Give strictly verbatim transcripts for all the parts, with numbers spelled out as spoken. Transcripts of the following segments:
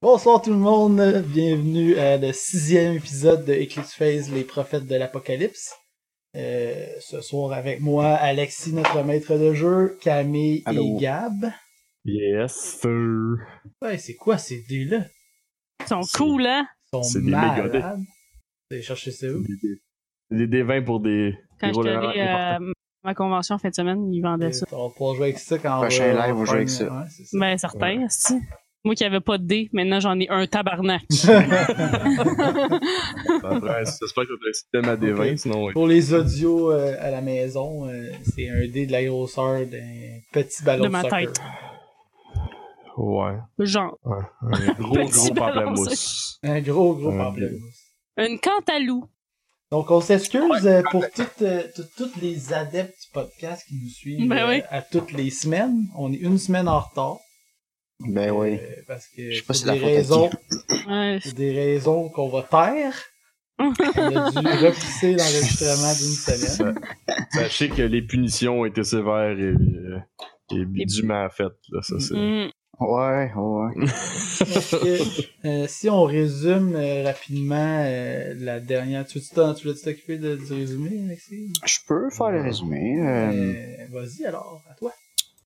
Bonsoir tout le monde, bienvenue à le sixième épisode de Eclipse Phase, les prophètes de l'apocalypse. Euh, ce soir avec moi, Alexis, notre maître de jeu, Camille Allô. et Gab. Yes, sir. Ouais, c'est quoi ces dés-là? Ils sont C'est- cool, hein? Ils sont C'est des méga dés. malades. Vous allez chercher ça où? Des, des, des D vingt pour des. Quand des je rôles suis allé à importants. ma convention en fin de semaine, ils vendaient ça. On va pouvoir jouer avec ça quand Prochain on va... live, on va joue avec faire- ça. Ouais, c'est ça. Ben, certain, esti. Moi qui avais pas de dés, maintenant j'en ai un tabarnak. Après, j'espère que t'as un système à D vingt, Ok. sinon. Ouais. Pour les audios euh, à la maison, euh, c'est un dé de la grosseur d'un petit ballon De de, ma soccer. tête. Ouais. Genre, ouais. Un gros, Petit gros ballon, pamplemousse. Un gros, gros Ouais. pamplemousse. une cantalou. Donc, on s'excuse euh, pour toutes, euh, tout- toutes les adeptes du podcast qui nous suivent Ben euh, oui. à toutes les semaines. On est une semaine en retard. Ben oui. euh, parce que Je sais pas pour si c'est la des faute à raisons, Ouais. pour des raisons qu'on va taire, on a dû repousser l'enregistrement d'une semaine. Sachez que les punitions ont été sévères et, euh, et dûment faites. Là, ça, c'est... Mm. Ouais, ouais. Donc, euh, euh, si on résume euh, rapidement euh, la dernière... Tu veux-tu t'en- tu voulais-tu t'occuper de, du résumé, Alexis? Je peux faire le résumé. Euh, Euh, Vas-y alors, à toi.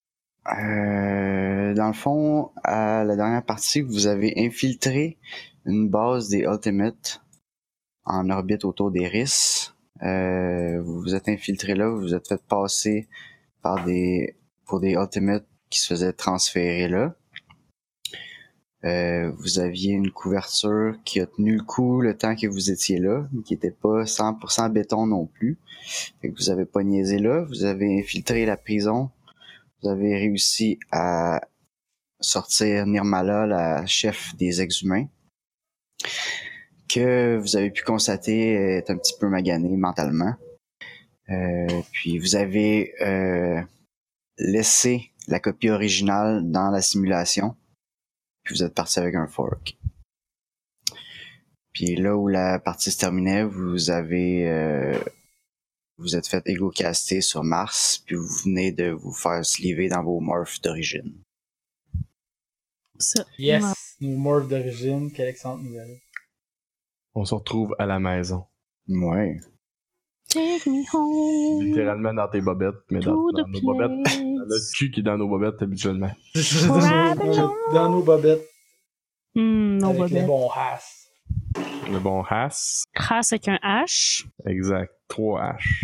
euh, dans le fond, à la dernière partie, vous avez infiltré une base des Ultimates en orbite autour des Rys. Euh, vous vous êtes infiltré là, vous vous êtes fait passer par des pour des Ultimates qui se faisaient transférer là. Euh, vous aviez une couverture qui a tenu le coup le temps que vous étiez là, mais qui était pas cent pour cent béton non plus. Fait que vous avez pas niaisé là, vous avez infiltré la prison, vous avez réussi à sortir Nirmala, la chef des exhumains, que vous avez pu constater est un petit peu maganée mentalement. Euh, puis vous avez euh, laissé la copie originale dans la simulation, puis vous êtes parti avec un fork. Puis là où la partie se terminait, vous avez euh, vous êtes fait égo-caster sur Mars, puis vous venez de vous faire sliver dans vos morphs d'origine. Ça. Yes, Ouais. nos morphs d'origine, quelle excellente nouvelle. On se retrouve à la maison. Ouais. Take me home. Littéralement dans tes bobettes, mais dans, To dans the nos bobettes. place. Dans notre cul qui est dans nos bobettes habituellement. dans, nos, dans nos bobettes, Hmm, non, avec les bobette. bons hasses. Le bon Haas. Crasse avec un H. Exact. trois H.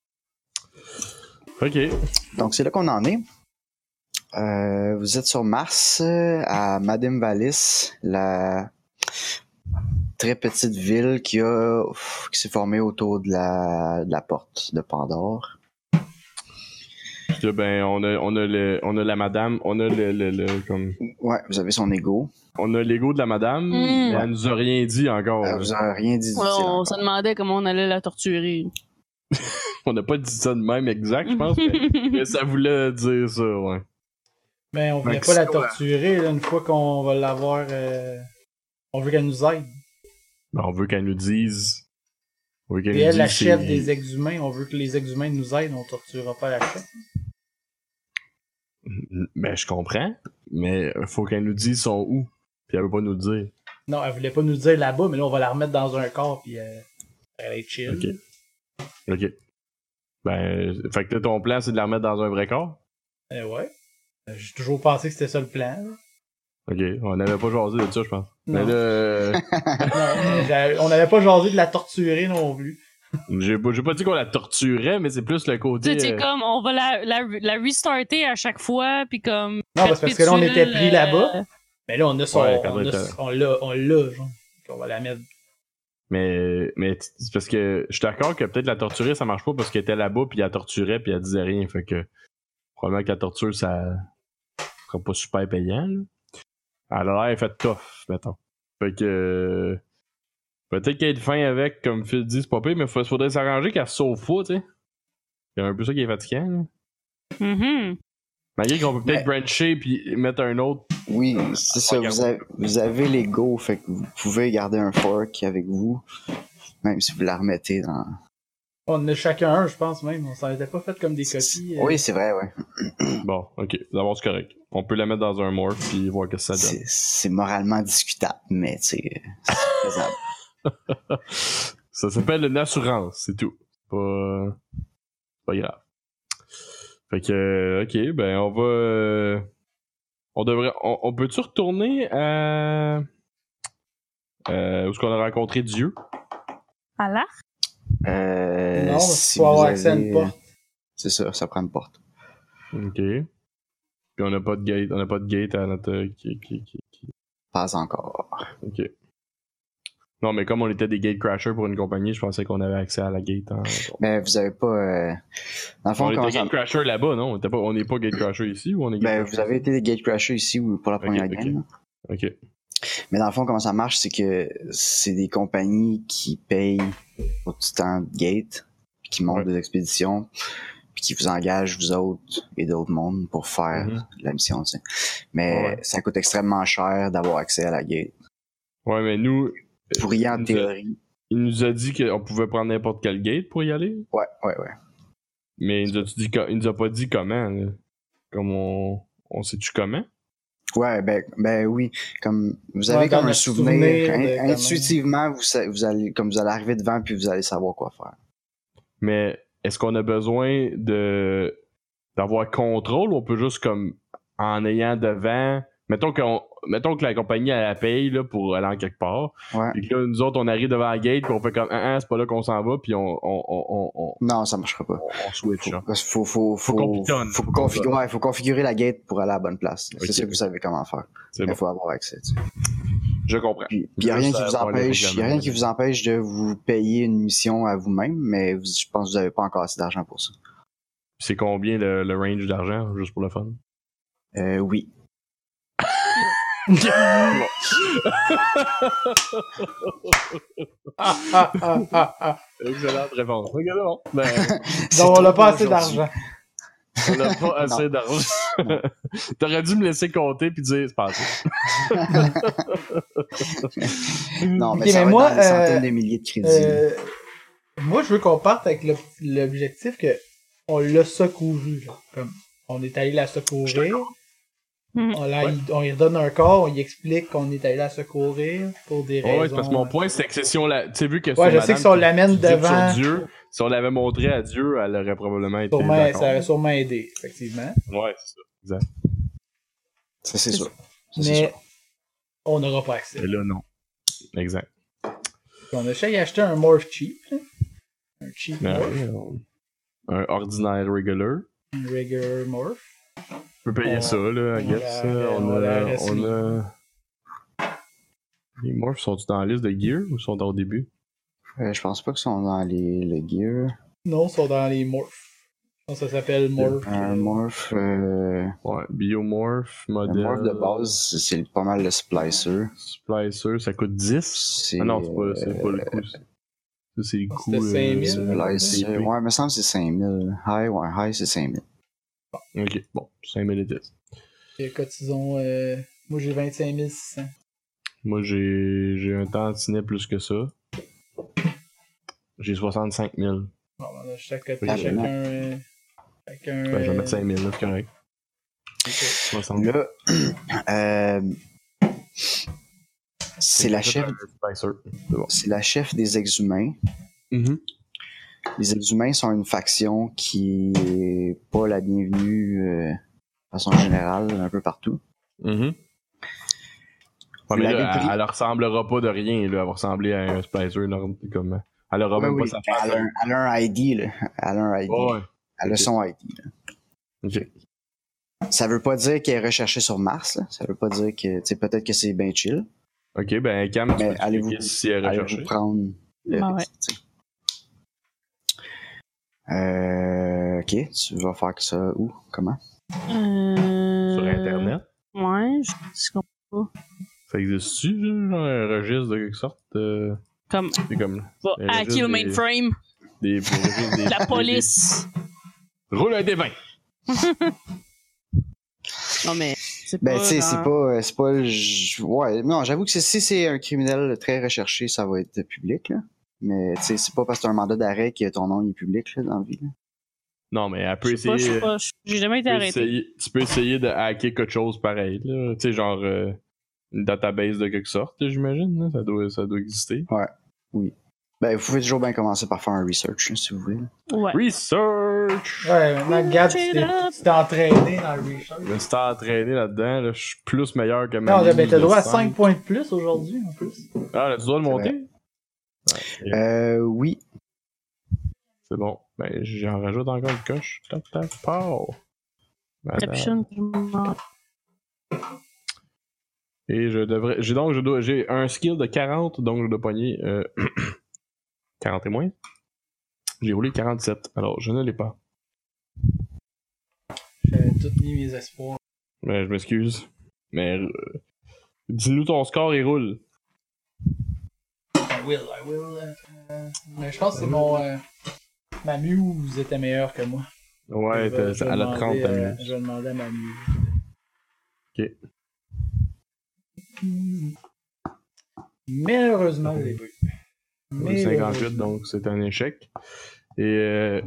Ok. Donc c'est là qu'on en est. Euh, vous êtes sur Mars, euh, à Madame Valis, la très petite ville qui a qui s'est formée autour de la, de la porte de Pandore. Puis là, ben, on a, on a le, on a la madame, on a le, le, le comme, Ouais, vous avez son ego. on a l'ego de la madame, Mm. mais elle nous a rien dit encore. Euh, vous avez rien dit. Ouais, d'utile on encore. se demandait comment on allait la torturer. On n'a pas dit ça de même exact, je pense, mais, mais ça voulait dire ça, ouais. Ben, on voulait Fait que pas la ça, torturer, là, une fois qu'on va l'avoir... euh, On veut qu'elle nous aide. Ben, on veut qu'elle nous dise. On veut qu'elle Et nous elle, la dise chef c'est- des exhumains, on veut que les exhumains nous aident, on torturera pas la chef. Ben, je comprends, mais faut qu'elle nous dise son où. Puis elle veut pas nous le dire. Non, elle voulait pas nous dire là-bas, mais là, on va la remettre dans un corps, puis euh, elle va être chill. Ok. Ok. Ben, fait que ton plan, c'est de la remettre dans un vrai corps? Euh, ouais. Euh, J'ai toujours pensé que c'était ça le plan. là. Ok. On n'avait pas jasé de ça, je pense. Non. Mais là, euh, Non, j'ai- on n'avait pas jasé de la torturer non plus. j'ai pas, j'ai pas dit qu'on la torturait, mais c'est plus le Tu côté. sais, c'est euh, comme, on va la, la, la restarter à chaque fois, puis comme... Non, parce que là, on était pris perpétuel, là-bas. euh, Mais là, on a son... Ouais, quand on, on a- était- on l'a, on l'a, genre. On va la mettre... Mais, mais t- c'est parce que je suis d'accord que peut-être la torturer, ça marche pas parce qu'elle était là-bas, puis elle torturait, puis elle disait rien. Fait que probablement que la torture, ça sera pas super payant. Là. Elle a l'air fait tough, mettons. Fait que euh, peut-être qu'elle est fin avec, comme Phil dit, c'est pas pire, mais il faudrait s'arranger qu'elle se sauve pas, tu sais. C'est un peu ça qui est fatigant. Là. mhm. Malgré qu'on peut peut-être brancher puis mettre un autre. Oui, c'est ça. Vous avez, vous avez l'ego, fait que vous pouvez garder un fork avec vous, même si vous la remettez dans. On en a chacun un, je pense même. On s'en était pas fait comme des copies. euh. Oui, c'est vrai, ouais. Bon, ok, d'abord c'est correct. On peut la mettre dans un morph puis voir ce que ça donne. C'est, c'est moralement discutable, mais tu sais, c'est faisable. Ça s'appelle une assurance, c'est tout. C'est pas, c'est pas grave. Fait que, euh, ok, ben on va... euh, on devrait... On, on peut-tu retourner à... Euh, où est-ce qu'on a rencontré Dieu? À l'arc? Euh, Non, si il faut vous avoir avez- accès à une porte. C'est ça, ça prend une porte. Ok. Puis on n'a pas de gate, on n'a pas de gate à notre... euh, Qui, qui, qui, qui- Pas encore. Ok. Non, mais comme on était des gate crashers pour une compagnie, je pensais qu'on avait accès à la gate. Hein. Mais vous avez pas... euh, Dans le fond, On comment était ça- gate crashers là-bas, non? On était pas- on n'est pas gate crashers ici ou on est gate Ben, crashers? vous avez été des gate crashers ici ou pour la première Ok, ok. game. là. Ok. Mais dans le fond, comment ça marche, c'est que c'est des compagnies qui payent pour du temps de gate, puis qui montent Ouais. des expéditions, puis qui vous engagent, vous autres et d'autres mondes, pour faire Mhm. la mission, tu sais. Mais Ouais. ça coûte extrêmement cher d'avoir accès à la gate. Ouais, mais nous... Vous pourriez, en il nous a- théorie... Il nous a dit qu'on pouvait prendre n'importe quel gate pour y aller. Ouais, ouais, ouais. Mais il nous a, dit, co- il nous a pas dit comment. Là. Comme on... On sait-tu comment? Ouais, ben, ben oui. Comme, vous Ouais, avez comme comme un un souvenir, souvenir in- de comment- intuitivement, vous, sa- vous allez, comme vous allez arriver devant, puis vous allez savoir quoi faire. Mais est-ce qu'on a besoin de d'avoir contrôle ou on peut juste comme en ayant devant... Mettons, qu'on... Mettons que la compagnie elle, elle paye là, pour aller en quelque part. Ouais. Puis que là, nous autres, on arrive devant la gate puis on fait comme ah, ah, c'est pas là qu'on s'en va puis on, on, on, on, on, Non, ça marchera pas. on switch. Faut, Genre. parce qu'il faut, faut, faut, Faut qu'on pitonne, faut faut qu'on configurer, ouais, faut configurer la gate pour aller à la bonne place. Ok. C'est ça que vous savez comment faire. C'est Mais bon. faut avoir accès, tu sais. Je comprends. Puis, puis y a rien Juste qui vous avoir les empêche, y a règlements. rien qui vous empêche de vous payer une mission à vous-même, mais vous, je pense que vous avez pas encore assez d'argent pour ça. C'est combien le, le range d'argent, juste pour le fun? Euh, oui. Ah, ah, ah, ah, ah. Excellente réponse. Ok, c'est bon. Ben, C'est Donc, on n'a tout pas pour assez aujourd'hui. d'argent. on n'a pas assez d'argent. T'aurais dû me laisser compter puis dire c'est pas assez. Non, mais Ok, ça mais va moi, être dans des euh, centaines de milliers de crédits. Euh, moi, je veux qu'on parte avec l'ob- l'objectif que on l'a secouru. Là. Comme, on est allé la secourir. Mhm. On, la- Ouais. il- on lui redonne un corps, on lui explique qu'on est allé la secourir pour des Ouais, raisons. ouais, c'est parce que mon point, c'est que si on l'a. Tu sais, vu que Ouais, je sais que si on l'amène devant, sur Dieu, si on l'avait montré à Dieu, elle aurait probablement été. sûrement, d'accord. ça aurait sûrement aidé, effectivement. Ouais, c'est ça. Exact. Ça, c'est sûr. Ça, c'est Mais sûr. on n'aura pas accès. Et là, non. Exact. On a essayé d'acheter un morph cheap. hein. Un cheap Mais morph. ouais, on- Un ordinaire regular. Un regular morph. On peut payer On- ça, là, I on guess. l'a- On on a. l'a On reçu. a. Les morphs sont-ils dans la liste de gear ou sont au début? Euh, je pense pas qu'ils sont dans les, le gear. Non, ils sont dans les morphs. Je pense que ça s'appelle morph. Un morph, euh, Ouais, biomorph, le modèle. morph de base, c'est c'est pas mal le splicer. Splicer, ça coûte dix. C'est, Ah non, c'est pas, c'est pas le coût. Ça, c'est le coût. C'était cinq mille, euh, Splicer, C P. ouais, il me semble que c'est cinq mille. High, ouais, high, c'est cinq mille. Ok, bon, cinq mille et dix. Et cotisons, euh, moi j'ai vingt-cinq mille six cents. Moi, j'ai, j'ai un tantinet plus que ça. J'ai soixante-cinq mille. Bon, on a chaque côté, Oui, chacun. oui. Euh, chacun Ben, je vais euh, mettre cinq mille, là, c'est correct. ok. soixante. Là, euh, c'est la chef, Spicer. C'est bon. c'est la chef des exhumains. Mhm. Les exhumains sont une faction qui est pas la bienvenue euh, de façon générale un peu partout. Mhm. Vous Ouais, mais l'avez là, pris. elle, elle ressemblera pas de rien, là. Elle va ressembler à un Splicer normal, comme. Elle aura Ouais, même oui. pas sa Elle, a un, elle a un I D, là. Elle a un I D. Ouais, ouais. Elle a Ok. son I D, là. Ok. Ça veut pas dire qu'elle est recherchée sur Mars, là. Ça veut pas dire que, tu sais, peut-être que c'est bien chill. Ok, ben, Cam, tu Mais peux allez-vous- checker si elle est Allez-vous recherchée. prendre le Ah ouais. risque, tu sais. Euh, ok, tu vas faire que ça où? Comment? Euh... Sur Internet. Ouais, je je comprends pas. Ça existe-tu, genre, un registre de quelque sorte? euh, Comme, C'est comme. va Un hacker registre le des- mainframe, Des, des, registres des- la des- police. des- Roule un des vingt! Non, mais c'est Ben, pas... tu sais, c'est genre- pas, euh, c'est pas, le j- ouais, non, j'avoue que c'est- si c'est un criminel très recherché, ça va être public, là. Mais, tu sais, c'est pas parce que t'as un mandat d'arrêt que ton nom est public, là, dans la vie, là. Non, mais elle peut Je sais pas, je essayer. sais pas, je- j'ai jamais tu, été peux arrêté. essayer tu peux essayer de hacker quelque chose pareil, là. Tu sais, genre euh, une database de quelque sorte, là, j'imagine. Là. Ça, doit, ça doit exister. Ouais, oui. Ben, vous pouvez toujours bien commencer par faire un research, hein, si vous voulez. Ouais. Research! Ouais, maintenant, Gab, tu t'es tu t'es entraîné dans le research. Je me suis entraîné là-dedans, là. Je suis plus meilleur que ma Non, ben, news t'as de droit à cinq. cinq points de plus aujourd'hui, en plus. Ah, là, tu dois le monter? Ouais, Euh, oui. c'est bon. Ben, j'en rajoute encore une coche. Tac, tac, pow! Madame. Capuchon, je m'en- Et je devrais. J'ai donc je dois. J'ai un skill de quarante, donc je dois pogner euh, quarante et moins. J'ai roulé quarante-sept, alors je ne l'ai pas. J'avais tout mis mes espoirs. Mais je m'excuse. Mais euh, dis-nous ton score et roule. I will, I will. euh, mais je pense que c'est mon. Euh, ma muse était meilleure que moi. Ouais, Je vais- t'as- je vais elle a demander, trente ta euh, muse. Je vais demander à ma muse. Ok. Malheureusement, je l'ai pas eu. Roule cinquante-huit, donc c'est un échec. Et euh,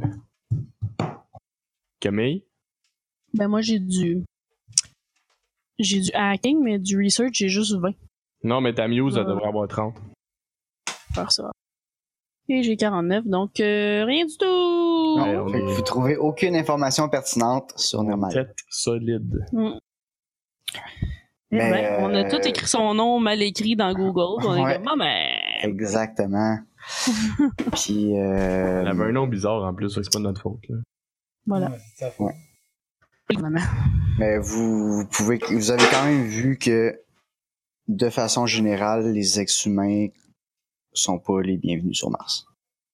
Camille? Ben, moi, j'ai du. J'ai du hacking, mais du research, j'ai juste vingt. Non, mais ta muse, elle Euh. devrait avoir trente. Faire ça. Et j'ai quarante-neuf, donc euh, rien du tout! Non, Ouais, on fait que est- vous trouvez aucune information pertinente sur Normal. Tête solide. Mm. Eh Mais, ben, on a euh, tout écrit son nom mal écrit dans Google. puis On est Ouais. comme, ah, mais. Exactement. Puis, euh, Elle avait un nom bizarre en plus, fait que c'est pas de notre faute. Là. Voilà. Ouais, c'est sa faute. Ouais. Évidemment. mais vous, vous pouvez, vous avez quand même vu que, de façon générale, les ex-humains sont pas les bienvenus sur Mars.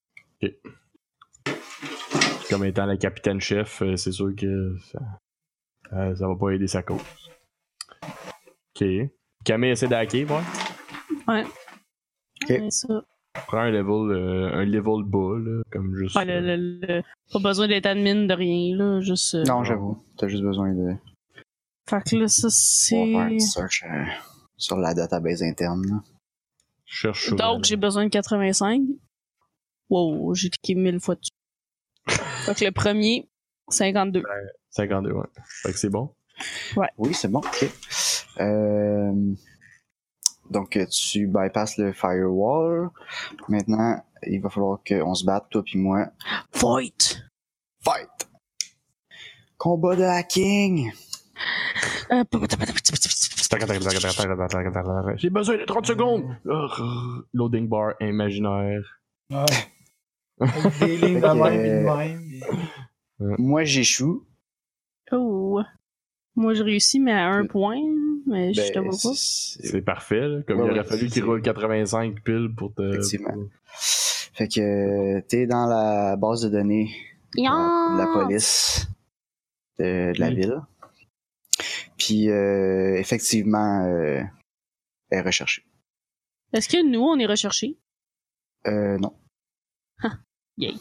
Comme étant la capitaine-chef, euh, c'est sûr que ça, euh, ça va pas aider sa cause. Ok. Camille essaie d'hacker, ouais. Ouais. Ok. Ouais, ça. Prends un level, euh, un level bas, là, comme juste. Ouais, le, le, le- Pas besoin d'être admin de rien, là. Juste. euh, Non, j'avoue. T'as juste besoin de Fait que là, ça, pouvoir faire un c'est. petit search euh, sur la database interne. là. Cherche sur. Donc, j'ai besoin de quatre-vingt-cinq. Wow, j'ai cliqué mille fois dessus. Fait que le premier, cinquante-deux. cinquante-deux, ouais. Fait que c'est bon. Oui, c'est bon. Ok. Euh, donc, euh, tu bypasses le firewall. Maintenant, il va falloir qu'on se batte, toi puis moi. Fight! Fight! Combat de hacking! Euh, J'ai besoin de trente secondes! Urgh. Loading bar imaginaire. Ouais. Avec des lignes de Fait que, même et de euh, même. Moi, j'échoue. Oh. Moi, je réussis, mais à un point. Mais je te Ben, vois pas. c'est- C'est parfait, là. Comme Ouais, il aurait ouais, fallu qu'il c'est- roule quatre-vingt-cinq piles pour te. Effectivement. pour- Fait que euh, t'es dans la base de données de la, de la police de, de la Oui. ville. Puis euh, effectivement, euh, elle est recherchée. Est-ce que nous, on est recherchés? Euh, non. Yay.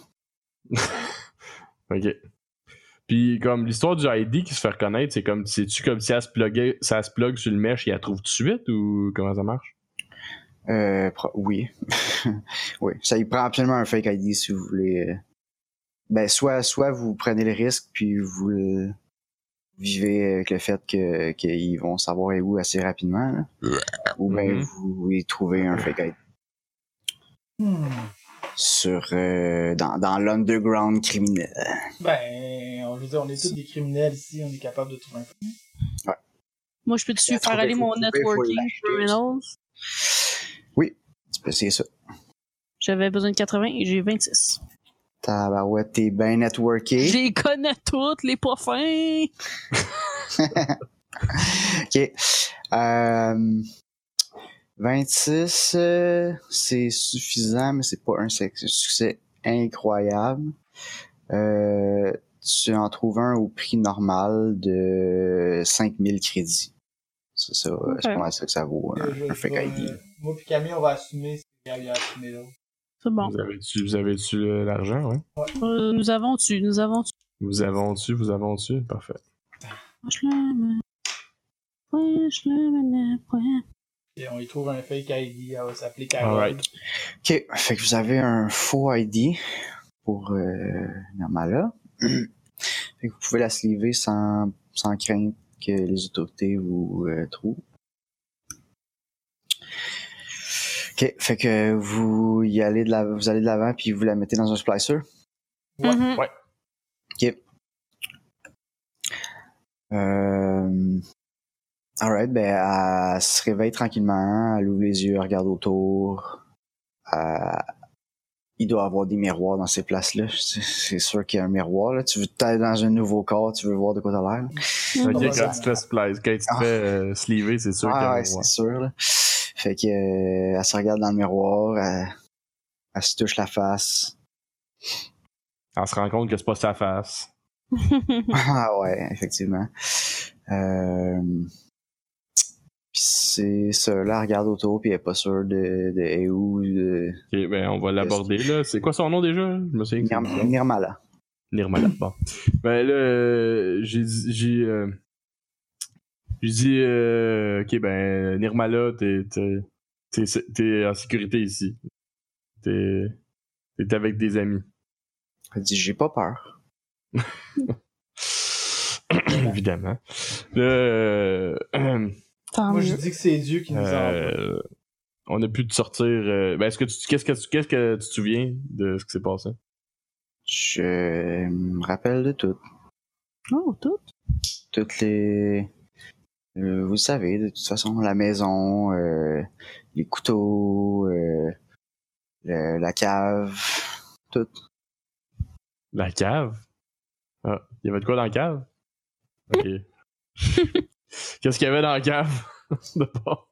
Ok. Puis comme l'histoire du I D qui se fait reconnaître, c'est comme c'est-tu comme si elle se pluguait, ça se plug sur le mesh et elle trouve tout de suite ou comment ça marche? Euh, pro- oui. oui. Ça y prend absolument un fake I D si vous voulez. euh, Ben, soit, soit vous prenez le risque puis vous le vivez avec le fait que qu'ils vont savoir où assez rapidement. Là. Ou bien Mhm. vous y trouvez un fake I D Hmm. sur euh, dans, dans l'underground criminel. Ben, on, je veux dire, on est tous des criminels ici, on est capable de trouver un. Moi, je peux-tu Faut faire trouver, aller faut mon trouver, faut networking l'acheter criminals? Oui, tu peux essayer ça. J'avais besoin de quatre-vingts et j'ai vingt-six. Tabarouette, t'es bien networké. Je les connais toutes, les pas fins! OK. Euh, vingt-six, euh, c'est suffisant, mais c'est pas un succès incroyable. Euh, tu en trouves un au prix normal de cinq mille crédits. C'est ça, c'est pas mal ça que ça vaut, un, Euh, je- un je fake vais, I D. euh, moi puis Camille, on va assumer ce qu'il a assumé l'autre. C'est bon. Vous avez-tu, vous avez-tu euh, l'argent, ouais? Euh, nous avons tu, nous avons tu. Vous avons-tu, vous avons-tu? Parfait. Je l'aime. Ouais, je l'aime, ouais. Et on y trouve un fake I D, elle va s'appeler Carole. Alright. OK, fait que vous avez un faux I D pour euh, Normala. Fait que vous pouvez la sliver sans, sans crainte que les autorités vous euh, trouvent. Ok, fait que vous y allez de la, vous allez de l'avant puis vous la mettez dans un splicer. Ouais. Mhm. Ouais. Ok. Euh... Alright, ben elle se réveille tranquillement, elle ouvre les yeux, elle regarde autour. Elle... Il doit y avoir des miroirs dans ces places-là. C'est, c'est sûr qu'il y a un miroir. Là. Tu veux t'aller dans un nouveau corps, tu veux voir de quoi t'as l'air. Ok, Ouais, quand tu te fais splice, quand tu te Ah. fais euh, sleever, c'est sûr qu'il y a Ah un ouais, miroir. c'est sûr. Là. Fait que euh, elle se regarde dans le miroir, elle, elle se touche la face. Elle se rend compte que c'est pas sa face. Ah ouais, effectivement. Euh... Puis c'est ça, là, elle regarde autour, puis elle est pas sûre de, de est où, de Ok, ben on va l'aborder là. C'est quoi son nom déjà? Je me souviens que c'est Nir- bizarre. Nirmala. Nirmala. Bon. Ben là, euh, j'ai dit. J'ai, euh, j'ai dit. Euh, ok, ben, Nirmala, t'es, t'es, t'es, t'es en sécurité ici. T'es, t'es avec des amis. Elle dit, j'ai pas peur. Évidemment. Là, euh, Tant Moi, je mieux. dis que c'est Dieu qui nous envoie. euh, on a pu te sortir. Euh, ben, est-ce que tu, qu'est-ce que tu, qu'est-ce que tu te souviens de ce qui s'est passé? Je me rappelle de tout. Oh, tout. Toutes les... euh, vous le savez, de toute façon, la maison, euh, les couteaux, euh, le- la cave, tout. La cave? Ah, il y avait de quoi dans la cave? Ok. Qu'est-ce qu'il y avait dans la cave? D'abord.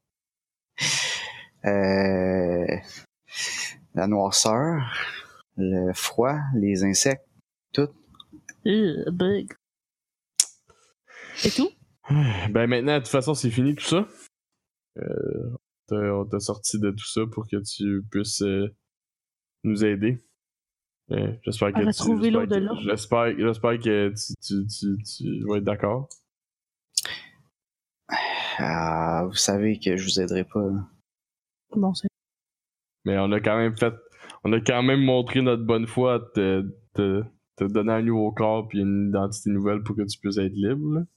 Euh, la noirceur, le froid, les insectes, tout. Euh, bug. Et tout? Ben maintenant, de toute façon, c'est fini tout ça. Euh, on t'a- on t'a sorti de tout ça pour que tu puisses euh, nous aider. Euh, j'espère que À tu... retrouver j'espère l'au-delà. que- J'espère, j'espère que tu, tu, tu, tu vas être d'accord. Ah, vous savez que je vous aiderai pas. Là. Bon, c'est. Mais on a quand même fait... On a quand même montré notre bonne foi à te, te, te donner un nouveau corps puis une identité nouvelle pour que tu puisses être libre, là.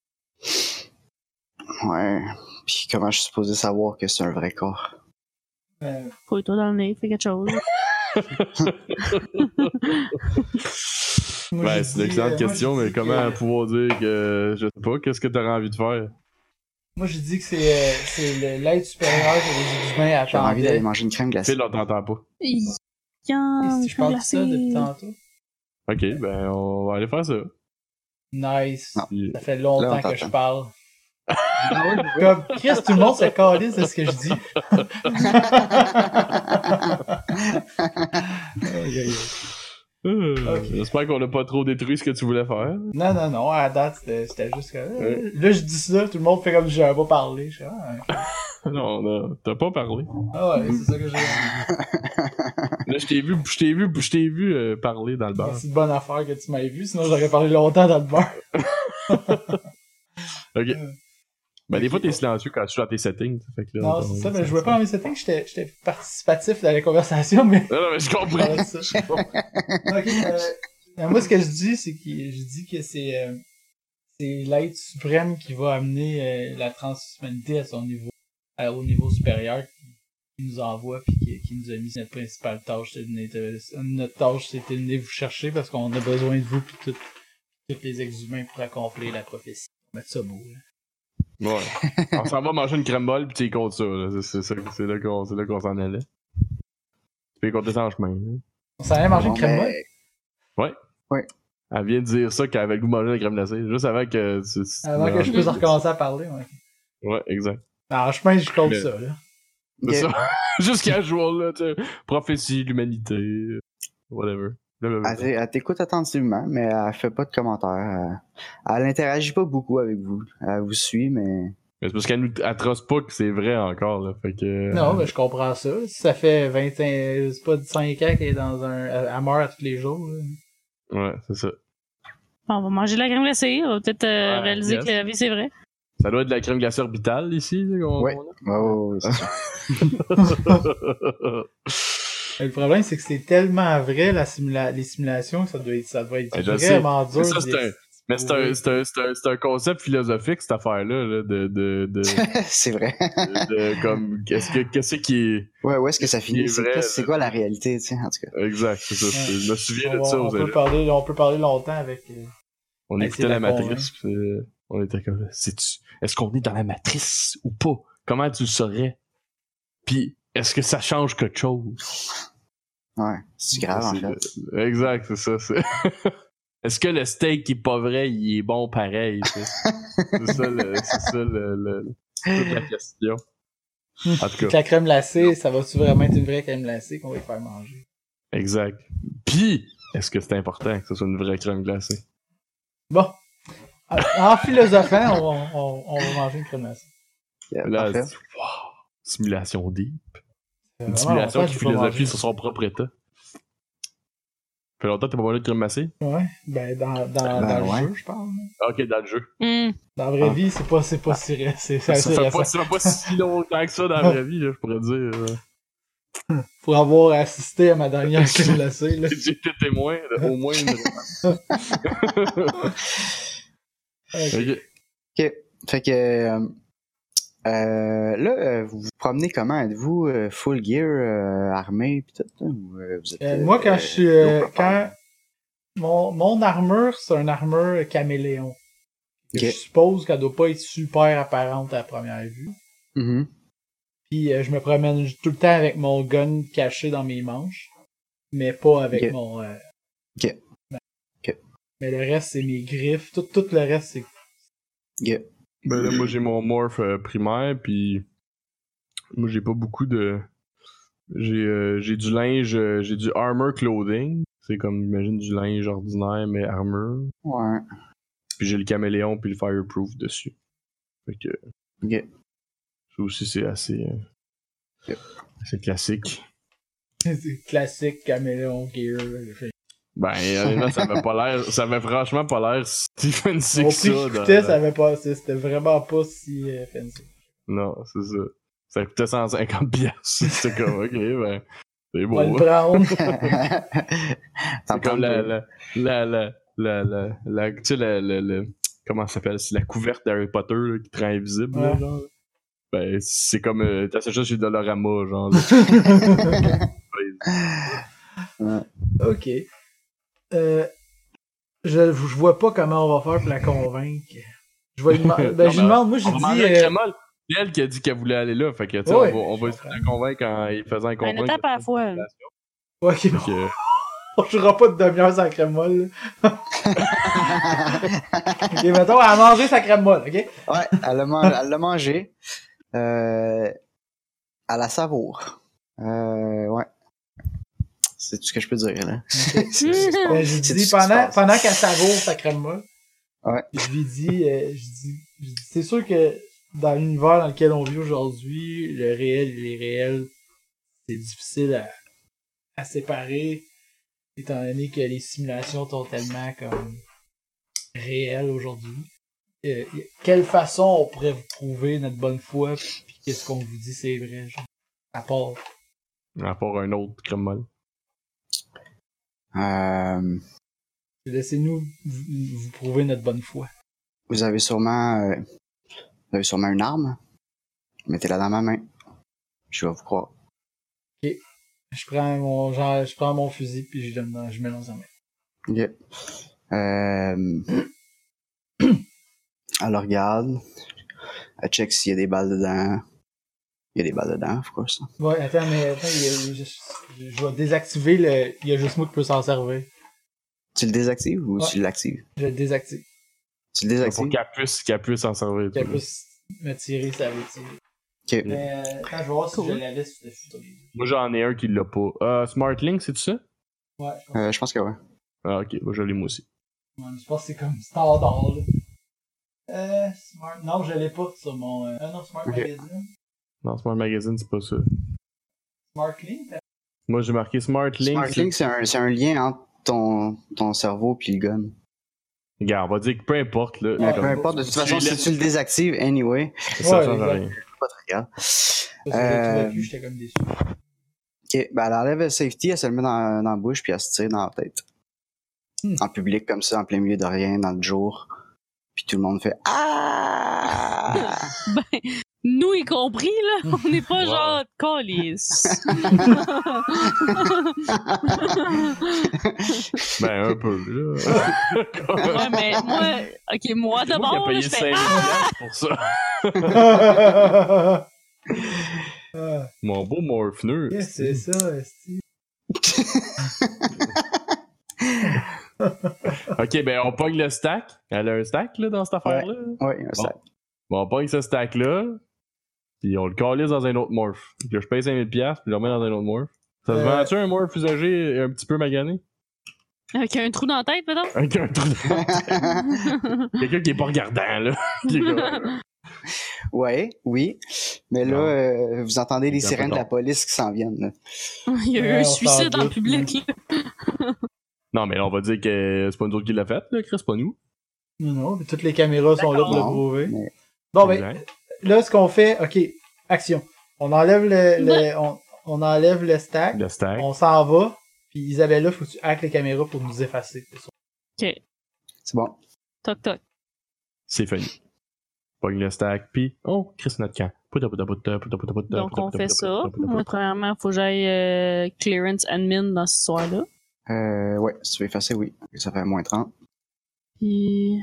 Ouais. Puis comment je suis supposé savoir que c'est un vrai corps? Euh, Fouille-toi dans le nez, fais quelque chose. Moi, Ben, j'ai c'est une dit, excellente euh, moi, question, j'ai mais dit comment que- pouvoir dire que... Je sais pas, qu'est-ce que t'aurais envie de faire? moi, je dis que c'est, euh, c'est le- l'aide supérieure que les humains J'ai envie d'aller attendaient. manger une crème glacée. Phil, on t'entend pas. Tiens, Si je parle de ça depuis tantôt. Ok, ben on va aller faire ça. Nice. Non. Puis- Ça fait Là, longtemps on que t'entend. je parle. Comme, Chris, tout le monde se calisse de ce que je dis. Aïe, aïe, aïe. Euh, Ok. J'espère qu'on n'a pas trop détruit ce que tu voulais faire. Non, non, non, à date, c'était, c'était juste que... euh, Là, je dis ça, tout le monde fait comme si j'avais pas parlé. Je fais, ah, Non, non, t'as pas parlé. ah ouais, c'est ça que j'ai... Là, je t'ai vu, je t'ai vu, je t'ai vu euh, parler dans le bar. C'est une bonne affaire que tu m'aies vu, sinon j'aurais parlé longtemps dans le bar. Ok. Ben, des Ok. fois, t'es silencieux quand tu joues à tes settings. Fait que là, Non, on- c'est ça, mais je jouais pas dans mes settings, j'étais, j'étais participatif dans la conversation, mais... Non, non, mais je Parle comprends. de ça. Ok, euh, euh, moi, ce que je dis, c'est que je dis que c'est, euh, c'est l'être suprême qui va amener euh, la transhumanité à son niveau, à- au niveau supérieur, qui, qui nous envoie puis qui, qui nous a mis notre principale tâche. C'est de venir te- notre tâche, c'était de venir vous chercher parce qu'on a besoin de vous puis tout, tous les ex-humains pour accomplir la prophétie. On va mettre ça beau, là. Ouais. On s'en va manger une crème molle pis tu y comptes ça, là. C'est, c'est, c'est, c'est là qu'on, c'est là qu'on s'en allait. Tu peux y compter ça en chemin, là. On s'en allait manger Bon, une crème ben, molle Elle vient de dire ça qu'elle avait le goût de manger la crème glacée. Juste avant que tu, tu- avant que je puisse recommencer à parler, ouais. Ouais, exact. Alors, en chemin, je compte Mais- ça, là. C'est Ok. ça. Jusqu'à jour, là, tu sais. Prophétie, l'humanité, whatever. Blablabla. Elle, elle t'écoute attentivement, mais elle fait pas de commentaires. Elle, elle interagit pas beaucoup avec vous. Elle vous suit, mais... Mais c'est parce qu'elle nous elle trosse pas que c'est vrai encore, là. Fait que. Non, euh, mais je comprends ça. Si ça fait vingt ans, c'est pas cinq ans qu'elle est dans un, elle meurt à tous les jours, là. Ouais, c'est ça. Bon, on va manger de la crème glacée. On va peut-être euh, Ouais, réaliser yes. que la vie, c'est vrai. Ça doit être de la crème glacée orbitale ici, là, qu'on- Ouais. qu'on Ouais, ouais, ouais, c'est ça. a. Le problème, c'est que c'est tellement vrai, la simula... les simulations, que ça doit être, ça doit être Ben, je vraiment sais. dur. Mais ça, c'est un, mais c'est un, c'est un, c'est un, c'est un concept philosophique, cette affaire-là, là, de, de, de, c'est vrai. de, de comme, qu'est-ce que, qu'est-ce qui est... Ouais, où est-ce que ça finit? C'est, vrai, c'est quoi la réalité, tu sais, en tout cas. Exact, c'est ça. Ouais. Je me souviens on, de ça on, aux peut élèves. parler, on peut parler longtemps avec... euh, On Ben, écoutait c'est la la Matrice, pis euh, on était comme, c'est-tu, est-ce qu'on est dans la Matrice ou pas? Comment tu le saurais? Puis, est-ce que ça change quelque chose? Ouais, c'est grave, en C'est fait. le- Exact, c'est ça. C'est... est-ce que le steak qui est pas vrai, il est bon pareil? tu sais? c'est ça, le, c'est ça le, le- toute la question. En tout Puis cas, la crème glacée, ça va-tu vraiment être une vraie crème glacée qu'on va y faire manger? exact. Puis, est-ce que c'est important que ce soit une vraie crème glacée? Bon. En philosophant, on, va- on, on va manger une crème glacée. Yeah, Là, parfait. c'est- wow, simulation deep. C'est Une vraiment simulation longtemps qui que j'ai pas philosophie mangé. sur son propre état. Ça fait longtemps que t'as pas mangé de crème glacée? Ouais, ben dans, dans, Ben, dans ouais. le jeu, je parle. là. Ah, ok, dans le jeu. Hmm. Dans la vraie Ah. vie, c'est pas, c'est pas si ré- c'est, c'est Ça assez fait, pas, récent. ça fait pas si longtemps que ça dans la vraie vie, là, je pourrais dire. euh. Pour avoir assisté à ma dernière crème glacée, là. J'ai été témoin de au moins une. Ok. Ok. Ok. Fait que, euh, euh, là, euh, vous vous promenez comment? Êtes-vous euh, full gear, euh, armé, pis tout, là, ou euh, vous êtes, Euh, moi, quand euh, je suis, euh, low profile? quand, mon, mon armure, c'est une armure caméléon. Ok. Je suppose qu'elle doit pas être super apparente à la première vue. Mhm. Puis euh, je me promène tout le temps avec mon gun caché dans mes manches, mais pas avec Ok. mon... euh, Ok. ben, Ok. Mais le reste, c'est mes griffes. Tout, tout le reste, c'est... Ok. Ben là, moi j'ai mon morph euh, primaire, puis moi j'ai pas beaucoup de. J'ai euh, j'ai du linge, euh, j'ai du armor clothing. C'est comme, j'imagine, du linge ordinaire, mais armor. Ouais. Puis j'ai le caméléon, puis le fireproof dessus. Fait que Ok. ça aussi c'est assez. euh, Ok. assez classique. c'est classique caméléon gear. là. Ben, honnêtement, ça avait pas l'air. Ça avait franchement pas l'air si fancy Au que prix ça. que dans- coûtait, ça avait pas... C'était vraiment pas si euh, fancy. Non, c'est ça. Ça coûtait cent cinquante piastres. C'était comme, ok, ben, c'est On va le beau. prendre. T'en C'est comme parles la, de- la, la, la, la, la, la, tu sais, la, la, la- comment ça s'appelle? C'est la couverte d'Harry Potter, là, qui te rend invisible, là, Ouais. genre. Ben, c'est comme, euh, t'as cette chose chez Dolorama, genre, là. Ok. Euh, je, je vois pas comment on va faire pour la convaincre. Je vais lui demander... Ben, Non, je mais lui demande, moi, On va j'ai manger dit... un euh, crémol. C'est elle qui a dit qu'elle voulait aller là, fait que, tu sais, Ouais, on va, on je va essayer de comprends. la convaincre en y faisant Une comprendre. étape à la fois. là. Ok, Fait bon. que, On jouera pas de demi-heure sans crème molle. Ok, mettons, à manger sa crème molle, ok? Ouais, elle l'a man- elle l'a mangé. Euh, à la savoure. Euh, ouais. C'est tout ce que je peux dire, là. Ben, je lui C'est dis, tout ce qui se pendant, passe. pendant qu'elle savoure sa crème molle, Ouais. je lui dis, euh, je dis, je dis, c'est sûr que dans l'univers dans lequel on vit aujourd'hui, le réel et l'irréel, c'est difficile à, à séparer, étant donné que les simulations sont tellement comme réelles aujourd'hui. Euh, y- quelle façon on pourrait vous prouver notre bonne foi, puis qu'est-ce qu'on vous dit c'est vrai, genre, à part. à part un autre crème molle. Euh, Laissez-nous vous, vous prouver notre bonne foi. vous avez sûrement, euh, vous avez sûrement une arme. Mettez-la dans ma main. Je vais vous croire. Je prends mon genre, je prends mon fusil puis je donne dans, je mets dans sa main. Ok. Euh, elle regarde. Elle check s'il y a des balles dedans. Il y a des balles dedans, of course. Ouais, attends, mais attends, il y a- je, je, je vais désactiver le. Il y a juste moi qui peut s'en servir. Tu le désactives ou Ouais. tu l'actives? Je le désactive. Tu le Pour désactives? qu'elle puisse, qu'elle puisse en servir. Qu'elle tu vois. puisse me tirer, ça va tirer. Ok. Mais euh, attends, je vais voir si Cool. je l'avais sur le fusil. Moi, j'en ai un qui l'a pas. Euh, Smartlink, c'est ça? Ouais, je pense, Euh, je pense que ouais. Ah, ok, moi, je l'ai moi aussi. ouais, je pense que c'est comme standard, là. Euh, Smart. Non, je l'ai pas sur mon. Euh, ah non, Smart Ok. Magazine. Dans Smart Magazine, c'est pas ça. Smart Link. t'as- Moi, j'ai marqué Smartlink. SmartLink, c'est un, c'est un lien entre ton, ton cerveau puis le gun. Regarde, on va dire que peu importe, là. Ouais, Peu comme- importe, de toute tu façon, les si laisses- tu le désactives, anyway, ça Ouais, change exact. rien. pas très grave. Parce que j'ai Euh, tout vécu, j'étais comme déçu. Ok, ben elle enlève le safety, elle se le met dans, dans la bouche, puis elle se tire dans la tête. Hmm. En public, comme ça, en plein milieu de rien, dans le jour. Puis tout le monde fait Ah! Ben, nous y compris, là, on n'est pas Wow. genre calice. Ben, un peu, là. Ouais, mais moi, ok, moi C'est moi qui a d'abord, là, payé je fais cinq mille ah! pour ça. Ah, Mon beau morphneux. qu'est-ce que c'est ça, esti? Ok, ben, on pogne le stack. Elle a un stack, là, dans cette affaire-là. Ouais, un Bon. sac. Bon, on pogne ce stack-là. Puis on le calisse dans un autre morph. Puis là, je paye cinq mille piastres, puis je le remets dans un autre morph. Ça se Euh. vend-tu un morph usagé un petit peu magané? Avec un trou dans la tête, peut-être? Avec un trou de quelqu'un qui est pas regardant, là. Qui est comme- Ouais, oui. Mais là, Non. euh, vous entendez les C'est un sirènes peu de la tard. police qui s'en viennent. Là. Il y a eu Ouais, un on s'en suicide en doute, public, là. Non, mais là, on va dire que c'est pas nous autres qui l'a fait, là, Chris, c'est pas nous. Non, non, mais toutes les caméras sont là pour le Non, prouver. mais- Bon, ben, Exact. là, ce qu'on fait, ok, action. On enlève le, le on, on enlève le stack, Le stack. on s'en va, puis Isabella, faut que tu hack les caméras pour nous effacer. C'est ça. Ok, C'est bon. toc toc. C'est fini. Pogne le stack, pis oh, Chris, notre camp. Puta, puta, puta, puta, puta, puta, Donc, puta, on puta, fait puta, ça. puta, puta, Moi, puta. premièrement, faut que j'aille euh, clearance admin dans cette histoire-là. Euh, ouais, si tu veux effacer, oui. Ça fait moins trente. Puis.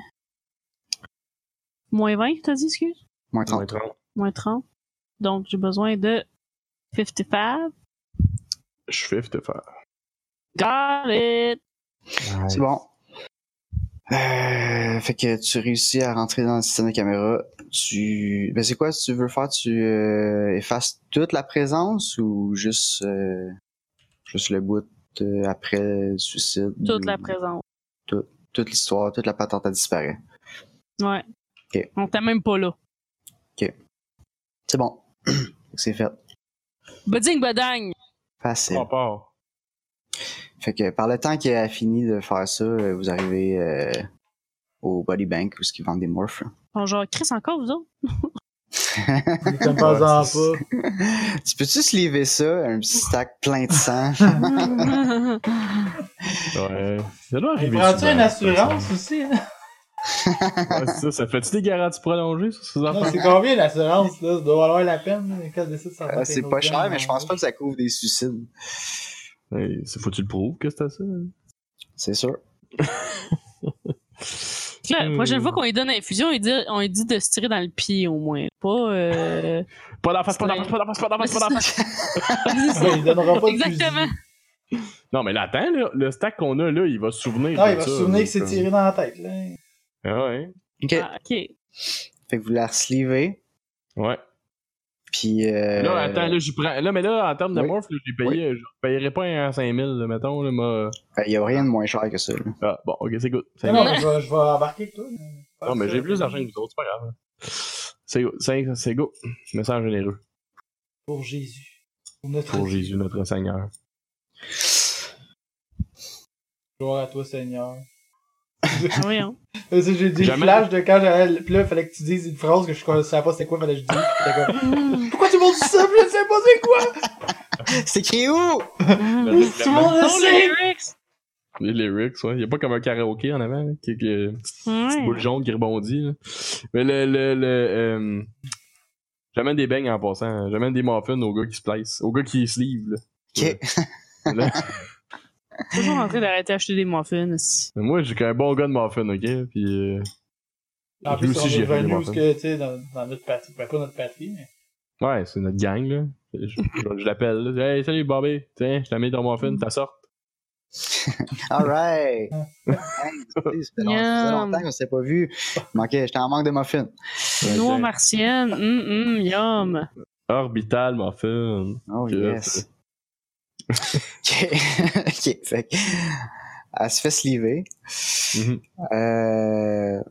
Moins vingt, t'as dit, excuse? Moins Moins trente. trente. Moins trente. Donc, j'ai besoin de cinquante-cinq. Je fais te faire. Got it! C'est bon. Euh, fait que tu réussis à rentrer dans le système de caméra. Tu, ben c'est quoi si tu veux faire? Tu euh, effaces toute la présence ou juste euh, juste le bout euh, après le suicide? Toute la ou- présence. Toute l'histoire, toute la patente a disparu. Ouais. Ok. On t'a même pas là. C'est bon. C'est fait. Bading badang! Facile. On part. Fait que par le temps qu'il a fini de faire ça, euh, vous arrivez euh, au Body Bank où ils vendent des morphs. Bon, genre, Chris encore, vous autres? Comme pas en c'est- pas. Tu peux-tu sleever ça, un petit stack plein de sang? Ouais. Ça doit Et arriver. prends-tu souvent, une assurance ça. aussi? Hein? Ouais, c'est ça. Ça fait-tu des garanties prolongées sur ces Non, affaires? c'est combien l'assurance, là? Ça doit valoir la peine, là, quand tu décides de s'en Euh, faire c'est une pas autre cher, gamme, mais je pense pas que ça couvre des suicides. Hey, c'est- faut que tu le prouves que c'était ça. C'est sûr. Là, la prochaine Hmm. fois qu'on lui donne l'infusion, on lui dit, on lui dit de se tirer dans le pied, au moins. Pas, euh... Pas d'en face, pas d'en face, pas d'en face, pas d'en face, pas d'en face. Ben, il donnera pas de Exactement. fusil. Non, mais là, attends, là, le stack qu'on a là, il va se souvenir. Non, de il va ça, se souvenir là, que c'est comme- tiré dans la tête, là. Ah ouais. Ok. Ah, ok. Fait que vous la sleevez. Ouais. Puis. Euh... Là, attends, là, j'y prends. Là, mais là, en termes de oui. morph, là, j'ai payé. Je payerais pas un cinq mille, là, mettons, là, moi. Il y a rien de moins cher que ça. Là. Ah, bon, ok, c'est good. C'est Non, non, good. mais je vais, je vais embarquer avec toi. Non, mais j'ai plus d'argent que vous autres, c'est pas grave. C'est go, c'est, c'est go. Message généreux. Pour Jésus. Pour notre Pour Dieu. Jésus, notre Seigneur. Gloire à toi, Seigneur. Ah oui, hein. Là, c'est- J'ai des Jamais- flashs de quand j'allais. Puis là, il fallait que tu dises une phrase que je ne savais pas c'était quoi, fallait que je dise. Puis j'étais comme, pourquoi tout le monde dit ça? Puis je sais pas c'est quoi? C'est écrit où? Tout le monde le Non, sait! les lyrics! Les lyrics, ouais. Il y a pas comme un karaoké en avant, là, qui, qui, petite Ouais. boule jaune qui rebondit, là. Mais le, le, le, euh, j'amène des beignes en passant. J'amène des muffins aux gars qui se placent. Aux gars qui se livrent, là. Ok. Là, Toujours en train d'arrêter d'acheter des muffins. aussi. mais moi, j'ai qu'un bon gars de muffins, ok? Puis, euh, En lui plus, aussi, on j'ai est fait des revenu où muffins. ce que, tu sais, dans, dans notre patrie. Ben, pas notre patrie, mais. ouais, c'est notre gang, là. Je, je- je l'appelle, là. Hey, salut, Bobby. Tiens, je t'ai mis ton muffin, ta sorte. Alright. Hey, tu sais, ça fait long- ça faisait Yum. longtemps qu'on s'est pas vu. Manquait, j'étais en manque de muffins. Noix Ok. martienne. Hum, hum, yum. Orbital muffin. Oh Ok, yes. Ok. Ok. Fait que, elle se fait sliver. Mhm. Euh...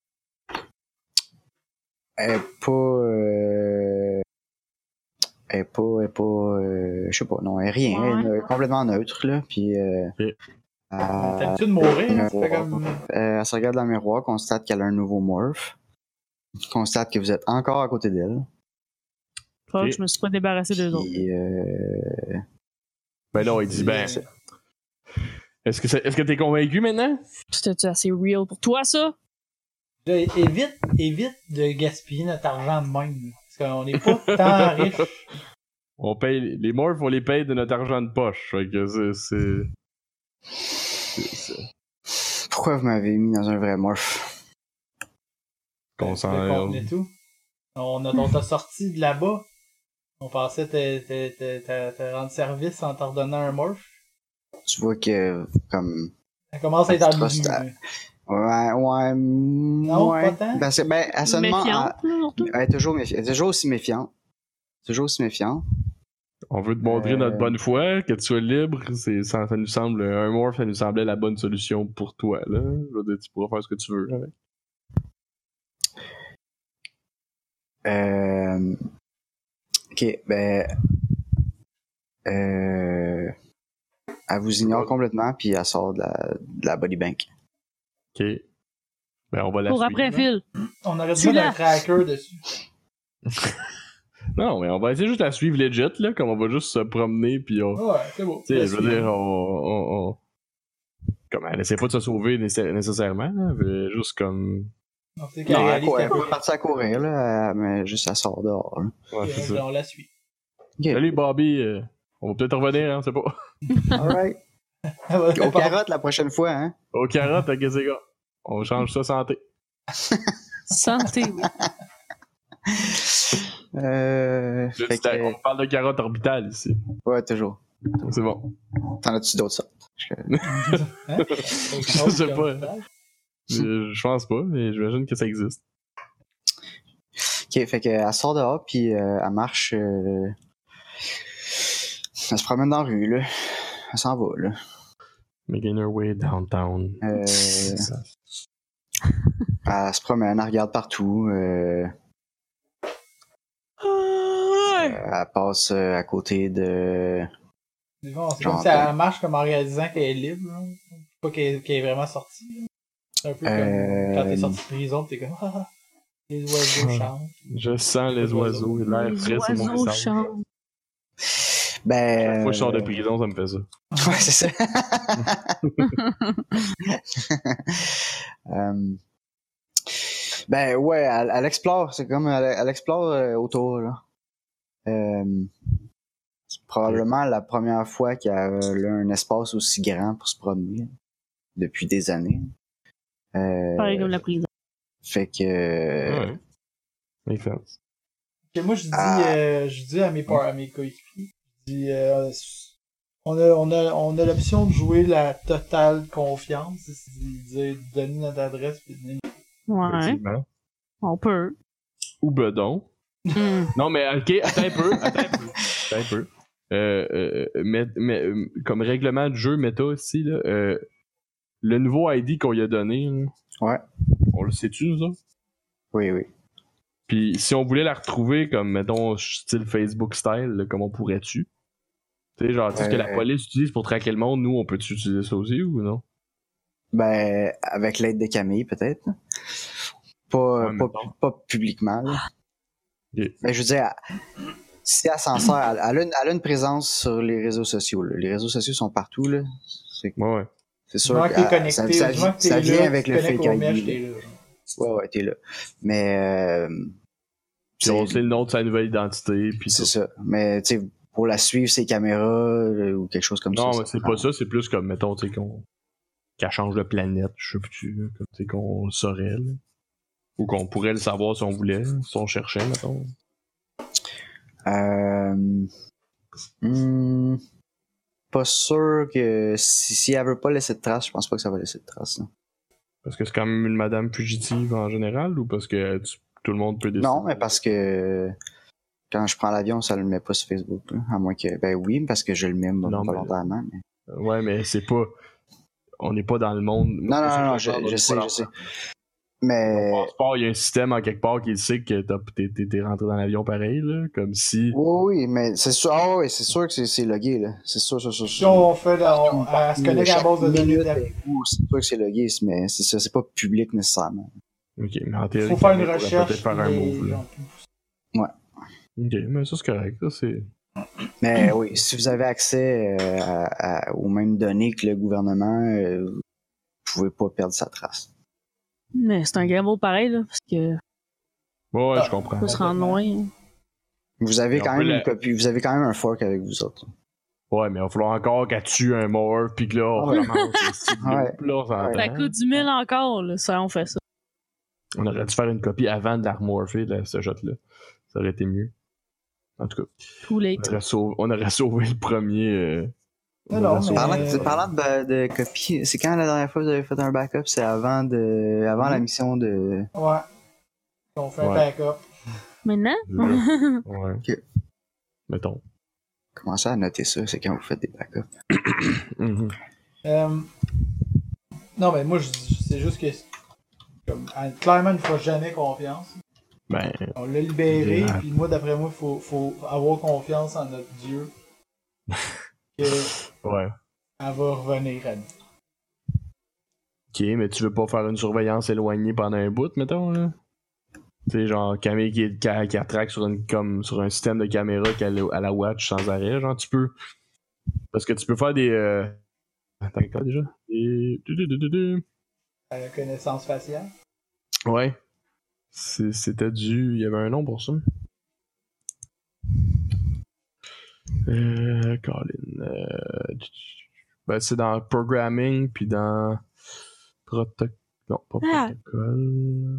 Elle est pas... Euh... Elle est pas... Elle est pas... Euh... Je sais pas, non, elle est rien. Ouais. Elle est complètement neutre, là. Puis... Euh... Ok. elle- T'as l'habitude de mourir, hein? Ça fait comme. Euh, elle se regarde dans le miroir, constate qu'elle a un nouveau morph. Constate que vous êtes encore à côté d'elle. Fuck, Ok. je me suis pas débarrassé d'eux autres. Puis, euh... Ben là, il dit, ben. Est-ce que, c'est- est-ce que t'es convaincu maintenant? C'était assez real pour toi, ça? Là, évite, évite de gaspiller notre argent de même. là. Parce qu'on n'est pas tant riches. On paye, les morphs, on les paye de notre argent de poche. Fait que c'est, c'est, c'est, c'est- Pourquoi vous m'avez mis dans un vrai morph? qu'on s'en Le contenu et tout. On, a, on t'a sorti de là-bas. On pensait te, te, te, te, te rendre service en t'en redonnant un morph. Tu vois que, comme... Ça commence à être Tu ambigu. trustes à- là. Ouais, ouais, Non, ouais. pas tant. Ben, c'est, ben, elle se demande... Méfiante, là, surtout. Elle, elle est toujours méfiante. Elle est toujours aussi méfiante. Toujours aussi méfiante. On veut te montrer Euh, notre bonne foi, que tu sois libre. C'est, ça, ça nous semble, un morph, ça nous semblait la bonne solution pour toi, là. Je veux dire, tu pourras faire ce que tu veux, avec. Euh... Ok, ben... Euh... Elle vous ignore complètement, puis elle sort de la, de la body bank. Ok. Ben, on va la Pour suivre. après, là. Phil. On aurait dû Tu mettre l'as. un tracker dessus. Non, mais on va essayer juste de la suivre legit, là, comme on va juste se promener, puis on... Ouais, c'est beau. Tu sais, je veux dire, on... on, on... Comme, elle essaie pas de se sauver nécess- nécessairement, là, mais juste comme... On sait qu'elle Non, elle, réalise court, elle qu'elle peut partir à courir, là, euh, mais juste elle sort dehors. Là. Ouais, c'est peut- ça. on la suit. Ok, Salut, Bobby. euh, on va peut-être revenir, hein, c'est pas. alright. Aux carottes la prochaine fois, hein. Au carotte, ok, c'est gars. On change ça santé. Santé, oui. Euh... Je Fait dis, On que... parle de carotte orbitale ici. Ouais, toujours. C'est bon. T'en as-tu d'autres sortes? Je- Hein? Je sais pas. Je, je pense pas, mais j'imagine que ça existe. Ok, fait que elle sort dehors, puis euh, elle marche... Euh... Elle se promène dans la rue, là. Elle s'en va, là. Making her way downtown. Euh... C'est ça. Elle se promène, elle regarde partout. Euh... Elle passe euh, à côté de... C'est bon, c'est Genre, comme si elle marche comme en réalisant qu'elle est libre. Là. Pas qu'elle, qu'elle est vraiment sortie. là. C'est un peu Euh, comme quand t'es sorti de prison pis t'es comme ah, les oiseaux Ouais. chantent. Je sens les oiseaux et l'air Les frais sur mon oiseaux visage. chantent. Ben... Chaque fois que je sors de prison, ça me fait ça. Ouais, c'est ça. Euh, Ben ouais, elle, elle explore, c'est comme elle, elle explore euh, autour là. Euh, c'est probablement la première fois qu'il y a euh, un espace aussi grand pour se promener depuis des années. Euh, Pareil comme la prison. fait que euh, Ouais. Make sense. Que moi je dis Ah. euh, je dis à mes par- à mes coéquipiers, je dis euh, on a on a on a l'option de jouer la totale confiance, c'est-à-dire donner notre adresse puis donner- Ouais. Effectivement. On peut. Ou bedon. Hmm. Non, mais ok, attends un peu, attends un peu. Attends un peu. Euh, euh, mais, mais, euh, comme règlement de jeu méta aussi, là, euh, le nouveau I D qu'on lui a donné, là, ouais, on le sait-tu, nous autres? oui oui. Puis si on voulait la retrouver comme, mettons, style Facebook style, là, comment pourrais-tu? Tu sais, genre, tu sais ce que la Euh, police utilise pour traquer le monde, nous, on peut-tu utiliser ça aussi ou non? Ben avec l'aide de Camille peut-être. là. Pas, Ouais, pas, mettons. pas publiquement. Là. Ok. Ben, je veux dire, elle- si elle s'en sert, elle, elle a une, elle a une présence sur les réseaux sociaux. Là. Les réseaux sociaux sont partout. Là. C'est, Ouais, ouais. c'est Du sûr moment que que t'es elle- connecté, ça, du ça, moment que t'es ça là, vient tu avec te le connectes fake au mesh, I D. t'es là. là. Ouais, ouais, t'es là. Mais euh, Puis on c'est, sait le nom de sa nouvelle identité, puis c'est tout. ça. Mais tu sais, pour la suivre, ses caméras là, ou quelque chose comme Non, ça. mais c'est prend- pas ça, c'est plus comme, mettons, tu sais, qu'on qu'elle change de planète, je sais plus, là, comme, tu sais, qu'on le saurait, là. Ou qu'on pourrait le savoir si on voulait, si on cherchait, mettons. Euh, hmm, pas sûr que si, si elle veut pas laisser de traces, je pense pas que ça va laisser de traces. là. Parce que c'est quand même une madame fugitive en général, ou parce que tu- tout le monde peut décider? Non, mais parce que quand je prends l'avion, ça le met pas sur Facebook. Là. À moins que. Ben oui, parce que je le mets Non, mais- volontairement. Mais... Ouais, mais c'est pas... On n'est pas dans le monde... Non, non, non, non, je, je sais, je sais. Mon Mais. passeport, il y a un système en quelque part qui sait que t'as- t'es, t'es, t'es rentré dans l'avion pareil, là, comme si... Oui, oui, mais c'est sûr, ah oui, c'est sûr que c'est, c'est logué, là. C'est sûr, sûr, sûr. Si sûr. on fait la, on, elle se connecte à la base de données minute, d'appel. ou c'est sûr que c'est logué, mais c'est ça, c'est pas public nécessairement. Ok, mais en Il théorie, faut faire une on pourrait recherche. peut-être faire un les move, là. gens- Ok, mais ça, c'est correct, ça, c'est... Mais oui, si vous avez accès euh, à, à- aux mêmes données que le gouvernement, euh, vous pouvez pas perdre sa trace. Mais c'est un gamble pareil, là, parce que Ouais, ouais, Ah. je comprends. faut se rendre loin. hein. Vous avez Mais on quand peut même la- une copie, vous avez quand même un fork avec vous autres. Ouais, mais il va falloir encore qu'elle tue un morph, pis que là, on Ouais. recommence le style Ouais. là, on s'entend. Ça coûte dix mille encore, là, ça, on fait ça. On aurait dû faire une copie avant de la remorpher, là, ce shot-là. Ça aurait été mieux. En tout cas, Too late. on aurait sauvé, on aurait sauvé le premier. Euh, on Non, aurait non, sauvé- mais- Parlant, de, parlant de, ba- de copie, c'est quand la dernière fois que vous avez fait un backup? C'est avant de, avant la mission de. Ouais. On fait un Ouais. backup. Maintenant? Là. Ouais. Ok. Mettons. Commencez à noter ça, c'est quand vous faites des backups. Mhm. Euh, Non, mais moi, je dis- c'est juste que. Comme, à- clairement, il ne faut jamais confiance. Ben, On l'a libéré, Ouais. puis moi, d'après moi, il faut, faut avoir confiance en notre Dieu. Que ouais. elle va revenir à nous. Ok, mais tu veux pas faire une surveillance éloignée pendant un bout, mettons, là? Tu sais, genre, Camille qui, qui, qui attraque sur, une, comme, sur un système de caméra qu'elle à la watch sans arrêt, genre, tu peux. Parce que tu peux faire des. Euh... Attends, quoi déjà? Des. du- du- du- du- du. À la connaissance faciale. Ouais. C'est- C'était du. Il y avait un nom pour ça. Euh. Colin. Euh... Ben, c'est dans programming, puis dans. Protocole. Non, pas Ah. protocole.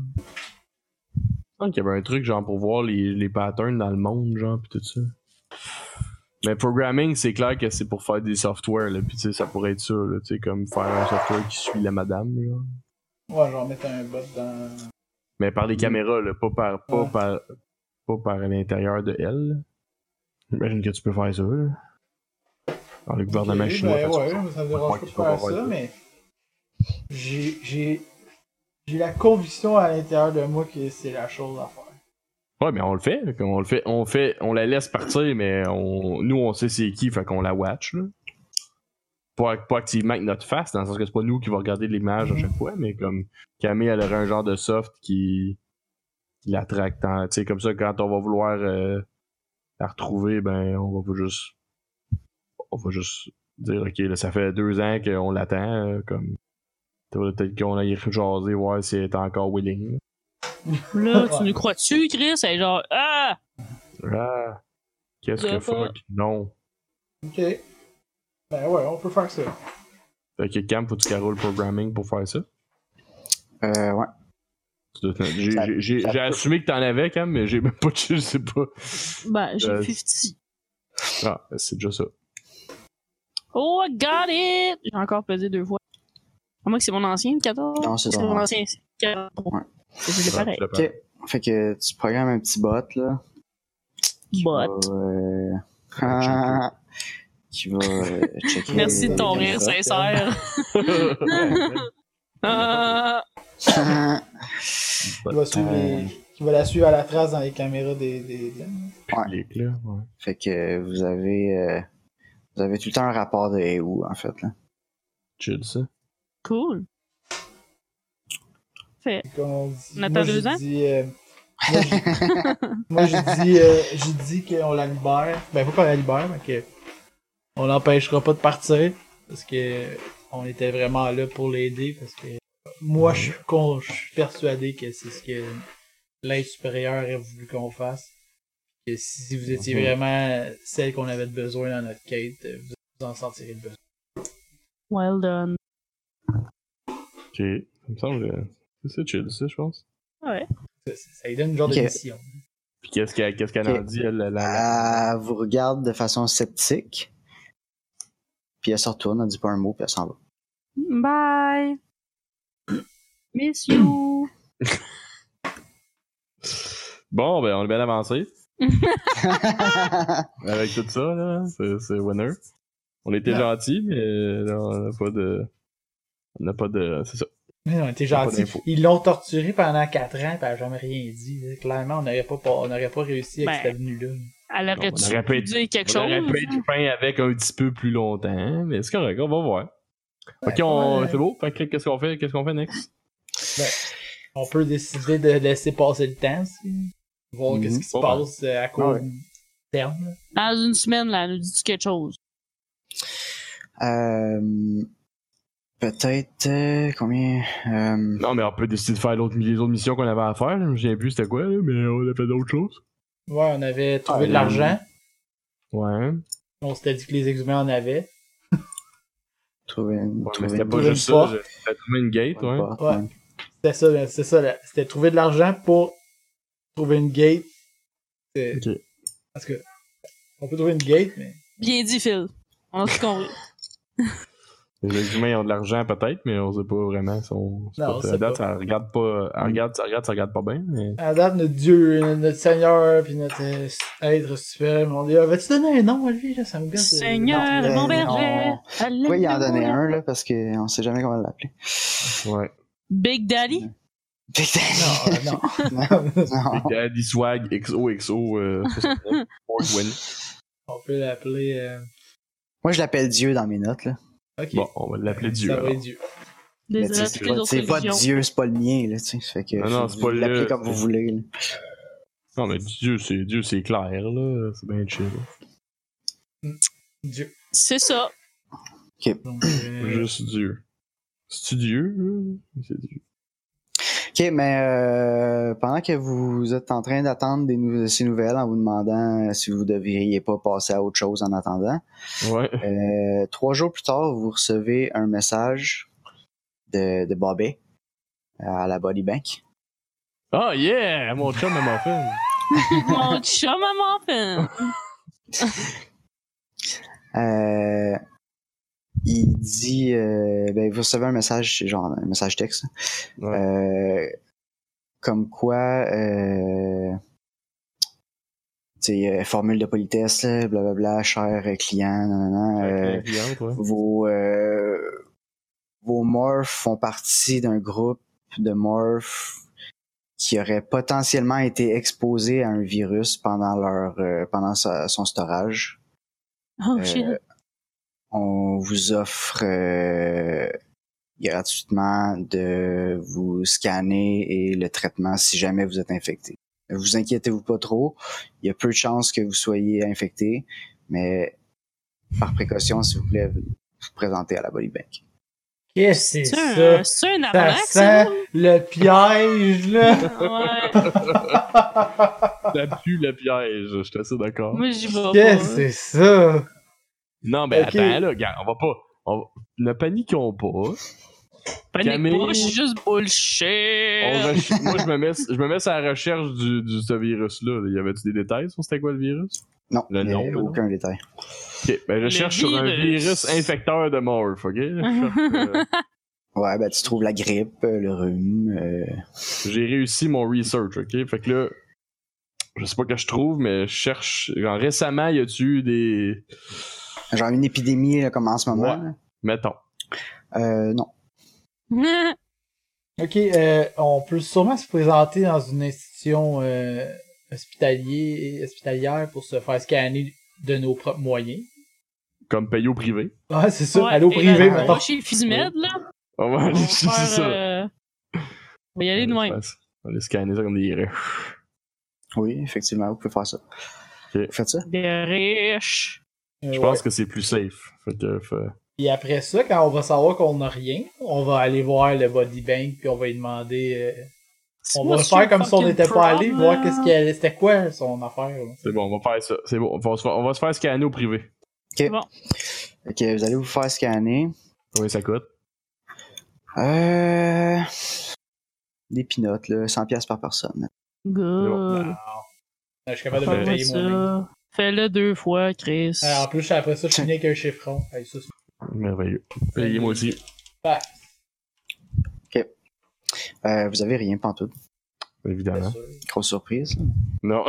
Je pense qu'il y avait un truc, genre, pour voir les, les patterns dans le monde, genre, pis tout ça. Mais programming, c'est clair que c'est pour faire des softwares, là, pis tu sais, ça pourrait être ça, là, tu sais, comme faire un software qui suit la madame, là. Ouais, je vais mettre un bot dans. Mais par les caméras, là, pas par, pas Ouais. par, pas par l'intérieur de elle. là. J'imagine que tu peux faire ça, là. Dans le gouvernement Ok, chinois. ben fait ouais, ça. mais ça me Je crois dérange pas que de tu peux faire pas ça, faire mais. J'ai. J'ai. J'ai la conviction à l'intérieur de moi que c'est la chose à faire. Ouais, mais on le fait. On le fait, on fait, on la laisse partir, mais on, nous, on sait c'est qui, fait qu'on la watch, là. Pas, pas activement avec notre face, dans le sens que c'est pas nous qui va regarder l'image à chaque fois, mais comme Camille, elle aurait un genre de soft qui, qui la traque. Tu sais, comme ça, quand on va vouloir euh, la retrouver, ben, on va pas juste. On va juste dire, ok, là, ça fait deux ans qu'on l'attend, euh, comme. Peut-être qu'on a jaser, voir si elle est encore willing. Là, tu nous crois-tu, Chris? Elle est genre, ah! Ah! Qu'est-ce que Je sais pas. fuck? Non. Ok. Ben ouais, on peut faire ça. Fait que Cam, faut que tu caroles programming pour faire ça? Euh, ouais. Tu dois- J'ai Ça- j'ai- j'ai- ça j'ai peut. assumé que t'en avais, Cam, mais j'ai même pas de je sais pas. Ben, j'ai Euh, cinquante. Ah, c'est déjà ça. Oh, I got it! J'ai encore pesé deux fois. À moins que c'est mon ancien, le quatorze? Non, c'est ton mon ancien. ancien, c'est quatorze. Ouais. C'est pareil. Ouais, Ok. Fait que tu programmes un petit bot, là. qui Bot. va, euh, ah, qui va euh, checker. Merci de ton les rire caméras. sincère. Ah! Qui va, suivre les... qui va la suivre à la trace dans les caméras des. des... des- Public, là. Ouais. Fait que vous avez, euh, vous avez tout le temps un rapport de hey, où, en fait, là. Chill, ça. Cool. Fait. Comme on dit. On attend Moi, deux j'ai ans? dit, euh, Moi, j'ai- moi, j'ai dit, euh, j'ai dit qu'on la libère. Ben, pas qu'on la libère, mais que on l'empêchera pas de partir. Parce que on était vraiment là pour l'aider. Parce que moi, je suis con- je suis persuadé que c'est ce que l'être supérieur a voulu qu'on fasse. Que si vous étiez Mhm. vraiment celle qu'on avait besoin dans notre quête, vous vous en sentirez le besoin. Well done. Ok. Ça me semble. euh, C'est ça, chill, ça, je pense. Ouais. Ça, ça- ça lui donne une genre Ok. de mission. Puis qu'est-ce qu'elle qu'est-ce qu'elle Ok. en dit, elle, la. la- la- Elle vous regarde de façon sceptique. Puis elle se retourne, elle dit pas un mot, puis elle s'en va. Bye. Miss you. Bon, ben, on est bien avancé. Avec tout ça, là. C'est c'est winner. On était Ouais. gentils, mais là, on n'a pas de. On n'a pas de. C'est ça. Mais non, t'es Pas gentil. d'infos. Ils l'ont torturé pendant quatre ans, pis elle a jamais rien dit. là. Clairement, on n'aurait pas, on n'aurait pas réussi avec Ben, cette avenue-là. Elle On aurait-tu aurait pu pu être- dire quelque On aurait chose? pu être fin avec un petit peu plus longtemps, mais c'est correct, on va voir. Ok, Ouais, on... ouais. c'est beau. Fait que qu'est-ce qu'on fait? Qu'est-ce qu'on fait next? Ben, on peut décider de laisser passer le temps, si. Voir Mhm. qu'est-ce qui se Pas passe euh, à cause Ouais. terme. Là. Dans une semaine, là, nous dis-tu quelque chose? Euh, peut-être, euh, combien, euh, Non, mais on peut décider de faire l'autre- les autres missions qu'on avait à faire. Là. Je me souviens plus c'était quoi, là, mais on a fait d'autres choses. Ouais, on avait trouvé Ah, de l'argent. Ouais. On s'était dit que les exhumés en avaient. trouver une, Ouais, mais trouver c'était une, pas trouver juste une ça. porte. j'ai- C'était trouvé une gate, une ouais. porte, Ouais. ouais. C'était ça, ben, c'était ça. Là. C'était trouver de l'argent pour trouver une gate. C'est- Ok. Parce que on peut trouver une gate, mais. Bien dit, Phil. On a tout compris. Les humains ont de l'argent peut-être, mais on sait pas vraiment. Si on... c'est Non, pas- on sait à date, pas. ça regarde pas. Elle regarde, ça regarde, ça regarde pas bien, mais. À date, notre Dieu, notre Seigneur, puis notre euh, être suprême, on dit, ah, vas-tu donner un nom à lui, là? Ça me gosse. euh, Seigneur, non, mon mais berger. Pourquoi il en donnait Alléluia. un, là, parce qu'on sait jamais comment l'appeler. Ouais. Big Daddy? Big Daddy. Non, euh, non. Non. Big Daddy Swag X O X O euh, soixante-neuf, quatre vingt. On peut l'appeler. Euh... Moi, je l'appelle Dieu dans mes notes, là. Ok. Bon, on va l'appeler Dieu. Ça va alors. être Dieu. Mais tu Désolé sais, à c'est toutes les pas, autres c'est pas religions. Dieu, c'est pas le mien, là, tu sais. Ça fait que Non, non, faut c'est pas vous l'appeler le- comme vous voulez, là. Non, mais Dieu, c'est Dieu, c'est clair, là. C'est bien chill. Dieu. C'est ça. Donc, euh, Juste Dieu. C'est-tu Dieu, là? C'est Dieu. Ok, mais euh, pendant que vous êtes en train d'attendre des nou- ces nouvelles en vous demandant euh, si vous devriez pas passer à autre chose en attendant, Ouais. euh, trois jours plus tard, vous recevez un message de, de Bobby euh, à la Body Bank. Oh yeah! Mon chum m'a fait. Mon chum à mon Euh, il dit, euh, ben, vous recevez un message, c'est genre un message texte, Ouais. euh, comme quoi, euh, tu sais, euh, formule de politesse, là, blablabla, cher client, nanana, euh, Cliente, ouais. vos, euh, vos morphs font partie d'un groupe de morphs qui aurait potentiellement été exposé à un virus pendant leur, euh, pendant sa- son storage. Oh Euh, shit. On vous offre euh, gratuitement de vous scanner et le traitement si jamais vous êtes infecté. Ne vous inquiétez-vous pas trop. Il y a peu de chances que vous soyez infecté, mais par précaution, s'il vous plaît, vous vous présentez à la Body Bank. Qu'est-ce que C'est c'est un, ça? c'est un Ça arnaque, sent ça? le piège, là! Ouais. Ça pue le piège, je suis assez d'accord. Moi, j'y vais Qu'est-ce pas. que c'est ça? Non, mais Ok. attends, là, gars, on va pas. On va... Ne paniquons pas. Panique Camille. pas, je suis juste bullshit. On reche- Moi, je me mets, je me mets sur la recherche du, du ce virus-là. Y avait-tu des détails sur c'était quoi le virus? Non, Le il y a nom, mais non. aucun détail. Ok, ben je Le cherche sur un virus. virus infecteur de morph, ok? Je cherche, euh, Ouais, ben tu trouves la grippe, euh, le rhume. euh, J'ai réussi mon research, ok? Fait que là, je sais pas que je trouve, mais je cherche. Genre, récemment, y a-tu eu des. Genre une épidémie là, comme en ce moment. Ouais. là. Mettons. Euh, non. Ok, euh, on peut sûrement se présenter dans une institution euh, hospitalier, hospitalière pour se faire scanner de nos propres moyens. Comme payer au privé. Ouais, c'est ça. Ouais, Aller au et privé, là, maintenant. va chez Fizmed, là. On va On aller, va c'est faire, ça. euh, On va y aller de On va même. faire ça. On va aller scanner ça comme des riches. Oui, effectivement, vous pouvez faire ça. Ok. Vous faites ça? Des riches. Euh, Je ouais. pense que c'est plus safe. Fait que, fait... Puis après ça, quand on va savoir qu'on n'a rien, on va aller voir le body bank puis on va lui demander. euh, on va faire comme si on n'était pas allé, voir qu'est-ce qu'elle, c'était quoi son affaire. là. C'est bon, on va faire ça. C'est bon. On va se faire, on va se faire scanner au privé. Ok. Bon. Ok, vous allez vous faire scanner. Combien ça coûte? Euh... Des pinottes, là, cent piastres par personne. Good. Non. Je suis capable de me Fais payer moi-même. ça. Fais-le deux fois, Chris. Euh, en plus, après ça, je finis avec un chiffron. Hey, ça, c'est Merveilleux. Payez-moi aussi. pas Euh, vous avez rien, pantoute. Évidemment. sûr. Grosse surprise. Non.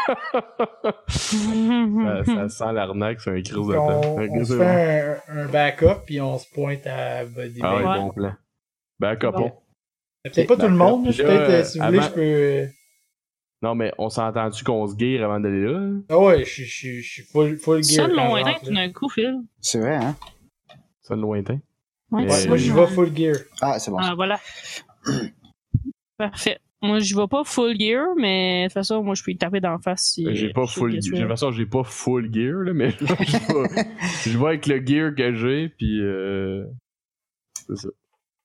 ça, ça sent l'arnaque, c'est un crise de On, temps. on Ok, se c'est bon. fait un, un backup puis on se pointe à body Ah ouais, bank. Ouais. bon plan. Backup. Bon. Mais peut-être pas tout le monde, là. Puis là, Peut-être, euh, si vous voulez, avant- je peux. euh, Non, mais on s'est entendu qu'on se guire avant d'aller là? Ah ouais, je suis- je suis je suis full, full Ça, gear. le quand je lointain, rentre, tout là. d'un coup, Phil. C'est vrai, hein? Ça, le lointain. Ouais, Mais- Ouais, ça, moi, j'y ouais. vais full gear. Ah, c'est bon. Ah, voilà. Parfait. Moi, je vais pas full gear, mais de toute façon, moi, je peux y taper d'en face si. J'ai pas si full je gear. suis- De toute façon, j'ai pas full gear, là, mais je vais, je vais avec le gear que j'ai, pis euh, c'est ça.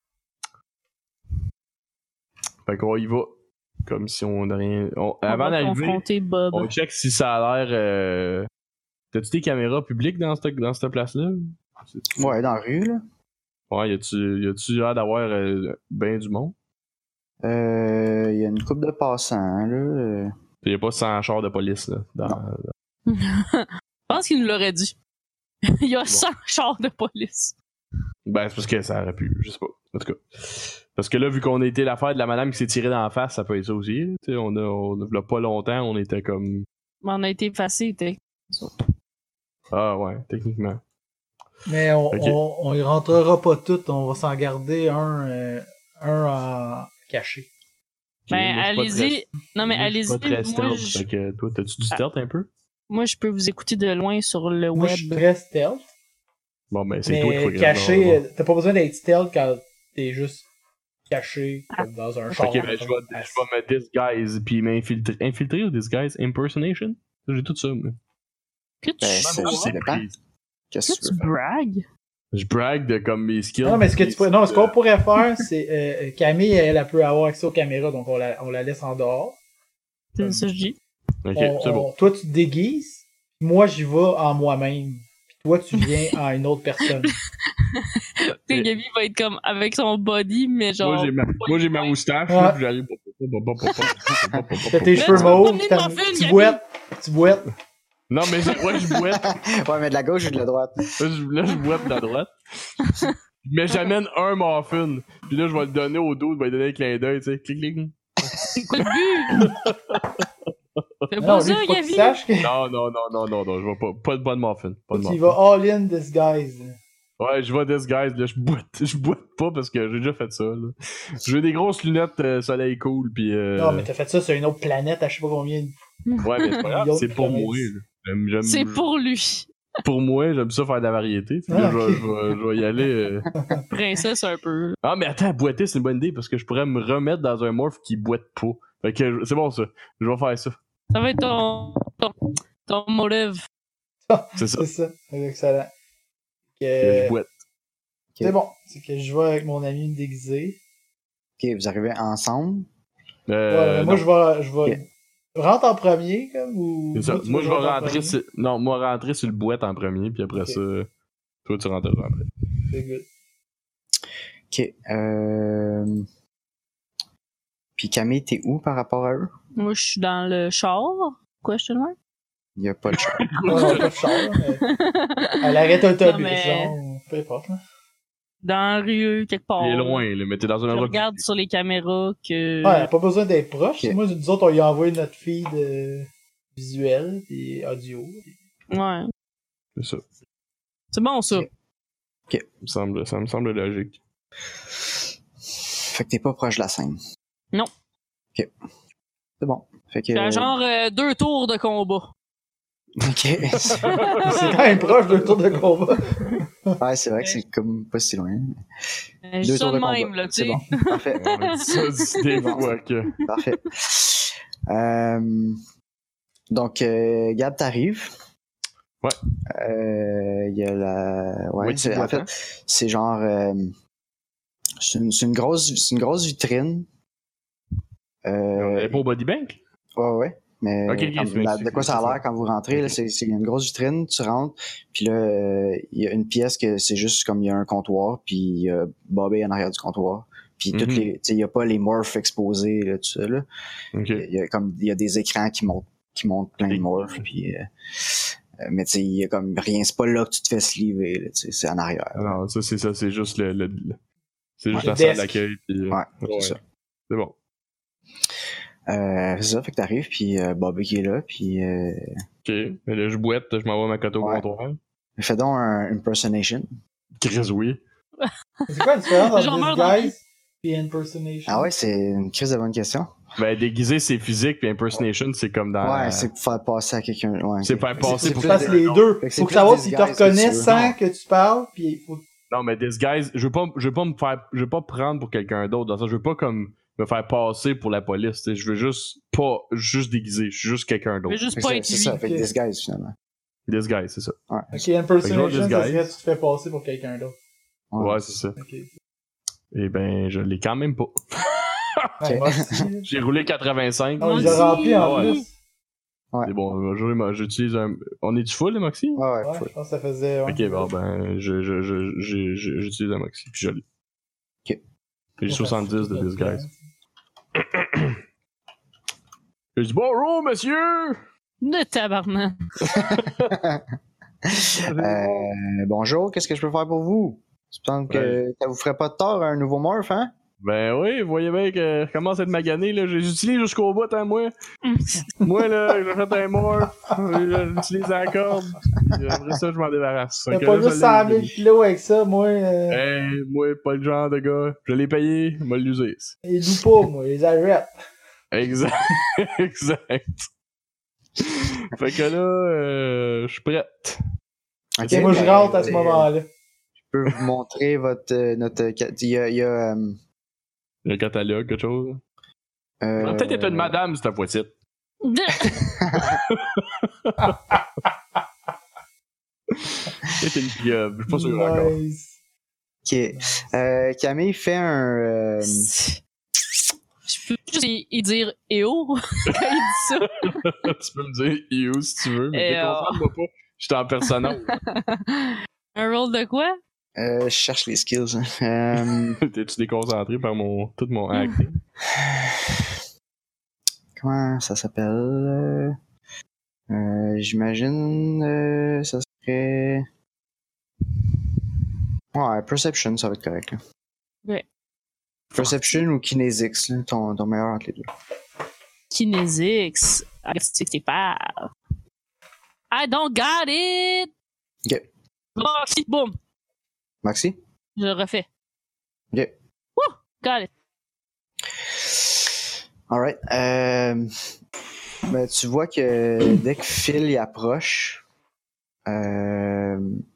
Fait qu'on y va. Comme si on n'a rien. On- On Avant va d'arriver, confronter Bob. on check si ça a l'air. Euh... T'as-tu des caméras publiques dans cette, dans cette place-là? C'est- Ouais, dans la rue, là. Ouais, y a-tu, y a-tu l'air d'avoir euh, ben du monde? Euh, il y a une couple de passants, là. euh. Y a pas cent chars de police, là. Dans... Je pense qu'il nous l'aurait dit. Il y a cent chars de police. Ben, c'est parce que ça aurait pu, je sais pas. En tout cas. Parce que là, vu qu'on a été l'affaire de la madame qui s'est tirée dans la face, ça peut être ça aussi. Là. T'sais, on a, on a, là, pas longtemps, on était comme. Mais on a été effacés, t'es. Ah ouais, techniquement. Mais on, Ok. on, on y rentrera pas toutes, on va s'en garder un, euh, un en caché. Ben, Moi, je suis pas allez-y. très- Non, mais moi, je suis allez-y. pas très Moi, stealth, je... fait que toi, t'as-tu du stealth un peu? moi, je peux vous écouter de loin sur le Moi, web. je suis très stealth. Bon, ben, c'est toi qu'il faut Mais que caché, je- euh, t'as pas besoin d'être stealth quand t'es juste caché comme dans un char. Ok, ben, je vais, je vais me disguise, puis m'infiltrer. Infiltrer ou disguise? Impersonation? Ça, j'ai tout ça, moi. Que tu, Ben, c'est- quoi? ça dépend. Qu'est-ce Que que tu tu veux faire? bragues? Je brague de comme mes skills. Non, mais ce que tu pourrais, non, ce qu'on Euh, pourrait faire, c'est, euh, Camille, elle, elle peut avoir accès aux caméras, donc on la, on la laisse en dehors. C'est ça que je dis. Ok, On- c'est bon. on- toi, tu te déguises, moi, j'y vais en moi-même. Puis toi, tu viens en une autre personne. Puis Gabi va être comme avec son body, mais genre. Moi, j'ai ma, moi, j'ai ma moustache, Ouais. là, puis j'arrive. T'as tes Là, cheveux tu vas mauves, promener t'as- le muffin, tu Gabi. boites, tu boites. Non, mais c'est- ouais, je boite. Ouais, mais de la gauche ou de la droite? Là, je, là, je boite de la droite. Mais j'amène un muffin. Puis là, je vais le donner au dos, je vais lui donner un clin d'œil, tu sais. Clic, clic. C'est quoi le but? Fais Non, pas lui, ça, faut que tu Gabi. saches que Non, non, non, non, non, non, je vais pas. Pas de bonne muffin. Pas de tu y muffin. vas all in disguise. Ouais, je vais disguise, là, je boite. Je boite pas parce que j'ai déjà fait ça, là. J'ai des grosses lunettes euh, soleil cool, pis euh... Non, mais t'as fait ça sur une autre planète à je sais pas combien. Ouais, mais c'est pas grave, Millions de c'est pour kilomètres. moi, là. J'aime, j'aime, C'est pour lui. pour moi, j'aime ça faire de la variété. Puis Ah, là, je, vais, ok. je, vais, je vais y aller. euh... Princesse un peu. Ah, mais attends, boiter, c'est une bonne idée parce que je pourrais me remettre dans un morph qui boite pas. Fait que je- c'est bon, ça. Je vais faire ça. Ça va être ton, ton, ton motive. C'est ça. C'est ça. C'est excellent. Que Que- je boite. C'est bon. C'est que je vais avec mon ami me déguiser. Ok, vous arrivez ensemble. Euh, Ouais, moi, non, je vais, je vais. Rentre en premier, comme, ou. c'est ça. toi, tu Moi, veux je vais rentrer en rentrer premier? sur... Non, moi, rentrer sur le boîte en premier, puis après Ok. ça, toi, tu rentreras après. C'est good. Ok. Euh... Puis Camille, t'es où par rapport à eux? Moi, je suis dans le char. Question mark? Il y a pas de char. Ouais, non, pas de char, mais. À l'arrêt d'autobus, Non, mais- genre, peu importe, là. Dans la rue, quelque part. Il est loin, là, mais t'es dans un Je endroit... regarde sur les caméras que. Ouais, pas besoin d'être proche. Ok. Moi, nous autres, on lui a envoyé notre feed euh, visuel et audio. Ouais. C'est ça. C'est bon, ça. Ok. Ça me semble, ça me semble logique. Fait que t'es pas proche de la scène. Non. Ok. C'est bon. Fait que. J'ai genre euh, deux tours de combat. Ok. C'est quand même proche d'un tour de combat. Ouais, c'est vrai que c'est comme pas si loin. Euh, Je dis ça de même, là, tu C'est sais. bon. Parfait. Ouais, ça, c'est des Bon. fois que... Parfait. Euh, donc, euh, Gab, t'arrives. Ouais. Euh, Il y a la. Ouais, Oui, c'est- tu en vois, fait, c'est genre. euh, c'est une, c'est une grosse, c'est une grosse vitrine. On Euh, est pas au body bank? ouais, ouais. Mais Ok, ok, comme c'est- la- c'est- de quoi ça a c'est l'air ça. quand vous rentrez, là, Ok. c'est c'est- il y a une grosse vitrine, tu rentres, puis là, euh, il y a une pièce que c'est juste comme il y a un comptoir, puis il y a Bobby en arrière du comptoir. Puis toutes Mhm. les, tu sais, il y a pas les morphs exposés, là, tout ça, là. Ok. Il y a comme, il y a des écrans qui montrent, qui montrent plein de Des- morphs, puis, euh, euh, mais tu sais, il y a comme rien, c'est pas là que tu te fais sliver, là, tu sais, c'est en arrière. Ah non, ça, c'est ça, c'est juste le... le- le- C'est juste Ouais, la le salle desk. d'accueil, puis... euh, Ouais, c'est ça. C'est bon. Euh, c'est ça, fait que t'arrives, puis euh, Bobby qui est là, puis euh, Ok. Mais là, je boite, je m'envoie ma cote au Ouais. comptoir. fais donc un impersonation. Chris, oui. C'est quoi la différence J'en meurs entre dans disguise et impersonation? Ah ouais, c'est une crise de bonne question. Ben, déguiser, c'est physique, puis impersonation, c'est comme dans... Ouais, c'est pour faire passer à quelqu'un. Ouais, C'est ok. faire passer c'est pour plus Parce quelqu'un les d'autre. deux. Fait que c'est Faut que plus savoir s'ils te disguise que reconnaissent tu veux. sans que tu parles, puis faut... Non, mais disguise, je veux pas, je veux pas me faire, je veux pas prendre pour quelqu'un d'autre. Dans ça, je veux pas comme me faire passer pour la police. T'sais. Je veux juste pas juste déguiser, je suis juste quelqu'un Je veux d'autre. juste Fait pas que être C'est lui. ça, fait que Ok. disguise finalement. This guy, c'est ça. Ouais. Ok, Fait impersonation, que je vois ça this serait guy. tu te fais passer pour quelqu'un d'autre. Ouais, c'est ça. Ok. Eh ben, je l'ai quand même pas. Ouais, moi aussi. J'ai roulé quatre-vingt-cinq. Non, il Moi a rempli en Ah ouais. plus. Ouais. C'est bon, aujourd'hui, j'utilise un. On est du full, les Moxie? Ouais, ouais, Ouais, faut- je pense que ça faisait. Ouais. Ok, bon, ben, je, je, je, je- je- j'utilise un Moxie, puis je l'ai. Ok. Puis j'ai soixante-dix de this guys. guys. J'ai dit bonjour, monsieur! De tabarnak. Euh, bonjour, qu'est-ce que je peux faire pour vous? Je pense que Ouais. ça vous ferait pas de tort un nouveau morph, hein? Ben oui, vous voyez bien que je commence à être magané, là. J'utilise jusqu'au bout, hein, moi. Moi, là, j'achète un morph, j'utilise la corde, puis après ça, je m'en débarrasse. T'as Fait que pas là, juste je cent l'ai- mille kilos avec ça, moi. Euh, Hey, moi, pas le genre de gars. Je l'ai payé, je vais l'user. Les loue pas, moi, les arrête. Exact. exact. Fait que là, euh, je suis prête. Ok, Et moi, je ben, rentre à ce euh, moment-là. Je peux vous montrer votre, euh, notre, il y a, il y a, euh, Le catalogue, quelque chose. euh, Ah, peut-être être une madame, cette fois-ci. Peut-être une pieuvre, je suis pas sûr encore. Nice. ok. Euh, Camille fait un, euh, Je peux juste y y dire E O quand il dit ça. Tu peux me dire You si tu veux, mais Et déconcentre-moi pas. Je suis en personnage. Un rôle de quoi? euh, je cherche les skills, hein. Euh, T'es-tu déconcentré par mon, tout mon acting? comment ça s'appelle? Euh, euh, j'imagine, euh, ça serait, ouais, Perception, ça va être correct, là. Ouais. Perception ou Kinesics, là, ton, ton meilleur entre les deux. Kinesics. Ah, tu que t'es pas. I don't got it! Ok. Oh, si, boum! Maxi? Je le refais. Ok. Got it. Alright. Euh, ben, tu vois que dès que Phil y approche, euh,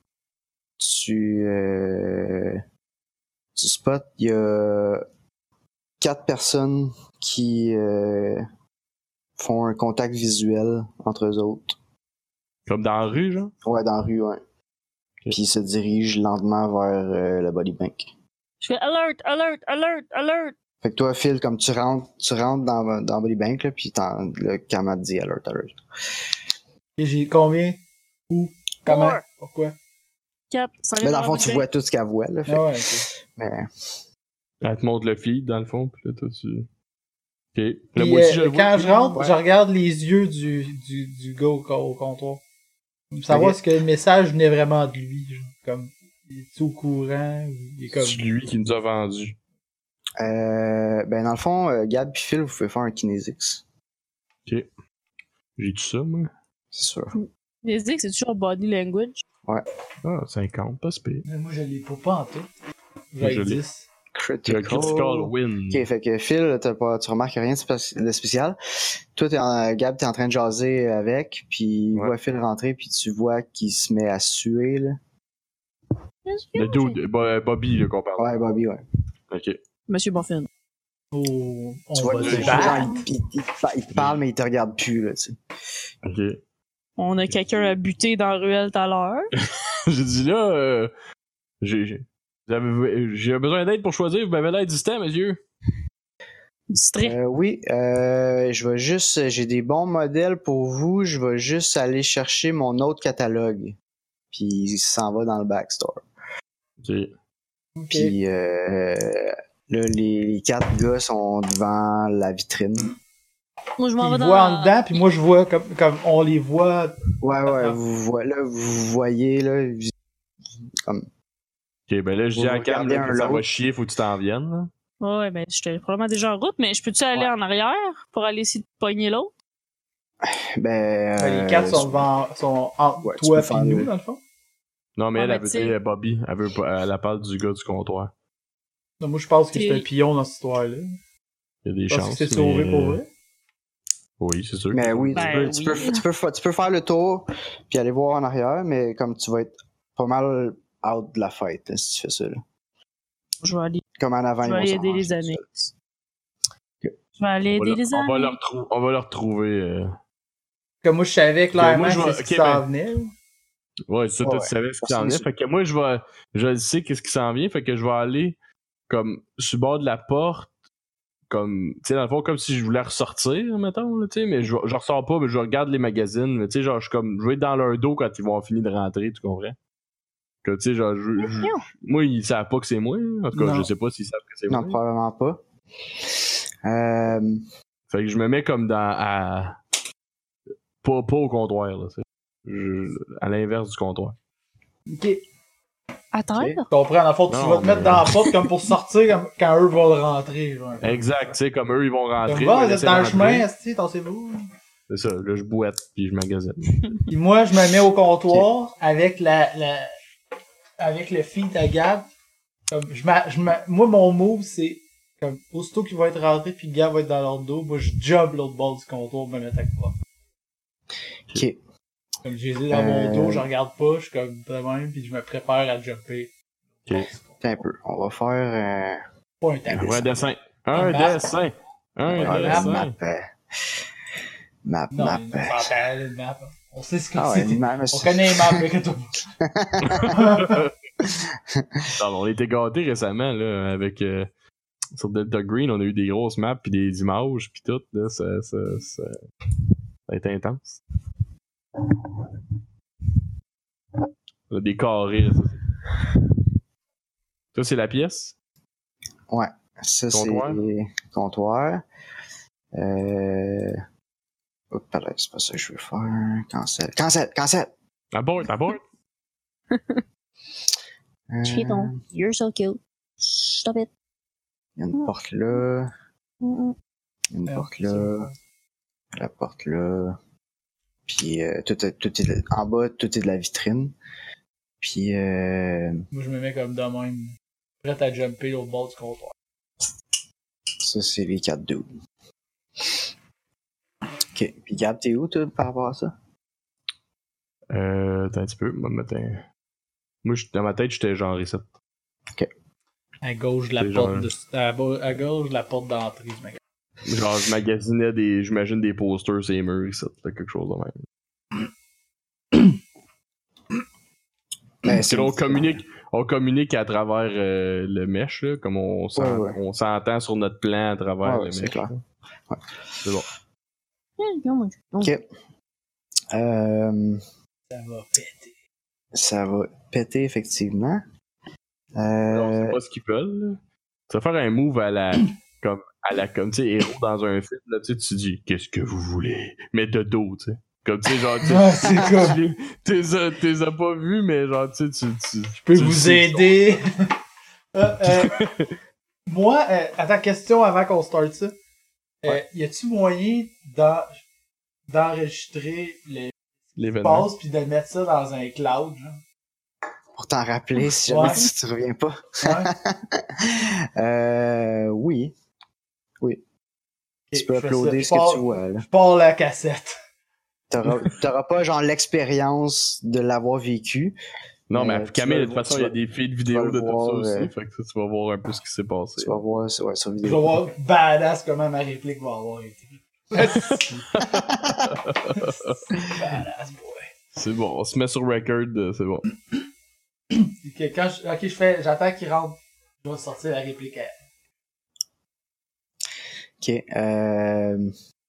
tu, euh, tu spots, il y a quatre personnes qui euh, font un contact visuel entre eux autres. Comme dans la rue, genre? Ouais, dans la rue, ouais. Puis ils se dirigent lentement vers euh, le body bank. Je fais alert, alert, alert, alert! Fait que toi, Phil, comme tu rentres, tu rentres dans, dans Body Bank, là, pis t'en, le Kamat dit alert, alert. Et j'ai combien? Où? Comment? Four. Pourquoi? quatre, cinq, Mais dans le fond, tu vois tout ce qu'elle voit, là. Fait, Ah ouais, ok. mais, Elle te montre le feed, dans le fond, pis là, toi, tu... Ok. Là, Puis, moi aussi, euh, je le vois. quand le je feed. rentre, Ouais. je regarde les yeux du, du, du gars au, au comptoir. Pour savoir Ok. si que le message venait vraiment de lui. Genre, comme, il est au courant? Ou il est comme... C'est lui qui nous a vendu. euh, ben, dans le fond, euh, Gab pis Phil, vous pouvez faire un Kinesics. Ok. J'ai tout ça, moi. C'est sûr. Kinesics, c'est toujours body language. Ah, cinquante, pas spé. Mais moi, je l'ai pas, pas en tout. Moi, je J'ai l'ai. dix. Critical. Le critical win. Ok, fait que Phil, t'as pas, tu remarques rien de spéci- de spécial. Toi, t'es en, Gab, t'es en train de jaser avec, puis il Ouais. voit Phil rentrer, puis tu vois qu'il se met à suer, là. Le dude, Bo- Bobby, là, qu'on parle. Ouais, Bobby, ouais. Ok. Monsieur Bonfin. Oh, on Tu va vois se qu'il battre. genre, il, il- il te pa- il te parle, mais il te regarde plus, là, tu sais. Ok. On a quelqu'un à buter dans la ruelle tout à l'heure. J'ai dit là, euh, j'ai, j'ai, vous avez- j'ai besoin d'aide pour choisir, vous m'avez l'air distant, monsieur. Distrait. Euh, oui, euh, je vais juste, j'ai des bons modèles pour vous. Je vais juste aller chercher mon autre catalogue. Puis il s'en va dans le backstore. Ok. Ok. Puis euh, là, les, les quatre gars sont devant la vitrine. Moi, je Puis m'en vais ils dans voient la- en dedans, puis moi, je vois comme, comme on les voit. Ouais, ouais, vous, voyez, là, vous voyez, là, vous- comme, Ok, ben là, je Vous dis à Cam regardez là, un que ça va l'autre. chier, faut que tu t'en viennes. Là. Ouais, ben, j'étais probablement déjà en route, mais je peux-tu aller Ouais. en arrière pour aller essayer de pogner l'autre? ben, Ben, les euh, quatre sont devant, sont entre ouais, tu toi peux et faire nous, le- dans le fond. Non, mais Ouais, elle, mais elle veut t'sais- dire Bobby. Elle, veut, pas- elle parle du gars du comptoir. Non, moi, je pense que T'es- je suis un pion dans cette histoire-là. Il y a des Je pense chances. que c'est sauvé mais- pour vrai. Oui, c'est sûr. Mais oui, tu, Ben peux, tu, oui. peux, tu, peux, fa- tu peux faire le tour puis aller voir en arrière, mais comme tu vas être pas mal out de la fête là, si tu fais ça. Là. Je vais aller, Comme en avant, je ils vais vont aller s'en aider les ranger tout annexes. Je vais aller On va, aider le, les on va le amis. retrou- on va le retrouver. Euh... Comme moi, je savais clairement moi, je vais- c'est ce qui ok, s'en ben- venait. là. Ouais, ça, Ouais, toi, ouais. tu savais ce qui Ça, s'en venait. c'est- Fait que moi, je vais. Je le sais qu'est-ce qui s'en vient. Fait que je vais aller comme sur le bord de la porte. Comme. Tu sais, dans le fond, comme si je voulais ressortir, mettons, là, tu sais, mais je, je ressors pas, mais je regarde les magazines. Mais tu sais, genre, je suis comme. Je vais être dans leur dos quand ils vont finir de rentrer, tu comprends? Que tu sais, genre, je, je- moi, ils savent pas que c'est moi. En tout cas, Non. je sais pas s'ils savent que c'est Non, moi. probablement pas. Euh, Fait que je me mets comme dans. À... Pas, pas au comptoir, là, tu sais. Je- À l'inverse du comptoir. Ok. À terre? Ok. Tu comprends, dans le fond, tu Non, vas te mettre mais- dans la porte comme pour sortir comme quand eux vont rentrer. Genre. Exact, tu sais, comme eux, ils vont rentrer. Comme je va, vais vous êtes laisser dans le rentrer. chemin, esti, tassez-vous. C'est ça, là, je boite, puis je magasine. Puis moi, je me mets au comptoir avec la, la, avec le feed à Gab. Comme, je m'a- je m'a- moi, mon move, c'est, comme, aussitôt qu'ils vont être rentrés puis Gab va être dans leur dos, moi, je jump l'autre bord du comptoir, me mettre à quoi. ok. Comme, j'ai les dans mon Euh, dos, je regarde pas, je suis comme, de même, puis je me prépare à jumper. Ok. Attends un peu. On va faire euh, Pas un tabou. Un dessin. Un Un map. dessin. Un Ouais, un dessin. map. euh, map, Non, map. on euh. s'entend, une map. hein. On sait ce que Ah ouais, c'est. une map, mais On c'est- connaît les maps, mais que toi. Non, on a été gâtés récemment, là, avec. euh, sur Delta Green, on a eu des grosses maps, puis des images, puis tout, là. Ça, ça, ça, ça a été intense. On a des carrés, là, ça. Ça, c'est la pièce. Ouais. Ça, Comptoir. c'est comptoir. Euh... Oups, pardon, c'est pas ça que je veux faire. Cancel. Cancel! Cancel! À bord, à bord. Euh, Je suis bon. You're so cute. Stop it. Il y a une porte là. Mm, mm. Il y a une Euh, porte là. La porte là. Puis euh, tout, est, tout est de- en bas, tout est de la vitrine. Puis euh, Moi, je me mets comme de même. Prêt à jumper l'autre bord du comptoir. ça, c'est les quatre dudes. Ok. Puis Gab, t'es où, toi, par rapport à ça? Euh, attends un petit peu, moi, matin. Moi, je- dans ma tête, j'étais genre ici. À gauche de la C'est porte genre- de, à, bo- à gauche de la porte d'entrée du magasin. Genre, je magasinais des, j'imagine des posters, ces murs ici, là, quelque chose de même. Ben, Parce que là, on communique, on communique à travers euh, le mesh, là, comme on, s'en- Ouais, ouais. on s'entend sur notre plan à travers Ouais, ouais, le c'est mesh. clair. là. Ouais. C'est bon. Yeah, go, mon Dieu. Ok. Euh, Ça va péter. ça va péter, effectivement. On Euh, sait pas ce qu'ils veulent. Là. Tu vas faire un move à la, comme, à la, comme, tu sais, héros dans un film, là, tu sais, tu dis, qu'est-ce que vous voulez? Mais de dos, tu sais. Comme, tu sais, genre, tu Ah, c'est comme, t'es as, t'es as pas vus, mais genre, tu sais, tu, tu. je peux vous aider. Euh, euh, moi, euh, attends, question avant qu'on start ça. Euh, Ouais. y a-tu moyen d'en- d'enregistrer les L'événement. passes puis de mettre ça dans un cloud, genre? pour t'en rappeler, si jamais Ouais. tu te reviens pas. Ouais. euh, oui. Oui. Ok, Tu peux je fais uploader ça. ce Je que pars- tu vois, là. Je pars la cassette. T'auras, t'auras pas, genre, l'expérience de l'avoir vécu. Non, mais Euh, tu Camille, vas de le toute façon, voir- il y a tu des feeds vas vidéo le de tout ça voir, aussi. euh, Fait que tu vas voir un peu ce qui s'est passé. Tu vas voir, ouais, sur Je vais vidéo. voir badass comment ma réplique va avoir été. Badass, boy. C'est bon, on se met sur record, euh, c'est bon. Ok, quand je, ok, je fais, j'attends qu'il rentre. Je vais sortir la réplique. à- Ok. Euh...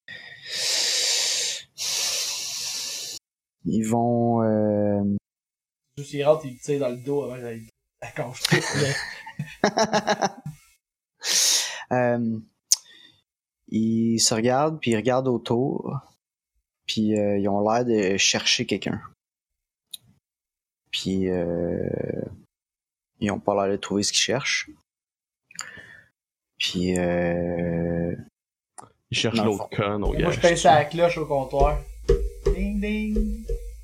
Ils vont... Euh... Juste, il rentre, il me tire dans le dos avant que j'aille la conche. euh... Ils se regardent, puis ils regardent autour, puis euh, ils ont l'air de chercher quelqu'un. Puis euh... ils ont pas l'air de trouver ce qu'ils cherchent. Puis euh... Il cherche Dans le l'autre con, au Moi, gars. je pince à la cloche au comptoir. Ding ding.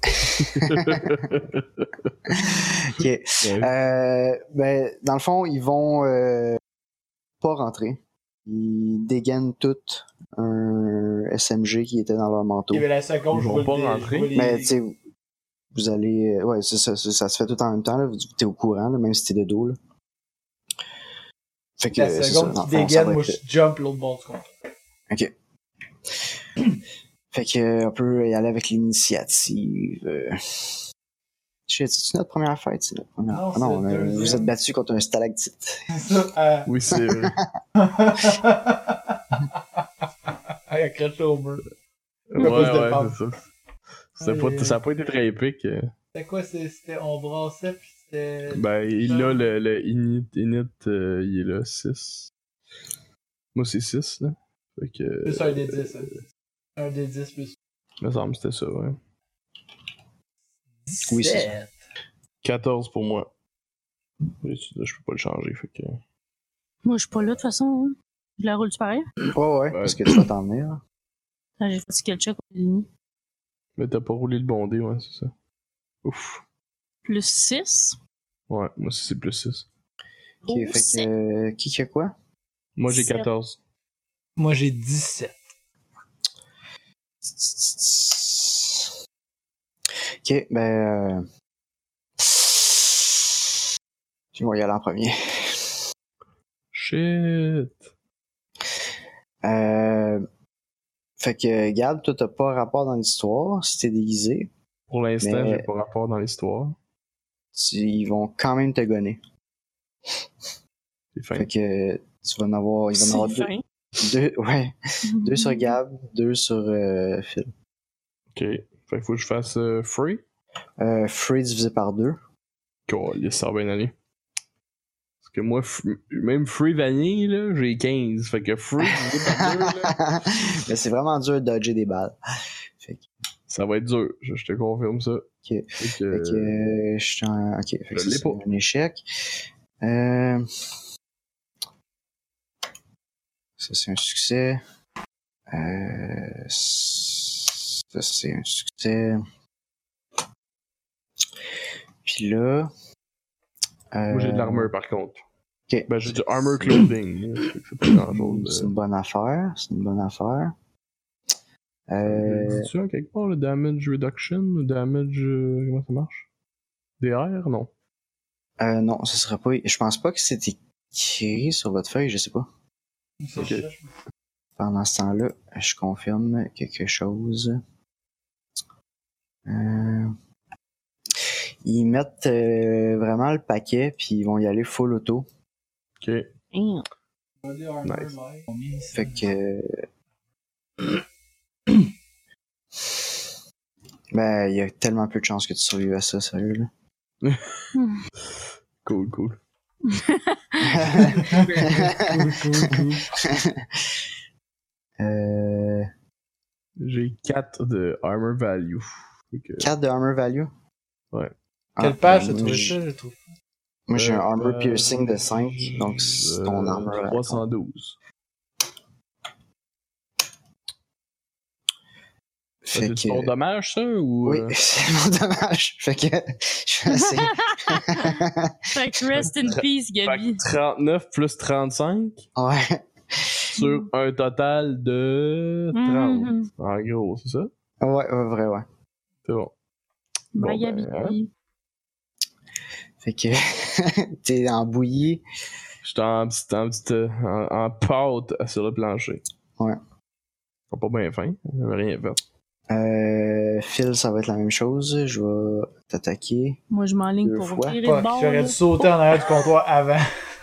ok. Euh, ben, dans le fond, ils vont euh, pas rentrer. Ils dégainent tout un S M G qui était dans leur manteau. Et bien, la seconde, Ils je vont vais pas le dé- rentrer. je vais les- Mais tu sais, vous allez... euh, Ouais, c'est ça, ça, ça se fait tout en même temps. Là. T'es au courant, là, même si t'es de dos. Là. Fait que, La euh, c'est seconde ça, dans qui le fond, ça dégaine, va moi, être- je jump l'autre bord du comptoir. Ok. Fait que euh, on peut y aller avec l'initiative. Euh... Shit, c'est notre première fight, c'est notre première. Non, Ah non, c'est on a- le vous deuxième. êtes battu contre un stalactite. C'est ça. Euh... Oui, c'est vrai. Ah, il a craché au mur. ouais, pas se ouais, défendre. c'est ça. C'était pas, Aïe, aïe, ça a aïe. pas été très épique. euh. C'était quoi? c'est- C'était on brassait pis c'était. Ben, il a le, le init, init euh, il est là, six. Moi, c'est six, là. Fait que. Plus un des dix. Hein. Un des dix plus. Il me semble que c'était ça, ouais. Oui, c'est ça. quatorze pour moi. Et là, je peux pas le changer, fait que. Moi, je suis pas là, de toute façon. Hein. Je la roule-tu pareil? Ouais, ouais, parce que tu vas t'en venir. Ah, j'ai fait skill check au début. Mais t'as pas roulé le bondé, ouais, c'est ça. Ouf. Plus six. Ouais, moi aussi, c'est plus six. Ok, fait que. Euh, qui qui a quoi? Moi, j'ai Sept. quatorze. Moi j'ai dix-sept. Ok, ben. Euh... Puis moi, y aller en premier. Shit. Euh... Fait que, Gab, toi, t'as pas rapport dans l'histoire si t'es déguisé. Pour l'instant, Mais- j'ai pas rapport dans l'histoire. Tu- Ils vont quand même te gonner. C'est fin. Fait que tu vas en avoir. Il va en avoir C'est deux, fin. deux. Ouais. Deux sur Gab, deux sur euh, Phil. Ok. Fait qu'il faut que je fasse euh, free. Euh, Free divisé par deux. Cool, ça va bien aller. Parce que moi, f- même free vanille, là, j'ai quinze. Fait que free divisé par deux, là, Mais c'est vraiment dur de dodger des balles. ça va être dur. Je, je te confirme ça. Ok. Fait que, Fait que euh, je suis en... Ok, fait que je ça, l'ai c'est pas. un échec. Euh... Ça, c'est un succès. Euh... Ça, c'est un succès. Puis là... Euh... Moi, j'ai de l'armure, par contre. Ok. Ben, j'ai du armor clothing. là. Fait que c'est pas grand chose. C'est une bonne affaire. C'est une bonne affaire. Euh... Tu as quelque part le damage reduction, le damage. euh, comment ça marche? D R? Non. Euh, non, ce sera pas... Je pense pas que c'était écrit sur votre feuille, je sais pas. Ok. Pendant ce temps-là, je confirme quelque chose. Euh... Ils mettent euh, vraiment le paquet, puis ils vont y aller full auto. Ok. Damn. Fait que... Ben, il y a tellement peu de chances que tu survives à ça, sérieux, là. Cool, cool. Cool, cool, cool. euh... J'ai quatre de armor value. Fait que- quatre de armor value? Ouais. Quelle Ah, page ben, t'as moi, trouvé j- ça, je trouve? Moi, j'ai un Euh, armor euh, piercing de cinq, donc c'est ton euh, armor. trois cent douze. Fait C'est que... ton dommage, ça, ou... Oui, euh, c'est mon dommage. Fait que... Je vais essayer. Fait que rest in peace, Fait Gabi. que trente-neuf plus trente-cinq Ouais. sur un total de trente. Mhm. En gros, c'est ça? Ouais, ouais, vrai, ouais. C'est bon. Bye, Bon, ben, Gabi. Fait que t'es en bouillie. J'étais en petite, en, petite, euh, en, en pâte sur le plancher. Ouais. Pas pas bien faim, j'avais rien fait. Euh, Phil, ça va être la même chose. Je vais t'attaquer. Moi, je m'enligne Deux pour fois. virer Fuck, de bord. j'aurais là. dû sauter en arrière du comptoir avant.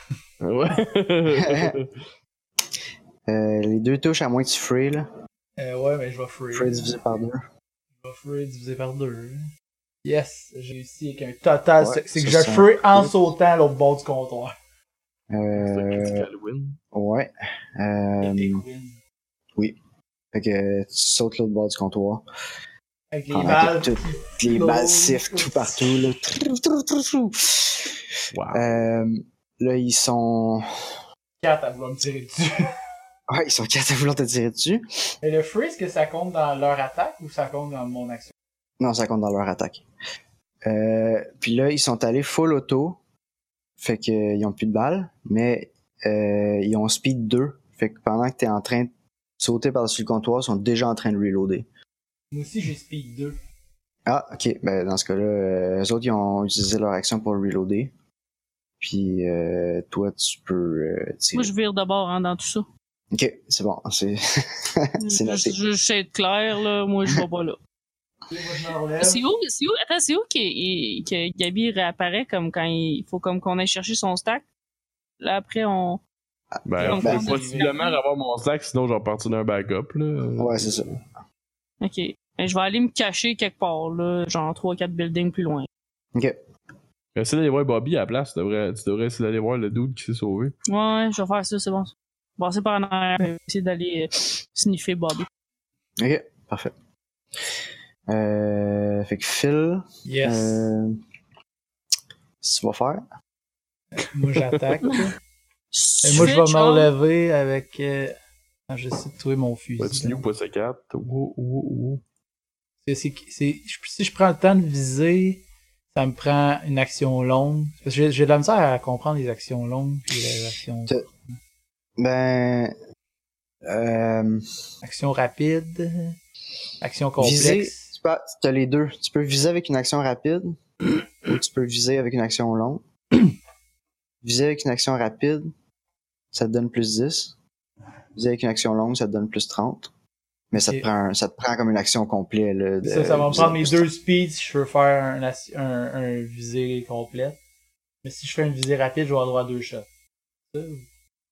Ouais. Euh, les deux touches à moins que tu fray, là. Euh, ouais, mais je vais free. Fray divisé par deux. Je vais free divisé par deux. Yes, j'ai réussi avec un total. Ouais, c'est c'est que ça, je c'est un free en crit. sautant à l'autre bord du comptoir. C'est un Euh, critical win. ouais. Euh, Epic win. fait que tu sautes l'autre bord du comptoir. Avec les Pendant balles. que toutes les balles sifflent tout partout, là. Trou, trou, trou, trou. Wow. Euh, là, ils sont... quatre à vouloir me tirer dessus. Ouais, ils sont quatre à vouloir te tirer dessus. Mais le free, est-ce que ça compte dans leur attaque ou ça compte dans mon action? Non, ça compte dans leur attaque. Euh, puis là, ils sont allés full auto. Fait que euh, ils ont plus de balles. Mais euh, ils ont speed deux. Fait que pendant que t'es en train de sauter par-dessus le comptoir, ils sont déjà en train de reloader. Moi aussi, j'ai speed deux. Ah, ok. Ben, dans ce cas-là, euh, eux autres, ils ont utilisé leur action pour reloader. Puis euh, toi, tu peux euh, tirer. Moi, je vire de bord hein, dans tout ça. Ok, c'est bon. C'est, c'est noté. Je, je sais être clair, là. Moi, je vais pas là. Moi, je me relève. C'est où, c'est où, attends, c'est où que, que Gabi réapparaît comme quand il faut comme qu'on aille chercher son stack? Là, après, on... Ben, Donc, faut on- possiblement avoir mon sac, sinon je vais repartir d'un backup, là. Ouais, c'est ça. OK. Ben, je vais aller me cacher quelque part, là, genre trois quatre buildings plus loin. Ok. Essaye d'aller voir Bobby à la place, tu devrais, tu devrais essayer d'aller voir le dude qui s'est sauvé. Ouais, ouais, je vais faire ça, c'est bon. Je vais passer par en arrière, essayer d'aller euh, sniffer Bobby. Ok, parfait. Euh, fait que Phil, Yes. euh, si tu vas faire. Moi, j'attaque. Et Et moi, je vais me relever avec... Euh... Ah, j'essaie de trouver mon fusil. Pas de sneak, pas de C quatre. Ouh, ouh, ouh. C'est, c'est, c'est, si je prends le temps de viser, ça me prend une action longue. Parce que j'ai, j'ai de la misère à comprendre les actions longues puis les actions... Te- Ben... Euh, Action rapide, action complexe. viser, tu peux, t'as les deux. Tu peux viser avec une action rapide ou tu peux viser avec une action longue. Viser avec une action rapide, ça te donne plus dix. Viser avec une action longue, ça te donne plus trente. Mais ça, Ok. te prend, ça te prend comme une action complète. Là, de, Ça, ça va me viser prendre mes plus deux speeds si je veux faire un, assi- un, un visée complète. Mais si je fais une visée rapide, je vais avoir droit à deux shots. Ça, ou-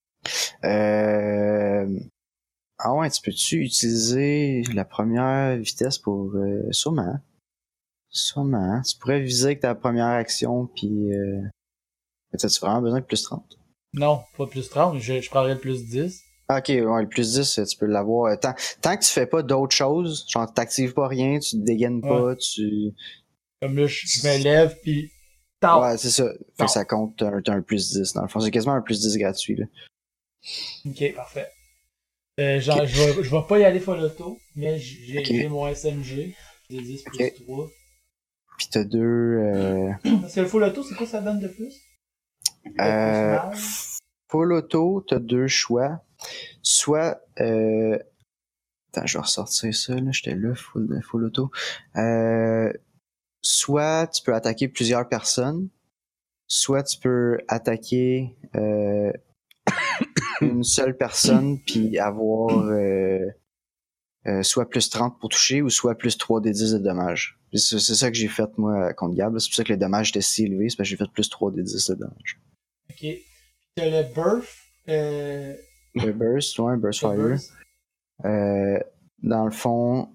Euh... Ah ouais, tu peux-tu utiliser la première vitesse pour... Euh, sûrement. Sûrement. Tu pourrais viser avec ta première action, puis... Euh... Mais t'as-tu vraiment besoin de plus trente? Non, pas plus trente, je, je prendrais le plus dix. Ah, ok, ouais, le plus dix, tu peux l'avoir. Euh, Tant, tant que tu fais pas d'autres choses, genre t'actives pas rien, tu te dégaines pas, tu... Comme là, je, je me lève, pis... Tao! Ouais, c'est ça. Fait Non. que ça compte, t'as un, t'as un plus dix dans le fond. C'est quasiment un plus dix gratuit, là. Ok, parfait. Euh, genre, Ok. je, vais, je vais pas y aller full auto, mais j'ai, Ok. j'ai mon S M G. J'ai dix plus Ok. trois. Puis t'as deux... Euh... Parce que le full auto, c'est quoi ça donne de plus? Euh... Plus mal? Full auto, t'as deux choix. Soit... Euh... Attends, je vais ressortir ça, là. J'étais là, full, full auto. Euh... Soit tu peux attaquer plusieurs personnes, soit tu peux attaquer euh, une seule personne puis avoir euh, euh, soit plus trente pour toucher ou soit plus trois d dix de dommages. Puis C'est, c'est ça que j'ai fait moi contre Gab. là. C'est pour ça que les dommages étaient si élevés, c'est parce que j'ai fait plus trois d dix de dommages. Ok. Puis t'as le birth, euh, Le burst, ouais, un burst le fire. burst. Euh, dans le fond,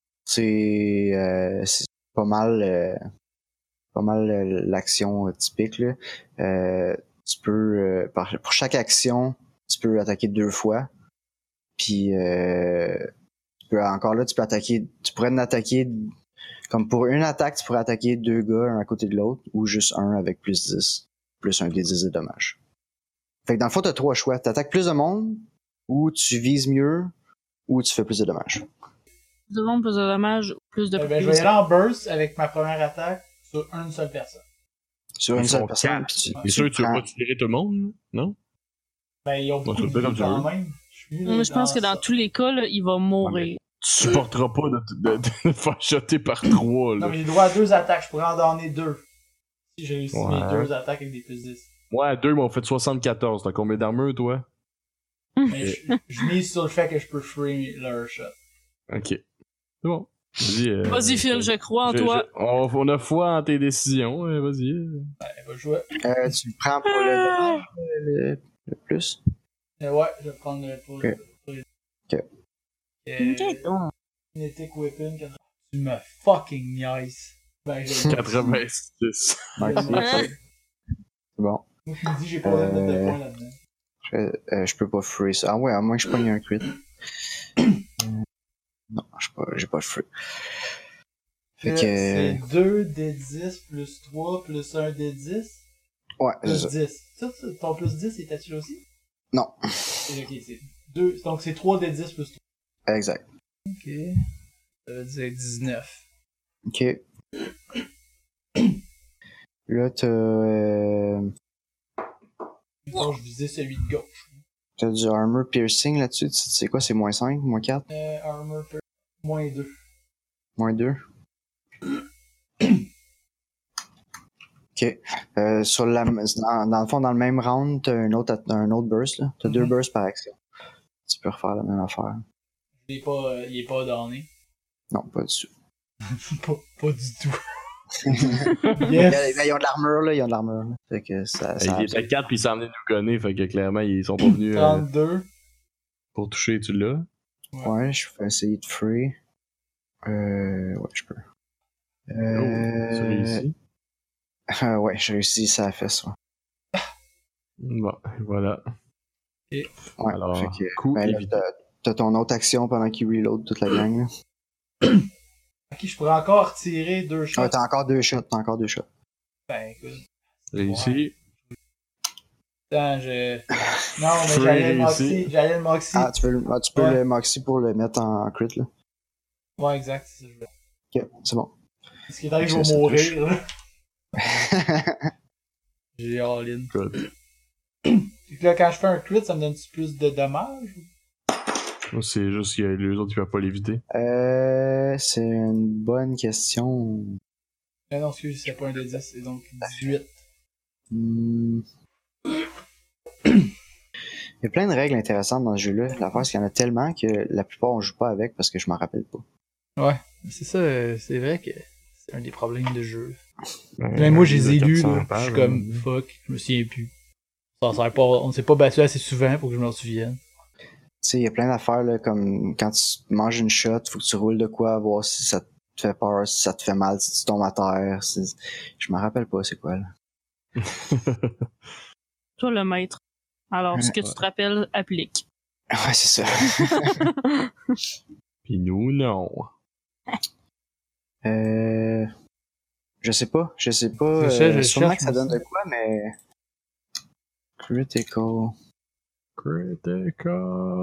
c'est, euh, c'est pas mal euh, pas mal euh, l'action euh, typique là. Euh, tu peux euh, par- pour chaque action, tu peux attaquer deux fois. Puis euh, tu peux encore là, tu peux attaquer, tu pourrais en attaquer comme pour une attaque, tu pourrais attaquer deux gars un à côté de l'autre ou juste un avec plus dix, plus un d dix de dommages. Fait que dans le fond, t'as trois choix. T'attaques plus de monde, ou tu vises mieux, ou tu fais plus de dommages. Plus de monde, plus de dommages, plus de Euh, ben, je vais y aller en burst avec ma première attaque sur une seule personne. Sur Ils une seule sont personne, quatre. puis tu, T'es sûr que tu veux prends- pas tirer tout le monde, non? Ben, ils ont Bon, beaucoup tu de le fais comme vie tu quand veux. même. Je suis Non, mais je pense que dans ça. tous les cas, là, il va mourir. Tu supporteras pas de, de, de, de faire shotter par trois, là. Non, mais j'ai droit à deux attaques. Je pourrais en donner deux. Si j'ai réussi Ouais. mes deux attaques avec des plus dix. Ouais, deux m'ont fait soixante-quatorze. T'as combien d'armure, toi? Mais je, je mise sur le fait que je peux free leur shot. Ok. C'est bon. Vas-y, euh, Vas-y, Phil, je crois en je- toi. je- on, on a foi en tes décisions. euh, Vas-y. Ouais, elle va jouer. euh, tu le prends pour le dommage, le, le plus. Euh, ouais, je vais prendre le pour, Ok. pour les... Ok. Euh, Ok, donc. Kinetic Weapon. quatre- Tu me fucking nice. Ben, j'ai quatre-vingt-six. Ouais, c'est Hein? c'est bon. Moi, je me dis, j'ai pas besoin de mettre de Euh, points là-dedans. Je, euh, je peux pas free ça. Ah ouais, à moins que je pogne un crit. Euh, non, je peux pas, j'ai pas de free. Fait Euh, que. C'est deux d dix plus trois plus un d dix Ouais, c'est plus ça. dix. Ça, ça, ton plus dix, est là aussi? Non. C'est- Ok, c'est deux. Donc c'est trois d dix plus trois. Exact. Ok. Ça veut dire dix-neuf. Ok. Là, t'as. Euh, Donc je visais celui de gauche. t'as du armor piercing là-dessus. Tu sais quoi, c'est moins cinq, moins quatre, Euh, armor per... moins deux. moins deux. Ok. Euh, sur la, dans, dans le fond, dans le même round, t'as un autre, un autre burst. Là. T'as deux Mhm. bursts par action. Tu peux refaire la même affaire. Il est pas, euh, il est pas donné. Non, pas du tout. pas, pas du tout. Yes. Ils ont de l'armure, là. Ils ont de l'armure. Là. Fait que ça. ça il était quatre puis il s'en venait nous gonner, fait que clairement, ils sont pas venus euh, trente-deux. pour toucher, tu l'as. Ouais. ouais, je vais essayer de free. Euh. Ouais, je peux. Euh. Oh, tu réussis. Euh, ouais, j'ai réussi, ça a fait ça. Bon, voilà. Et... Ouais, alors, fait que, coup ben, là, évité. t'as, t'as ton autre action pendant qu'il reload toute la gang. Là. Ok, je pourrais encore retirer deux shots. Ah, t'as encore deux shots, t'as encore deux shots. Ben écoute. Réussi. Ouais. Attends, je. Non, mais Free j'allais le réussi. Moxie. J'allais le Moxie. Ah, tu peux, le- ah, tu peux Ouais. le Moxie pour le mettre en crit, là. Ouais, exact, c'est ça que je voulais. Ok, c'est bon. Parce qu'il est arrivé, je Ça, vais ça mourir, là. J'ai all-in. Good. Fait que là, quand je fais un crit, ça me donne plus de dommages? Moi, c'est juste que les autres, ils peuvent pas l'éviter. euh, c'est une bonne question. Ah non, excuse, c'est pas un de dix, c'est donc dix-huit. Hmm. Il y a plein de règles intéressantes dans ce jeu-là. L'affaire, c'est qu'il y en a tellement que la plupart on joue pas avec parce que je m'en rappelle pas. Ouais, c'est ça, euh, c'est vrai que c'est un des problèmes de jeu. Ben, Même moi, j'ai les les ai lus, quatre cents là. pages, Je suis comme, hein. fuck, je me souviens plus. Ça sert pas, on s'est pas battu assez souvent pour que je m'en souvienne. Tu sais, il y a plein d'affaires, là, comme quand tu manges une shot, faut que tu roules de quoi, voir si ça te fait peur, si ça te fait mal, si tu tombes à terre. Si... Je m'en rappelle pas, c'est quoi, là. Toi, le maître. Alors, ce que tu te rappelles applique. Ouais, c'est ça. Pis nous, non. euh... Je sais pas, je sais pas. Je Euh, sais, je sûrement cherche, que ça moi donne aussi. de quoi, mais... Critical... Critical.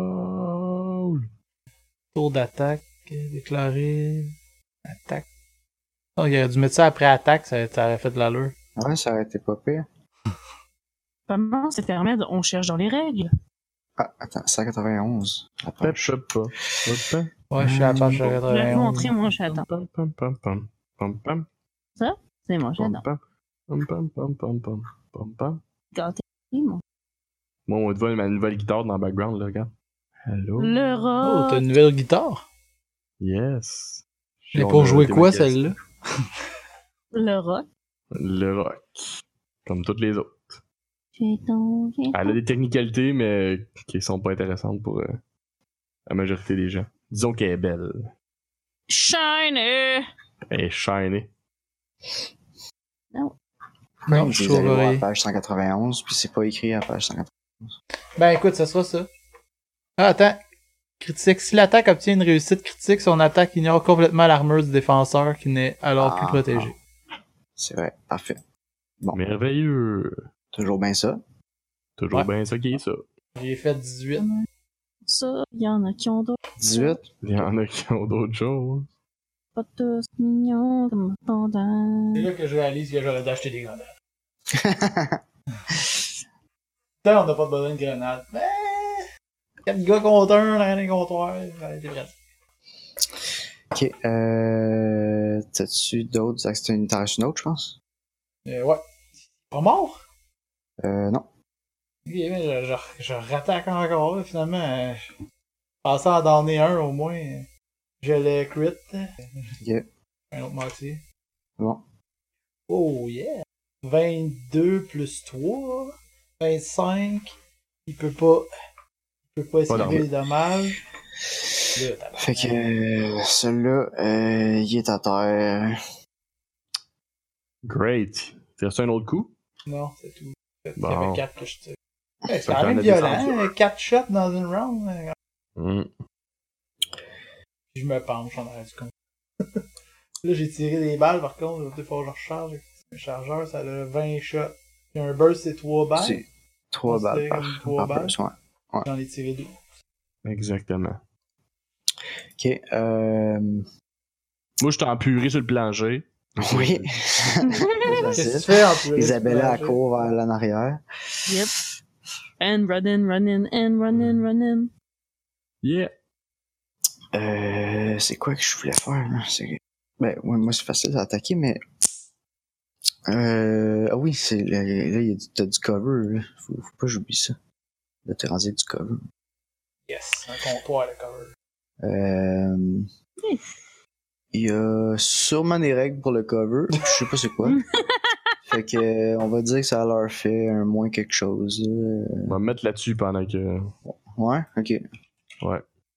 Tour d'attaque, euh, déclaré, attaque. Oh, il aurait dû mettre ça après attaque, ça, ça aurait fait de l'allure. Ouais, ça aurait été pas pire. Comment ça permet de... On cherche dans les règles. Ah, attends, cent quatre-vingt-onze. La Pep, page. pep, pas. Pep, pep. Ouais, je suis à la page Je vais te quatre-vingt-onze. montrer, moi, j'attends. Pam, pam, pam, pam, pam, pam, Ça, c'est moi, pam, j'adore. pam, pam, pam, pam, pam, pam, pam, pam. Gâté, moi. Moi, on te voit ma nouvelle guitare dans le background, là, regarde. Hello. Le Oh, t'as rock. une nouvelle guitare? Yes. Mais On pour a jouer des quoi, maquettes. celle-là? Le rock. Le rock. Comme toutes les autres. J'ai ton... j'ai Elle a des technicalités, mais qui sont pas intéressantes pour euh, la majorité des gens. Disons qu'elle est belle. Shiny! Elle est shiny. Non. Non, Je je les suis allé voir à oreille. la page cent quatre-vingt-onze, puis c'est pas écrit à la page cent quatre-vingt-onze. Ben écoute, ça sera ça. Ah, attends. Critique. Si l'attaque obtient une réussite critique, son attaque ignore complètement l'armure du défenseur qui n'est alors plus Ah, protégée. C'est vrai, parfait. Bon, Merveilleux. toujours bien ça. Toujours Ouais. bien ça qui est ça. J'ai fait dix-huit. Ça, il y en a qui ont d'autres. dix-huit. Il y en a qui ont d'autres choses. Pas tous mignons comme pendant. C'est là que je réalise que j'aurais dû acheter des grenades. Putain, on n'a pas besoin de grenades. Mais... quatre gars contre un dans les comptoirs. Ouais, c'est vrai. Ok, euh... T'as-tu d'autres actions internationaux, je pense? Euh, ouais. Pas mort? Euh, non. Ok, mais je, je, je rattaque encore, là, finalement. Euh, je pensais en donner un, au moins. euh, Je l'ai crit. Ok, Un autre Moxie. bon. Oh, yeah! vingt-deux plus trois. vingt-cinq. Il peut pas... Il peut pas esquiver d'armure. les dommages. Là, tabarnak. Fait que, euh, celui-là, euh, il est à terre. Great. Tu restes un autre coup? Non, c'est tout. Il y Bon. avait quatre que je tire. Ouais, c'est Ça quand t'en même a violent, descendu. hein, quatre shots dans une round. hein. Hmm. Puis je me penche en arrière du con. Là, j'ai tiré des balles, par contre, des fois je recharge. Le chargeur, ça a vingt shots. Puis un burst, c'est trois balles. C'est trois On balles se par, fait comme trois par balles. plus, ouais. J'en ai tiré deux. Exactement. Ok, euh... Moi, je t'ai empuré sur le plancher. Oui. Qu'est-ce que tu Facile. fais en plus? Isabella, elle court vers l'en arrière. Yep. And running, running, and running, running. Yeah. Euh, c'est quoi que je voulais faire, là? C'est... Ben, ouais, moi, c'est facile à attaquer, mais... Euh, ah oui, c'est, là, là, il y a du, t'as du cover, là. Faut, faut pas que j'oublie ça. Là, t'es rendu avec du cover. Yes, un comptoir, le cover. Euh... Il y a sûrement des règles pour le cover. Je sais pas c'est quoi. Fait que, euh, on va dire que ça leur fait un moins quelque chose. Euh... On va me mettre là-dessus pendant que. Ouais, ok. Ouais.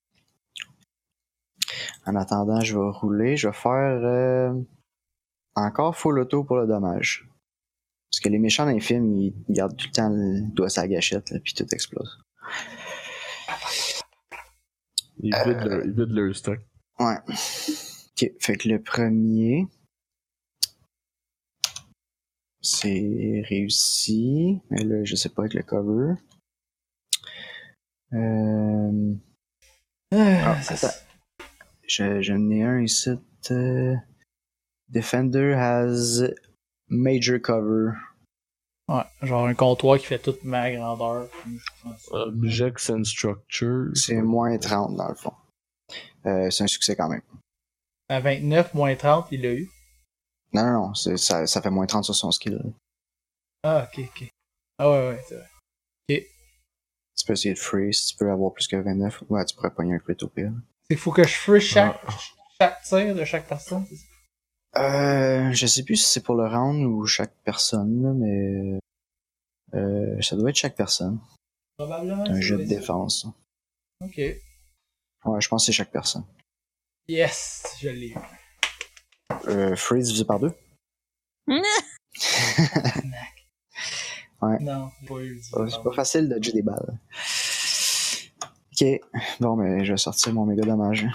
En attendant, je vais rouler. Je vais faire euh... encore full auto pour le dommage. Parce que les méchants dans les films, ils, ils gardent tout le temps le doigt sur la gâchette, là, puis tout explose. Ils Euh... vident leur, ils vident leur stock. Ouais. Ok, fait que le premier, c'est réussi, mais là, je sais pas avec le cover. Euh... Ah, attends. Je, j'en ai un ici. Euh... Defender has major cover. Ouais, genre un comptoir qui fait toute ma grandeur. Objects and Structures. C'est moins trente dans le fond. Euh, c'est un succès quand même. À vingt-neuf, moins trente, il l'a eu. Non, non, non, c'est, ça, ça fait moins trente sur son skill. Ah, ok, ok. Ah ouais, ouais, c'est vrai. Ok. Tu peux essayer de freeze, tu peux avoir plus que vingt-neuf. Ouais, tu pourrais pogner un crit au pire. C'est qu'il faut que je freeze chaque, Ah. chaque tir de chaque personne, c'est ça? Euh, je sais plus si c'est pour le round ou chaque personne, là, mais euh, ça doit être chaque personne. Probablement. C'est un ça jeu doit de être ça. défense. Ok. Ouais, je pense que c'est chaque personne. Yes, je l'ai eu. Euh, freeze divisé par deux? Ouais. Non, j'ai pas eu. Oh, c'est pas facile de dodger des balles. Ok, bon, mais je vais sortir mon méga dommage.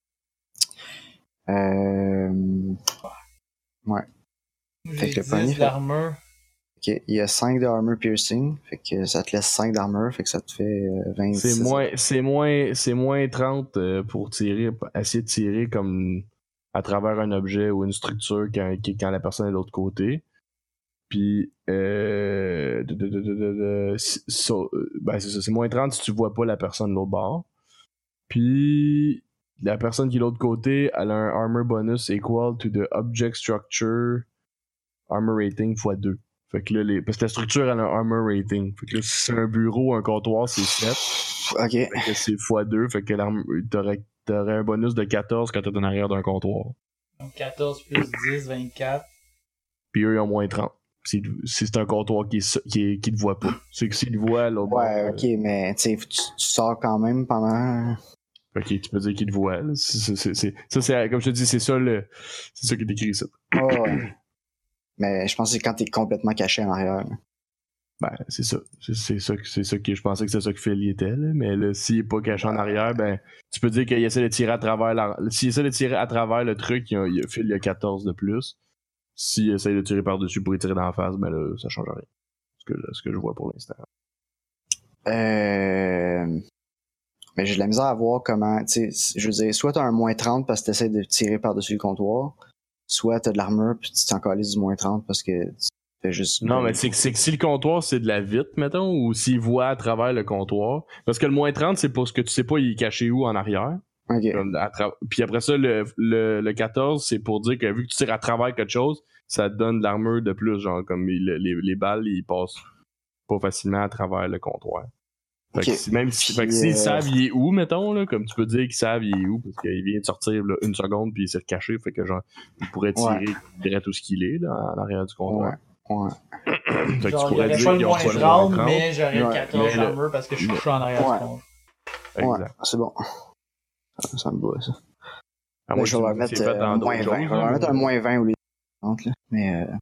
Euh... Ouais. Fait J'ai que le premier dix fait- d'armure. Ok, il y a cinq de armor piercing, fait que ça te laisse cinq d'armor, fait que ça te fait euh, vingt-six. C'est moins, c'est moins, c'est moins trente euh, pour tirer, essayer de tirer comme à travers un objet ou une structure quand, quand la personne est de l'autre côté. Puis, euh, de, de, de, de, de, de- si- so- ben c'est ça, c'est moins trente si tu vois pas la personne de l'autre bord. Puis, la personne qui est de l'autre côté, elle a un armor bonus equal to the object structure armor rating fois deux. Fait que là, les... parce que la structure, elle a un armor rating. Fait que là, si c'est un bureau ou un comptoir, c'est sept. Ok, Fait que c'est fois deux. Fait que l'arme- t'aurais, t'aurais un bonus de quatorze quand t'es en arrière d'un comptoir. Donc quatorze plus dix, vingt-quatre. Puis eux, ils ont moins trente. Si, si c'est un comptoir qui, est, qui, est, qui te voit pas. C'est que s'ils te voient, là, ouais, ok, mais tu sais, tu, tu sors quand même pendant... Ok, tu peux dire qu'ils te voient. Là. C'est, c'est, c'est, ça, c'est, comme je te dis, c'est ça le, c'est ça qui est écrit ça. Oh, ouais. Mais je pense que c'est quand t'es complètement caché en arrière. là. Ben, c'est ça. C'est, c'est ça, que- c'est ça que je pensais que c'est ça que Phil y était, là. Mais là, s'il est pas caché en arrière, ben, tu peux dire qu'il essaie de tirer à travers la, s'il essaie de tirer à travers le truc, il y a, il y a, Phil, il y a quatorze de plus. S'il essaie de tirer par-dessus pour y tirer d'en face, ben là, ça change rien. Ce que, ce que je vois pour l'instant. Euh... Mais j'ai de la misère à voir comment, tu sais, je veux dire, soit t'as un moins trente parce que t'essaies de tirer par-dessus le comptoir, soit t'as de l'armure puis tu t'en calisses du moins trente parce que tu fais juste... Non, mais c'est que, c'est que si le comptoir, c'est de la vitre, mettons, ou s'il voit à travers le comptoir. Parce que le moins trente, c'est pour ce que tu sais pas, il est caché où en arrière. Ok, Comme à tra- Puis après ça, le, le, le quatorze, c'est pour dire que vu que tu tires à travers quelque chose, ça te donne de l'armure de plus. Genre, comme il- les, les balles, ils passent pas facilement à travers le comptoir. Fait que Ok. si- même si, Puis, fait que s'ils euh, savent il est où, mettons, là, comme tu peux dire qu'ils savent il est où, parce qu'il vient de sortir là, une seconde puis il s'est caché, fait que genre, il pourrait tirer direct où ce qu'il est, là, en arrière du comptoir. ouais, ouais. Fait que Genre, tu pourrais j'aurais dire pas le qu'ils ont moins pas le trente, moins trente. mais j'aurais Ouais, quatorze mais le- d'armure parce que je suis couché en arrière Ouais. du compte. Ouais, Exact. c'est bon. Ça, ça me bat, ça. À Là, moins je que vais tu mettre l'aies fait euh, dans un moins d'autres vingt. Je choses, vais là, mettre mais- un moins vingt au lieu de trente, là. Mais, euh...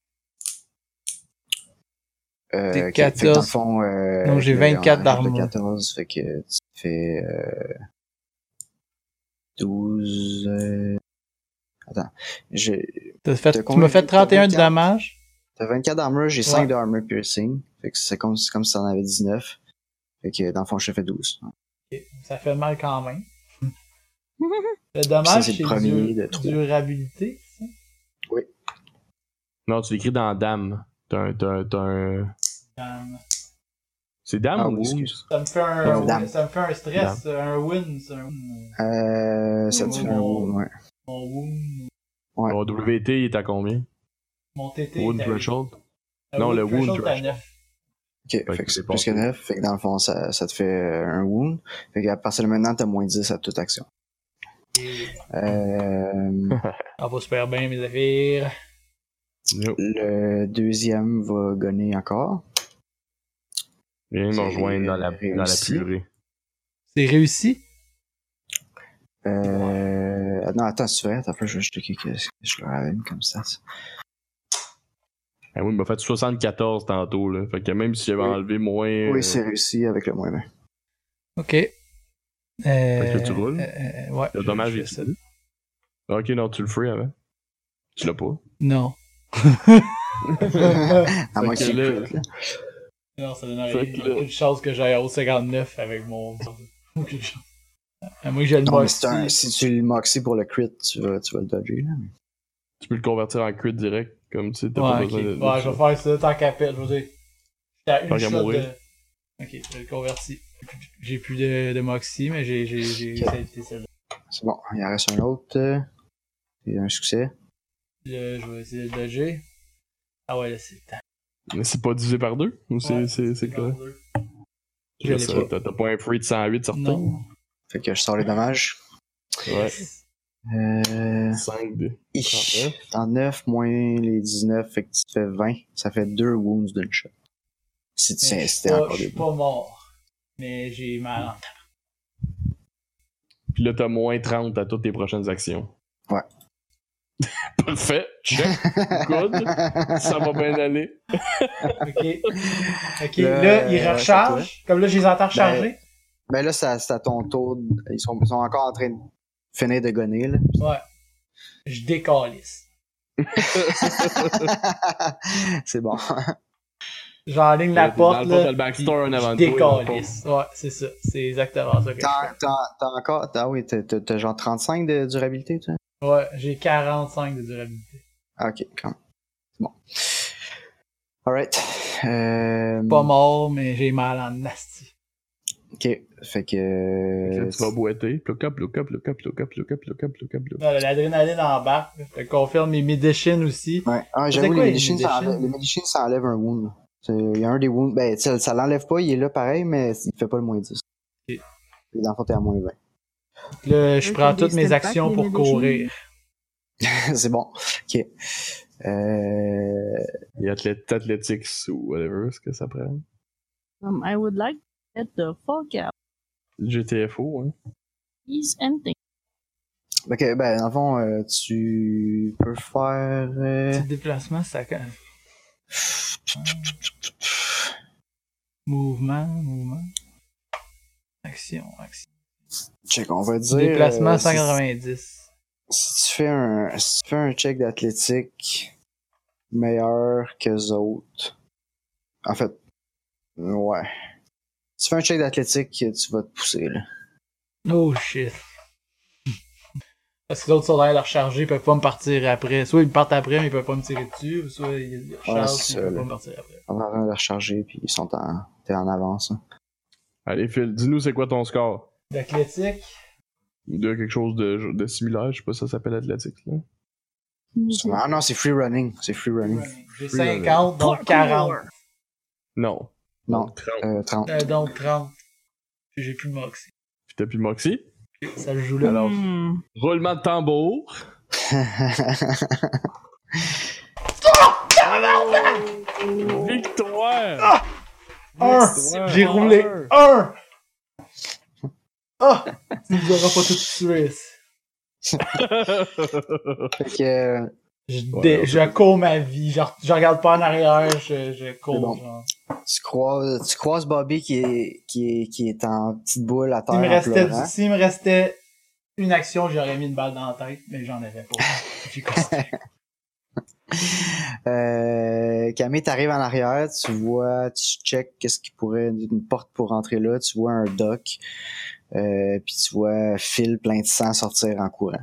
Euh, C'est ok, fait que dans le quatorze. fond, euh, Donc, j'ai là, vingt-quatre on rajoute le d'armure. quatorze, fait que tu fais euh, douze... Euh... Attends, j'ai... T'as fait, T'as tu combien- m'as fait t'as trente et un de vingt-quatre? dommages. T'as vingt-quatre d'armure, j'ai cinq Ouais. d'armure piercing. Fait que c'est comme, c'est comme si t'en avais dix-neuf. Fait que dans le fond, je te fais douze. Ok, ça fait mal quand même. Le Ça, dommage, c'est c'est le premier du- de trois. durabilité. ça? Non, tu l'écris dans Dame. T'as un, t'as un, t'as un... Euh, C'est Dame Ah ou oui, Wounds? excuse. Ça me fait un, Ouais, dame. ça me fait un stress, un win, c'est un win. Euh, ça te fait un Mon- wound, ouais. Mon wound, Ouais. Ton W T, il est à combien? mon T T. Wound est à- Threshold? Ah, Non, wound le wound threshold est à threshold. neuf. Ok, fait, Fait que que c'est c'est plus que passé. neuf, fait que dans le fond, ça, ça te fait euh, un wound. Fait qu'à partir de maintenant, t'as moins dix à toute action. Et Euh, ça va super bien, mes affaires. Yo. le deuxième va gonner encore. Viens me C'est rejoindre dans la, dans la réussi. purée. C'est réussi? Euh... ah non, attends, c'est vrai, attends un peu, je vais checker que je leur avais mis comme ça. Ah oui, il m'a fait soixante-quatorze tantôt, là. Fait que même si j'avais Oui. enlevé moins. Oui, euh, c'est réussi avec le moins vingt. Ok. Euh, Fait que tu roules. euh, euh, ouais. Le dommage je est fais ça. tué. Ok, non, tu le ferais avant. Tu l'as pas. Non. À moins que qu'il là- crit, là. Non, ça donne Fait rien. que Il y a là- aucune chance que j'aille au cinquante-neuf avec mon. Aucune chance. À moins que j'ai le Non, mais c'est un- moxie. si tu le moxie pour le crit, tu vas, tu vas le dodger, là. Tu peux le convertir en crit direct, comme tu sais, t'as Ouais, pas ok. besoin de. de Ouais, je vais faire ça tant qu'à pète. Je veux dire. J'étais à une Tant qu'à shot mourir. de. Ok, je le convertis. J'ai plus de, de moxie, mais j'ai, j'ai, j'ai Ok. réussi à éviter celle-là. C'est bon, il en reste un autre. euh, C'est un succès. Là, je vais essayer de le dodger. Ah ouais, là, c'est le temps. Mais c'est pas divisé par deux? Ou c'est Ouais, c'est, c'est quoi? deux. Je Je sais l'ai pas. T'as, t'as pas un free de cent huit certain? Non. Fait que je sors les dommages. Ouais. Euh... cinq de. Ich. trente-neuf. trente-neuf moins les dix-neuf, fait que tu te fais vingt. Ça fait deux wounds d'une shot. Si tu Mais tiens, je si suis t'es pas, encore je suis debout. pas mort. Mais j'ai mal en Puis là, t'as moins trente à toutes tes prochaines actions. Ouais. Parfait. Check. Good. Ça va bien aller. Ok. Ok, Le- là, ils ouais, rechargent. Comme là, je les entends recharger. Ben là, ça- c'est à ton tour. Ils sont, ils sont encore en train de finir de gonner, là. Ouais. Je décalisse. C'est bon. J'enligne la Dans porte, le fond, là. t'as le backstore puis en avant je de toi, dans le décalisse. Ouais, c'est ça. C'est exactement ça que je T'as, fais. t'as, t'as encore. Ah oui, t'as, t'as, t'as genre trente-cinq de durabilité, toi? Ouais, j'ai quarante-cinq de durabilité. Ah, ok, quand même. C'est bon. Alright. Euh... Pas mort, mais j'ai mal en nasty. Ok, fait que. Fait que là, tu vas boiter. Plouc up, plouc up, plouc up, plouc up, plouc up, plouc up, plouc up, plouc up. Non, l'adrénaline embarque. Je te confirme mes medicines aussi. Ouais. Ah, C'est j'avoue, quoi, les les medicines, ça medicines? enlève, les medicines, ça enlève un wound. C'est- Il y a un des wounds. Ben, ça, ça l'enlève pas, il est là pareil, mais il fait pas le moins dix. Ok. Et dans le fond, t'es à moins vingt. Là, je Eux, prends t'as des toutes mes step back, actions les pour medicines. courir. C'est bon. Ok. Euh... Et athlé- athletics ou whatever, ce que ça prend. Um, I would like to get the fuck out. G T F O, hein. Please anything. Ok, ben, dans le fond, euh, tu peux faire. Euh... Petit déplacement, ça quand Mouvement, mouvement. Action, action. Check, on va dire. Déplacement euh, cent quatre-vingt-dix. Si, si tu fais un, si tu fais un check d'athlétique meilleur qu'eux autres. En fait, ouais. Si tu fais un check d'athlétique, tu vas te pousser, là. Oh shit. Parce que les autres sont derrière de recharger, ils peuvent pas me partir après. Soit ils me partent après, mais ils peuvent pas me tirer dessus, ou soit ils rechargent, c'est puis ils ça, peuvent là. pas me partir après. On va en recharger, puis ils sont en, t'es en avance. Hein. Allez, Phil, dis-nous c'est quoi ton score? D'athlétique, De quelque chose de, de similaire, je sais pas si ça s'appelle athlétique, là. Ah non, c'est free running. C'est free running. j'ai Free cinquante, donc quarante. Non. Non. trente. Euh, trente. Euh, donc trente. Puis j'ai plus de moxie. Puis t'as plus Moxie. Ça le joue là. Alors, Hmm. roulement de tambour. Victoire! Un! Victoire. J'ai roulé un! Ah! Tu nous auras pas tout tué. Fait que, euh, Je, Ouais, dé- non, je cours ma vie. Je, je regarde pas en arrière, je, je cours. C'est bon. Genre. tu croises, tu croises Bobby qui est, qui est, qui est en petite boule à terre S'il me, en restait, pleurant. s'il me restait une action, j'aurais mis une balle dans la tête, mais j'en avais pas. J'ai continué. Euh, Camille, t'arrives en arrière, tu vois, tu check qu'est-ce qui pourrait, une porte pour rentrer là, tu vois un dock, euh, puis tu vois Phil plein de sang sortir en courant.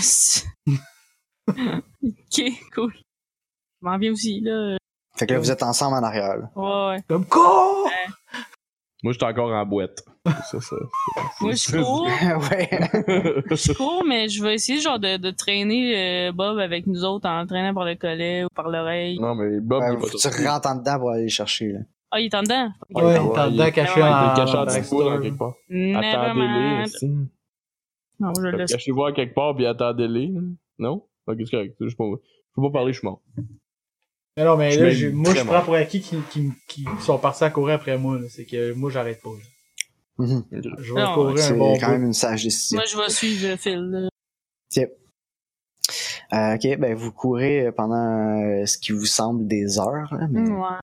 Ok, cool. Je m'en viens aussi, là. Fait que là, vous êtes ensemble en arrière, là. Ouais, ouais. Comme quoi? Moi, j'étais encore en boîte. Ça, ça. Moi, je cours. ouais. Je cours, mais je vais essayer, genre, de, de traîner euh, Bob avec nous autres en le traînant par le collet ou par l'oreille. Non, mais Bob, Ouais, il est pas faut que trop. tu rentres en dedans pour aller le chercher, là. Ah, il est en dedans? Ouais, Ouais, il est en dedans, il- caché il est en, caché en en dessous backstore. là, quelque part. Never Attendez-les, mind. esti. Non, je le laisse. Cachez-vous à quelque part puis attendez-les. là. Non? Ok, c'est correct. Je peux pas, je peux pas parler, je suis mort. Mais non, mais Je là, suis j'ai- même moi, je très prends mort. pour acquis qui, qui, qui sont partis à courir après moi. là. C'est que moi, j'arrête pas. là. Mhm. Je vais Non, courir C'est un bon quand bout. même une sage décision. Moi, je vais suivre le fil. là. Ok. Euh, ok, ben vous courez pendant euh, ce qui vous semble des heures, là, mais Ouais.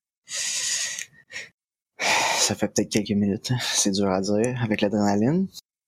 ça fait peut-être quelques minutes. hein. C'est dur à dire avec l'adrénaline.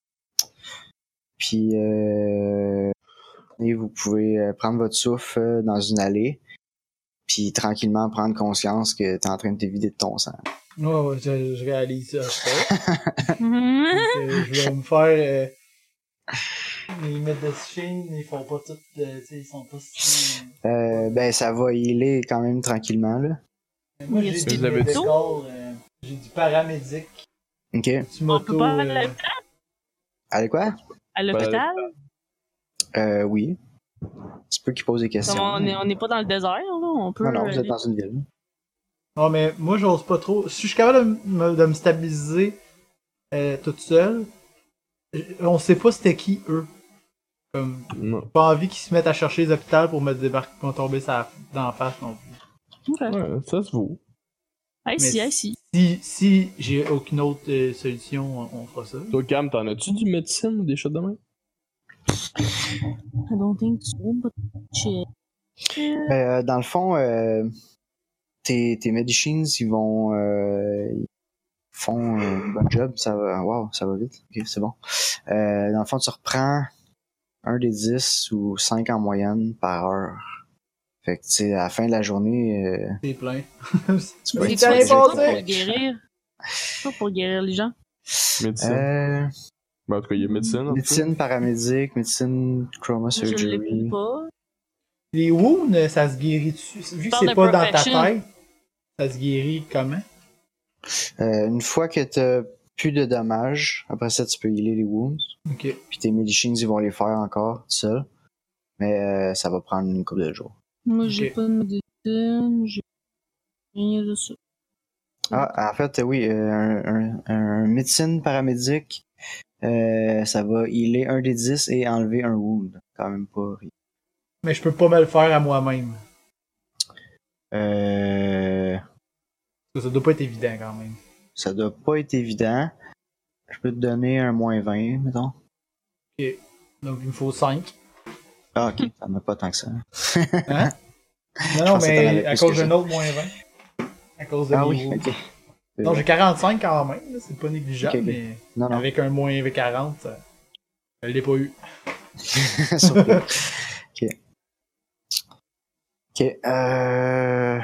Puis euh, et vous pouvez euh, prendre votre souffle euh, dans une allée, puis tranquillement prendre conscience que t'es en train de te vider de ton sang. Ouais, ouais, je, je réalise ça. ça. Mhm. Euh, je vais me faire. Euh, les médecins, ils font pas tout. Euh, tu sais, ils sont pas si. Euh, ben ça va healer quand même tranquillement là. Moi, Y j'ai a-tu du des medical, motos? euh, j'ai du paramédic, Ok. du On moto. peut pas aller à euh, l'hôpital? Allez quoi? À l'hôpital? Euh, oui. Tu peux qu'il pose des questions. Comme on est, on est pas dans le désert, là. On peut. Non, non, vous êtes aller- dans une ville. Non, mais moi, j'ose pas trop. Si je suis capable de me, de me stabiliser euh, toute seule, euh, on sait pas c'était qui, eux. Comme, Non. j'ai pas envie qu'ils se mettent à chercher les hôpitaux pour me débarquer, pour me tomber ça dans la face non plus. Ok. Ouais, ça se vaut. I see, Mais I see. Si, si j'ai aucune autre euh, solution, on, on fera ça. Toi, Cam, t'en as-tu du médecine ou des choses de même? I don't think so, but shit. Euh, dans le fond, euh, tes, tes medicines, ils vont euh, ils font un bon job. Ça va, wow, ça va vite. Ok, c'est bon. Euh, dans le fond, tu reprends un des dix ou cinq en moyenne par heure. Fait que tu sais, à la fin de la journée, euh, C'est plein. tu vas C'est être t'as quoi, rien c'est quoi passé? pour guérir? C'est quoi pour guérir les gens? Médecine. euh, Ben, en tout cas, il y a médecine. en tout cas. médecine paramédique, médecine chroma Je l'écoute surgery. pas. Les wounds, ça se guérit dessus. Vu que Parle c'est de pas dans ta perfection. tête, ça se guérit comment? Euh, une fois que t'as plus de dommages, après ça, tu peux healer les wounds. Ok. Puis tes medicines, ils vont les faire encore tout seul. Mais euh, ça va prendre une couple de jours. Moi, j'ai Ok. pas de médecine, j'ai rien de ça. Ah, en fait, oui, euh, un, un, un médecine paramédic, euh, ça va healer un des dix et enlever un wound. Quand même pas. Mais je peux pas me le faire à moi-même. Euh, Ça, ça doit pas être évident quand même. ça doit pas être évident. Je peux te donner un moins vingt, mettons. Donc il me faut cinq. Ah, ok, ça n'a pas tant que ça. Hein? Non, Je non, pensais que t'en avais mais à plus cause que d'un ça. autre moins vingt. À cause de Ah mes oui, wounds. ok. C'est Non, vrai. j'ai quarante-cinq quand même, là, c'est pas négligeable, Ok, ok. mais Non, non. avec un moins quarante, ça... je l'ai pas eu. Surpris. Ok. Ok. Euh...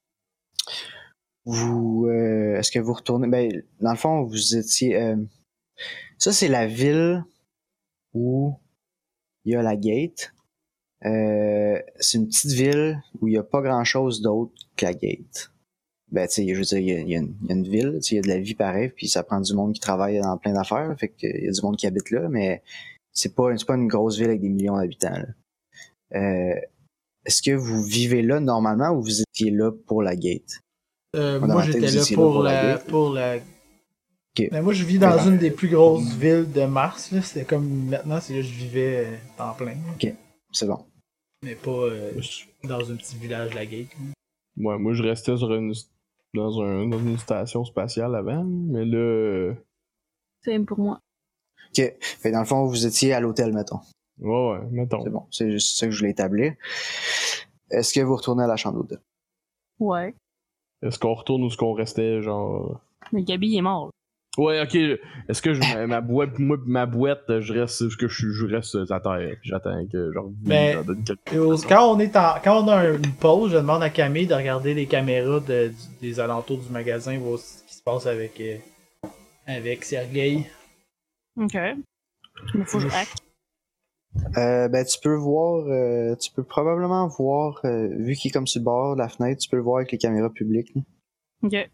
Vous, euh, est-ce que vous retournez? Ben, dans le fond, vous étiez. Euh... Ça, c'est la ville où il y a la gate. Euh, c'est une petite ville où il y a pas grand-chose d'autre que la gate. Ben, tu sais, je veux dire, il y a, il y a une, il y a une ville, tu sais, il y a de la vie pareil, puis ça prend du monde qui travaille dans plein d'affaires, fait qu'il y a du monde qui habite là, mais c'est pas, c'est pas une grosse ville avec des millions d'habitants. Là. Euh, est-ce que vous vivez là normalement ou vous étiez là pour la gate? Euh, Dans moi, ma tête, j'étais vous là étiez pour, là pour la la, gate. pour la... Ok. Mais moi, je vis dans Ouais. une des plus grosses villes de Mars, là. C'était comme maintenant, c'est là que je vivais euh, temps plein. là. C'est bon. Mais pas euh, dans un petit village, la Gate. là. Ouais, moi, je restais sur une, dans, un, dans une station spatiale avant, mais là. euh, C'est pour moi. Ok. Fait que dans le fond, vous étiez à l'hôtel, mettons. Ouais, ouais, mettons. C'est bon. C'est juste ça que je voulais établir. Est-ce que vous retournez à la chambre d'hôtel? Ouais. Est-ce qu'on retourne où est-ce qu'on restait, genre. Mais Gabi il est mort. Ouais, ok. Est-ce que je, ma, ma boîte, moi, pis ma boîte, je reste, est-ce que je, je reste à terre, pis j'attends que, genre, Mais- j'en donne quelques Et au- quand, on est en, quand on a un- une pause, je demande à Camille de regarder les caméras de- du- des alentours du magasin, voir ce qui se passe avec, euh, avec Sergei. Ok. Il faut que je hack. Euh, ben, tu peux voir, euh, tu peux probablement voir, euh, vu qu'il est comme sur le bord de la fenêtre, tu peux le voir avec les caméras publiques. là. Ok.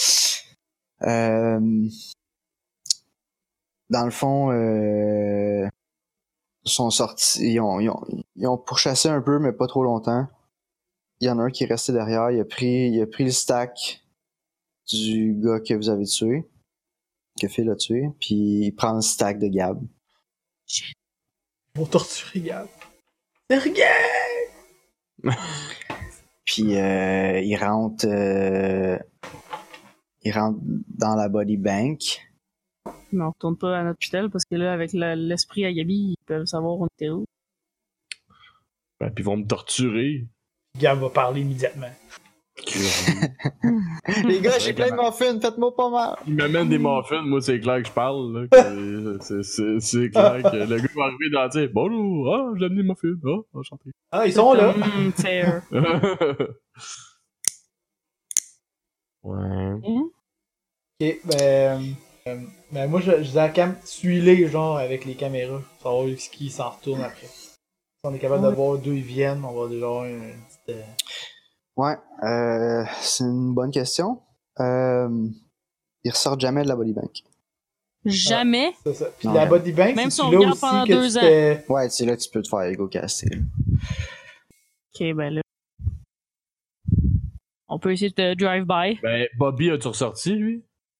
Euh, dans le fond, euh, ils sont sortis, ils ont, ils, ont, ils ont pourchassé un peu, mais pas trop longtemps. Il y en a un qui est resté derrière, il a pris, il a pris le stack du gars que vous avez tué, que Phil a tué, puis il prend un stack de Gab. Ils vont torturer Gab. Sergei! Puis euh, il rentre euh, il rentre dans la body bank. Mais on retourne pas à notre tutelle parce que là, avec la- l'esprit à Gabi, ils peuvent savoir on était où. Ben, puis ils vont me torturer. Gab va parler immédiatement. Les gars, j'ai plein de muffins, faites-moi pas mal. Ils m'amènent des muffins, moi c'est clair que je parle. Là, que c'est, c'est, c'est clair que le gars va arriver dans dire bonjour, ah, j'ai amené des muffins, ah, enchanté. Ah, ils sont là! Hum, fair. Ouais. Hum? Ok, ben, euh, ben moi, je, je dis à Cam, suis-les, genre, avec les caméras. Pour savoir ce qui s'en retourne après. Si on est capable de voir d'où ils viennent, on va déjà avoir une petite... Euh... Ouais, euh, c'est une bonne question. Euh, ils ressortent jamais de la body bank. Jamais. C'est ça. Puis Non, la jamais. body bank, Même c'est si on là regarde aussi pendant que deux tu ans. fais... Ouais, c'est là que tu peux te faire ego caster. Ok, ben là. On peut essayer de drive-by. Ben, Bobby, as-tu ressorti, lui?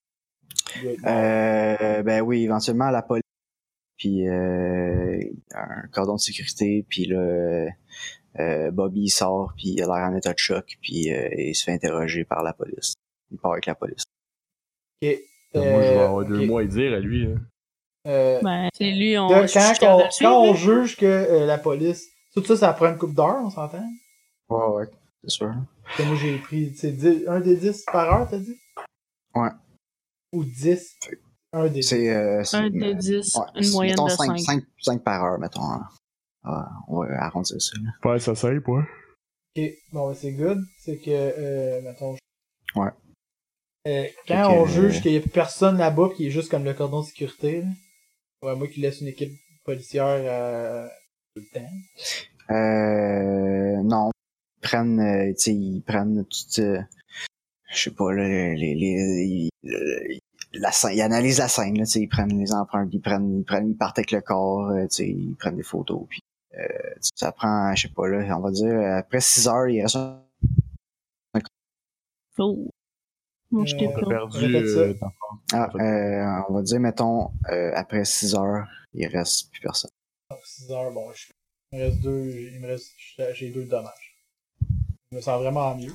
Euh, ben oui, éventuellement la police, puis euh, un cordon de sécurité, puis là, euh, Bobby il sort, puis il a l'air en état de choc, puis euh, il se fait interroger par la police. Il part avec la police. Ok. Ben, moi, je vais Euh, avoir deux ok. mots à dire à lui. Hein. Euh, Ben, c'est lui, on. là, je- quand, je suis capable de on, le suivre, quand on là. juge que euh, la police... Tout ça, ça prend une coupe d'heure, on s'entend? Ouais, ouais, c'est sûr. Que moi, j'ai pris, tu sais, dix- un des dix par heure, t'as dit? Ouais. Ou dix? Un des dix. C'est, euh, c'est Un de dix, ouais, une c'est- moyenne mettons de cinq, cinq. cinq, cinq par heure, mettons. Hein. Ah, on va arrondir ça. Là. Ouais, ça sert, ouais. Ok, bon, ben, c'est good. C'est que, euh, mettons... Ouais. Euh, Fait quand que, on euh, juge qu'il y a personne là-bas pis qu'il est juste comme le cordon de sécurité, là, ouais, moi qui laisse une équipe policière euh, tout le temps. Euh, non. Ils prennent, euh, tu sais, ils prennent tout, euh, je sais pas, là, les, les, les, les- la scène, ils analysent la scène, là, tu sais, ils prennent les empreintes, ils prennent, ils prennent, ils partent avec le corps, euh, tu sais, ils prennent des photos, puis euh, ça prend, je sais pas, là, on va dire, après six heures, il reste un... Oh. Moi, je t'ai Euh, T'as pas. perdu Répète ça. euh, ta Ah, euh, on va dire, mettons, euh, après six heures, il reste plus personne. six heures, bon, je... il me reste deux, il me reste, j'ai deux dommages. Je me sens vraiment mieux.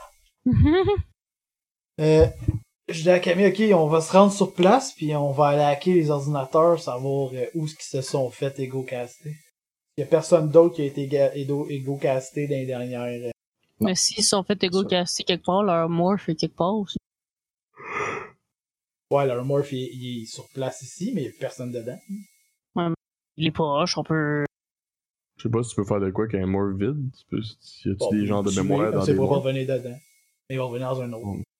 Euh, je dis à Camille, ok, on va se rendre sur place, puis on va aller hacker les ordinateurs, savoir euh, où ce qu'ils se sont fait égo-caster. Il y a personne d'autre qui a été ga- égo- égo-casté dans les dernières... euh, Mais s'ils sont fait égo-caster quelque part, leur morph est quelque part aussi. Ouais, leur morph, il, il est sur place ici, mais il y a personne dedans. Il est proche, on peut. Je sais pas si tu peux faire de quoi qu'un morph vide. Tu peux... Y a-tu Bon, des genres de tuer, mémoire dans c'est des pour pas morphs? revenir dedans. Mais il va revenir dans un autre. Ouais.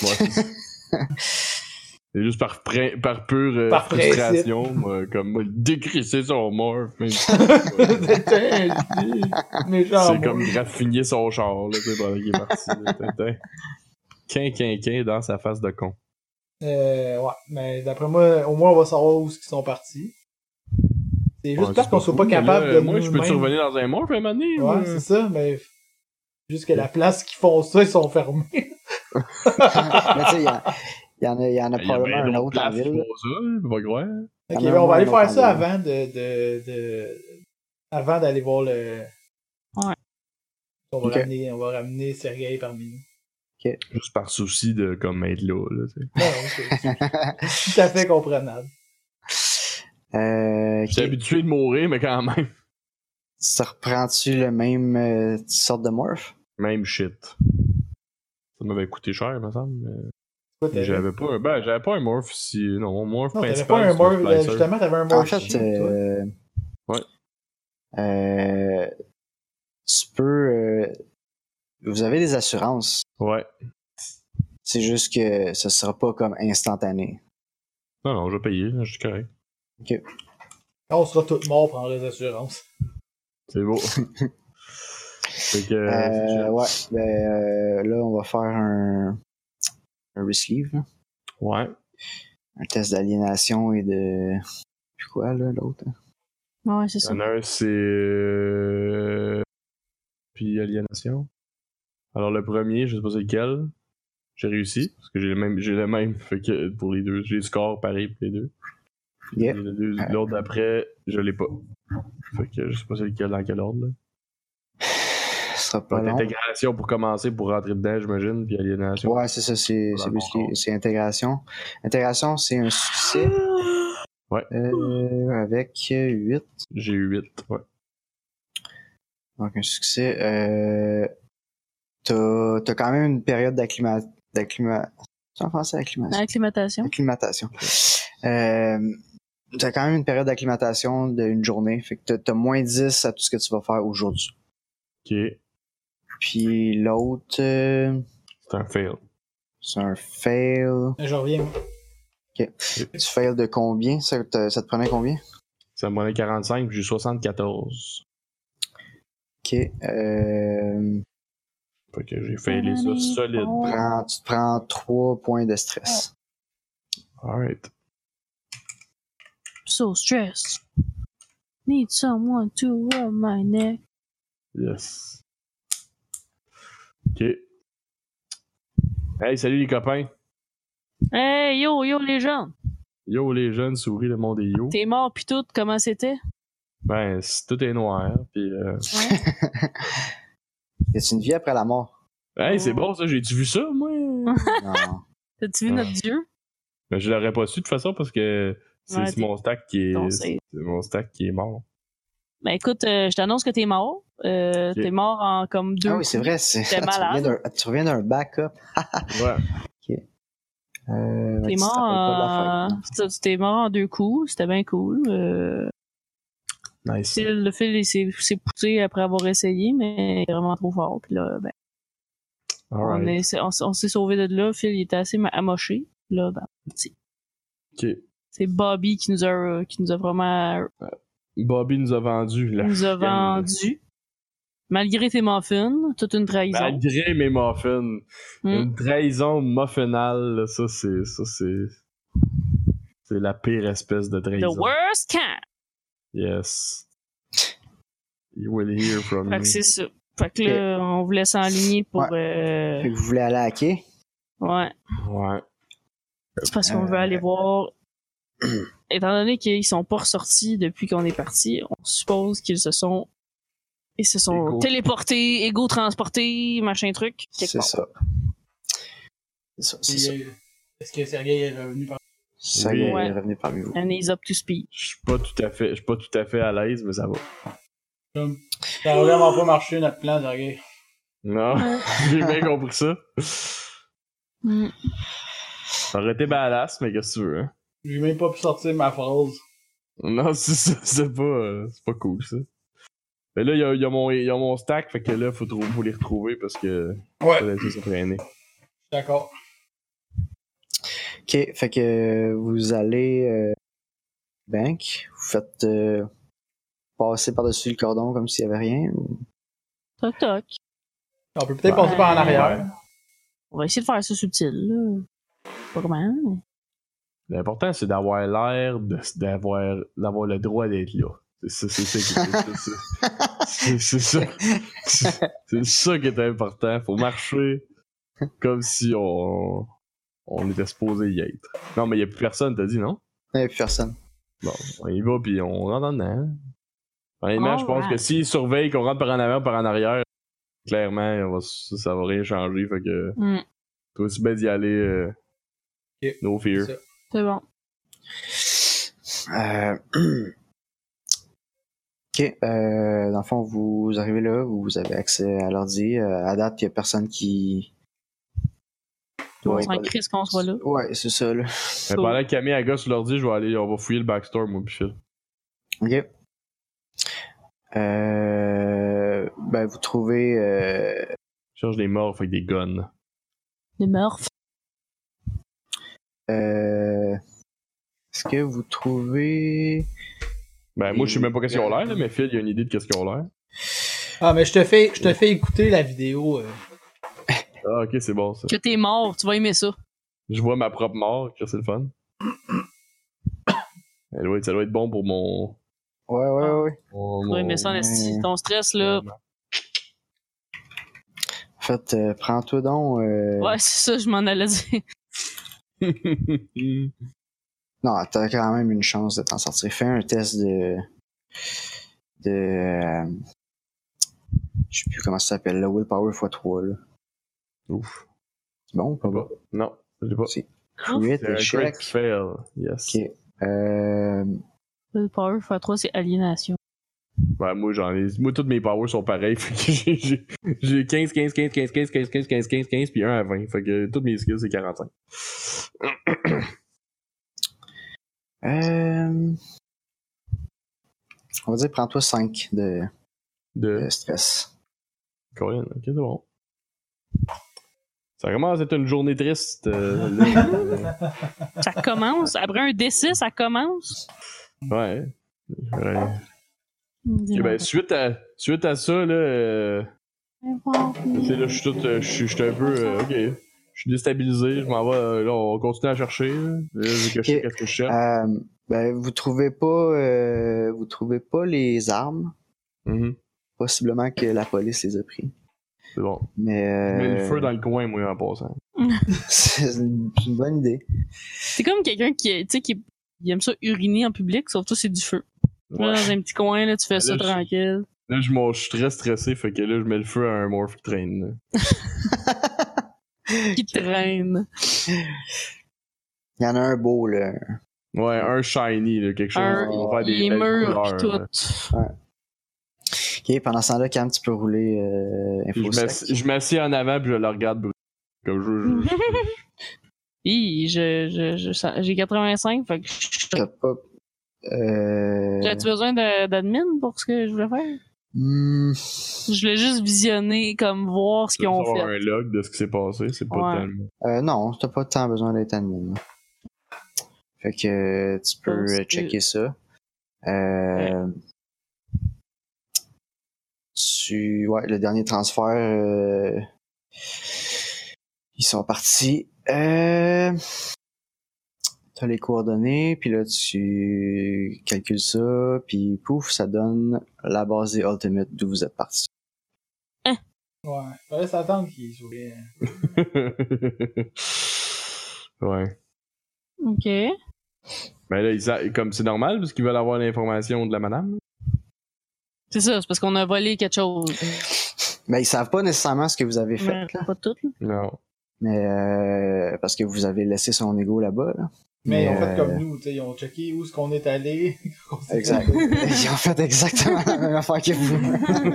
C'est juste par, pré- par pure euh, Par principe. frustration, moi, comme moi, décrisser son morph. même si- C'était un méchant C'est morph. comme graffiner son char, là, c'est bon, il est parti. là, tintin. Quin, quin, quin dans sa face de con. Euh, ouais, mais d'après moi, au moins on va savoir où ils sont partis. C'est juste Ouais, parce c'est qu'on pas soit fou, pas mais capable là, de moi, je peux-tu nous-mêmes- revenir dans un morph un moment donné? Ouais, ou- c'est ça, mais juste que la place qu'ils font ça, ils sont fermés. Mais tu sais, il y, a- il y en a, il y en a Il y a probablement bien un d'autres autre en places qui ville. font ça, faut pas croire. Ok, Il y en a ben, on un va aller autre faire en ça ville. avant de, de, de... avant d'aller voir le... Ouais. On va Ok. ramener, on va ramener Sergei parmi nous. Juste par souci de comme être là, là, tu sais. Non, non, c'est c'est tout à fait comprenable. Euh, Je suis ok. habitué de mourir, mais quand même. Ça reprend-tu le même euh, sorte de morph? Même shit. Ça m'avait coûté cher, me semble. Mais... Quoi, t'avais- J'avais pas un. Ben, j'avais pas un morph ici. Non, mon morph Non, t'avais principal. pas un c'est morph, splicer. justement, t'avais un En morph fait, sheet, toi. euh, Ouais. euh, tu peux... euh, vous avez des assurances. Ouais. C'est juste que ce sera pas comme instantané. Non, non, je vais payer, là, je suis correct. Ok. Quand on sera tous morts pour les assurances. C'est beau. Fait que. Euh, c'est chill. ouais, ben euh, là, on va faire un, un resleeve, là. Ouais. Un test d'aliénation et de... Puis quoi, là, l'autre? Ouais, c'est Il y ça. en a un, c'est. euh, Puis aliénation. Alors, le premier, je sais pas c'est lequel. J'ai réussi, parce que j'ai le même, j'ai le même fait que pour les deux. J'ai le score pareil pour les deux. Yep. Et le deux- L'autre d'après, je l'ai pas. Fait que je sais pas c'est lequel dans quel ordre. Là. Ce sera Ça pas va être long. intégration pour commencer, pour rentrer dedans, j'imagine, puis aliénation. Ouais, c'est ça, c'est Dans c'est le basically- bon c'est intégration. Intégration, c'est un succès. Ouais. Euh, avec huit. J'ai eu huit, ouais. Donc un succès. Euh, t'as, t'as quand même une période d'acclimat... d'acclimat... C'est en français, acclimatation? L'acclimatation. Acclimatation. Euh, t'as quand même une période d'acclimatation d'une journée. Fait que t'as, t'as moins dix à tout ce que tu vas faire aujourd'hui. Ok. Puis l'autre, euh, C'est un fail. c'est un fail. Je reviens. Ok. Tu fails de combien? Ça te, ça te prenait combien? Ça me prenait quarante-cinq, puis j'ai soixante-quatorze. Ok. Euh, Fait que j'ai failé ça solide. prends, tu te prends trois points de stress. Alright. So stressed. Need someone to rub my neck. Yes. Ok. Hey, salut les copains. Hey, yo, yo, les gens. Yo les jeunes souris, le monde est yo. T'es mort pis tout, comment c'était? Ben, c- tout est noir, puis euh... Y a-t-il une vie après la mort? Hey, c'est bon ça, j'ai-tu vu ça, moi? Non. T'as-tu vu Ah. notre dieu? Ben, je l'aurais pas su de toute façon, parce que c'est Ouais, c'est t'es- mon stack qui est... ton C'est save. mon stack qui est mort. Ben écoute, euh, je t'annonce que t'es mort. Euh, Ok. T'es mort en comme deux Ah oui, c'est coups. vrai. C'est... T'es tu, malade. reviens d'un, tu reviens d'un backup. Ouais. Euh, T'es tu te mort rappelles pas de la en... fête, non? c'est ça, T'es mort en deux coups, c'était bien cool. Euh, Nice. Phil, le fil il s'est s'est poussé après avoir essayé, mais il est vraiment trop fort. Puis là, ben, on, Alright. est, on, s- on s'est sauvé de là. Phil, il était assez ma- amoché. Là, ben, c'est- Ok. c'est Bobby qui nous a, euh, qui nous a vraiment Bobby nous a vendu la nous a chienne. vendu. Malgré tes muffins, toute une trahison. Malgré mes muffins. Mm. Une trahison muffinale, là, ça c'est. Ça c'est. C'est la pire espèce de The trahison. worst kind. Yes. You will hear from Fait me. que c'est ça. Fait que là, on voulait s'enligner pour... euh, Fait que vous voulez aller hacker? Ouais. Ouais. C'est parce qu'on Euh, veut aller voir... Étant donné qu'ils sont pas ressortis depuis qu'on est parti, on suppose qu'ils se sont... Ils se sont Égo. téléportés, égo-transportés, machin truc. quelque C'est part. ça. C'est ça, c'est Puis, ça. euh, Est-ce que Sergei est revenu par. Ça Oui. y est, Ouais. revenu parmi vous. And he's up to speed. Je suis pas tout à fait. Je suis pas tout à fait à l'aise, mais ça va. Comme, ça a vraiment pas marché notre plan, Sergei. Non, j'ai bien compris ça. Mm. Ça aurait été badass, mais qu'est-ce que tu veux, hein? J'ai même pas pu sortir ma phrase. Non, c'est ça, c'est pas, euh, c'est pas cool, ça. Mais là, il y a, y a mon, y a mon stack, fait que là, faut, trou- faut les retrouver parce que Ouais. ça laisse ça traîner. D'accord. Ok, fait que vous allez euh, bank, vous faites euh, passer par-dessus le cordon comme s'il y avait rien. Ou... Toc toc. On peut peut-être Ouais. passer par en arrière. On va essayer de faire ça subtil, là. Pas comment, mais... L'important, c'est d'avoir l'air de, d'avoir, d'avoir le droit d'être là. C'est ça, c'est ça qui c'est, c'est, c'est, c'est ça. C'est, c'est ça qui est important. Faut marcher comme si on, on était supposé y être. Non, mais il y a plus personne, t'as dit, non? Il n'y a plus personne. Bon, on y va, puis on rentre dedans. Honnêtement, je pense Alright. que s'ils surveillent qu'on rentre par en avant par en arrière, clairement, on va, ça, ça va rien changer. Fait que, Mm. toi aussi bien d'y aller, euh, Ok. no fear. C'est ça. C'est bon. Euh... ok, euh, dans le fond, vous arrivez là, vous avez accès à l'ordi. Euh, à date, il n'y a personne qui... On Ouais, s'en crisse qu'on soit là. Ouais, c'est ça, là. Mais pendant que Camille a gosse sur l'ordi, je vais aller, on va fouiller le backstore, moi, pis Phil. Ok. Euh... Ben, vous trouvez... Euh... Je cherche des morts avec des guns. Les Murph. Euh... Est-ce que vous trouvez... Ben, moi, je sais même pas qu'est-ce qu'ils ont l'air, là, mais Phil, il a une idée de qu'est-ce qu'ils ont l'air. Ah, mais je te fais, je te fais écouter la vidéo. euh. Ah, ok, c'est bon, ça. Que t'es mort, tu vas aimer ça. Je vois ma propre mort, que c'est le fun. Ça doit être, ça doit être bon pour mon. Ouais, ouais, ouais. mon Tu vas aimer ça en esti. Ton stress, là. En fait, euh, prends-toi donc... Euh... Ouais, c'est ça, je m'en allais dire. Non, t'as quand même une chance de t'en sortir. Fais un test de... de... Euh... Je sais plus comment ça s'appelle, là. Willpower fois trois, là. Ouf. C'est bon ou pas bon? Non, je l'ai pas. C'est crit C'est un échec. crit fail, yes. Ok. Euh... Le power fois trois, c'est aliénation. Ouais, moi, j'en ai. Moi, toutes mes powers sont pareils. Fait que j'ai, j'ai, j'ai quinze, quinze, quinze, quinze, quinze, quinze, quinze, quinze, quinze, quinze, puis un à vingt. Fait que toutes mes skills, c'est quarante-cinq. euh... On va dire, prends-toi cinq de, De. de stress. Corinne, ok, c'est bon. Ça commence à être une journée triste. Euh, là. Ça commence. Après un D six, ça commence. Ouais. Ouais. Ok, ben, suite à, suite à ça, là, euh, tu sais, là, je suis tout, euh, je suis je suis un peu, euh, ok, je suis déstabilisé, je m'en vais, euh, là, on continue à chercher, là, là vu que je sais Ok. qu'est-ce que je cherche. Euh, ben, vous trouvez pas, euh, vous trouvez pas les armes. Mhm. Possiblement que la police les a pris. C'est bon. Mais, Je mets le euh, feu dans le coin, moi, en passant. c'est une, c'est une bonne idée. C'est comme quelqu'un qui, tu sais, qui il aime ça uriner en public, sauf toi, c'est du feu. Ouais. Là, dans un petit coin, là, tu fais Là, ça je- tranquille. Là, je, m'en- je suis très stressé, fait que là, je mets le feu à un Morph Train, là. Qui traîne. Il y en a un beau, là. Ouais, un shiny, là, quelque chose. Un, On va faire des il est belles mûr couleurs, pis là. tout. Ok, pendant ce temps-là, Cam, tu peux rouler euh, Puis info Je m'assieds je m'assieds en avant, puis je le regarde brûler. Comme je, je, je- Hi, je, je, je, sens- j'ai quatre-vingt-cinq, fait que je- T'as pas... Euh... J'ai-tu besoin de- d'admin pour ce que je voulais faire? hmm, Je voulais juste visionner, comme voir ce Tu qu'ils veux ont savoir fait. un log de ce qui s'est passé, c'est pas Ouais. tellement. euh, non, t'as pas tant besoin d'être admin. là. Fait que euh, tu peux Parce euh, que- checker ça. Euh... Tu... Ouais, le dernier transfert... Euh... Ils sont partis. Euh... T'as les coordonnées, puis là, tu calcules ça, puis pouf, ça donne la base des Ultimate d'où vous êtes partis. Ouais. Fallait s'attendre qu'il jouait. Ouais. Ok. Ben là, ils sa- comme c'est normal, parce qu'ils veulent avoir l'information de la madame. C'est ça, c'est parce qu'on a volé quelque chose. Mais ils savent pas nécessairement ce que vous avez fait, Mais pas tout, là. Non. mais euh, parce que vous avez laissé son ego là-bas. Là. Mais ils ont Mais, fait comme euh, nous, tu sais, ils ont checké où est-ce qu'on est allé. qu'on s'est Exact. fait. Ils ont fait exactement la même affaire que vous.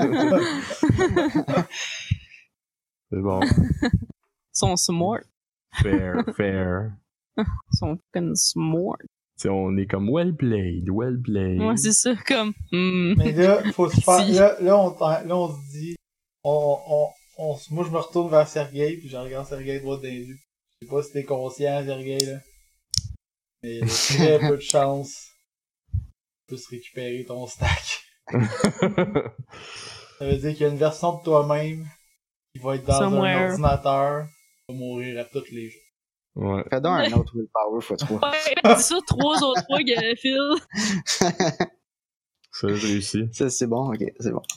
C'est bon. Ils sont smart. Fair, fair. Ils sont fucking smart. T'sais, on est comme well played, well played. Ouais, c'est ça, comme. hmm. Mais là, faut se faire. Si. Là, là, on, t'en- là, on se dit. On, on, on, se- moi, je me retourne vers Sergei, puis je regarde Sergei droit dans les yeux. Je sais pas si t'es conscient, Sergei, là. Mais il y a très peu de chance. Tu peux se récupérer ton stack. Ça veut dire qu'il y a une version de toi-même qui va être dans Somewhere. un ordinateur, qui va mourir à tous les jours. Ouais. Fais donc un autre willpower fois trois. Ouais, dis ça trois autres fois, que Phil. Ça, j'ai réussi. Ça, c'est bon, ok, c'est bon.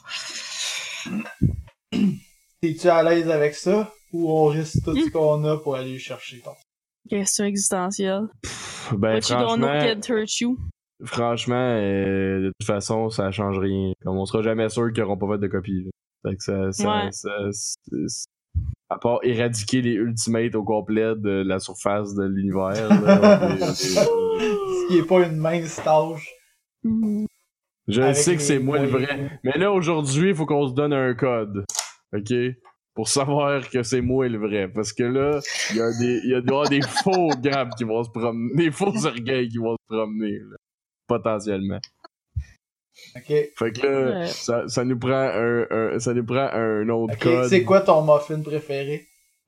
T'es-tu à l'aise avec ça? Ou on risque tout ce qu'on a pour aller chercher ton? Question existentielle. Pff, Ben, What you don't know franchement, can hurt you. franchement, euh, de toute façon, ça change rien. Comme on sera jamais sûr qu'ils auront pas fait de copie. là. Fait que ça, ça, Ouais. ça, c'est- c'est- à part éradiquer les Ultimates au complet de la surface de l'univers. là, on est- on est- Ce qui est pas une mince tâche. Mhm. Je Avec sais que les c'est moi le moyens. vrai. Mais là, aujourd'hui, il faut qu'on se donne un code. OK? Pour savoir que c'est moi le vrai. Parce que là, il y a des, il y a des, des faux Gab qui vont se promener. Des faux orgueils qui vont se promener, là. Potentiellement. Ok. Fait que là, Ouais. ça, ça nous prend un, un- ça nous prend un autre Ok, code. c'est quoi ton muffin préféré?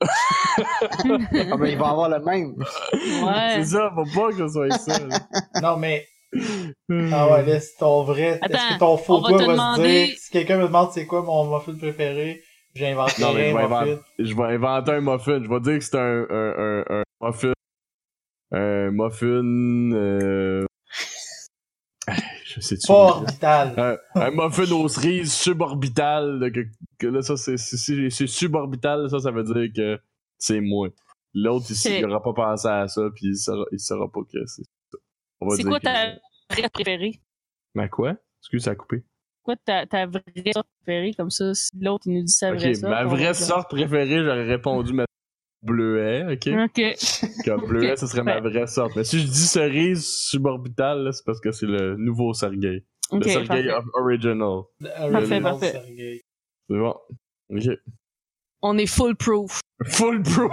Ah ben, il va avoir le même. Ouais. C'est ça, faut pas que ce soit ça. là. Non, mais. Ah ouais, là, c'est ton vrai. Est-ce Attends, que ton faux on va toi te va se demander- dire. Si quelqu'un me demande c'est quoi mon muffin préféré, j'invente Non, mais je vais, un muffin. inventer, je vais inventer un muffin. Je vais dire que c'est un, un, un, un muffin. Un muffin. Euh... Je sais-tu. Pas orbital. Un, un muffin aux cerises suborbital. là, Que, que là, ça, c'est, c'est, c'est, c'est suborbital. Ça, ça veut dire que c'est moi. L'autre, il, C'est- il aura pas pensé à ça, puis il saura, il saura pas que c'est ça. On va C'est dire quoi que- ta vraie préférée? Mais quoi? Excuse, ça a coupé. Quoi ta, ta vraie sorte préférée? Comme ça, si l'autre il nous dit sa Ok, vraie sorte. ma on va vraie dire- sorte préférée, j'aurais répondu ma bleuet, ok? Ok. Comme bleuet, Ok. ce serait ma vraie sorte. Mais si je dis cerise suborbitale, là, c'est parce que c'est le nouveau Sergei. Ok, le Sergei parfait. Original. Parfait, parfait. Sergei. C'est bon. Ok. On est full proof. Full pro!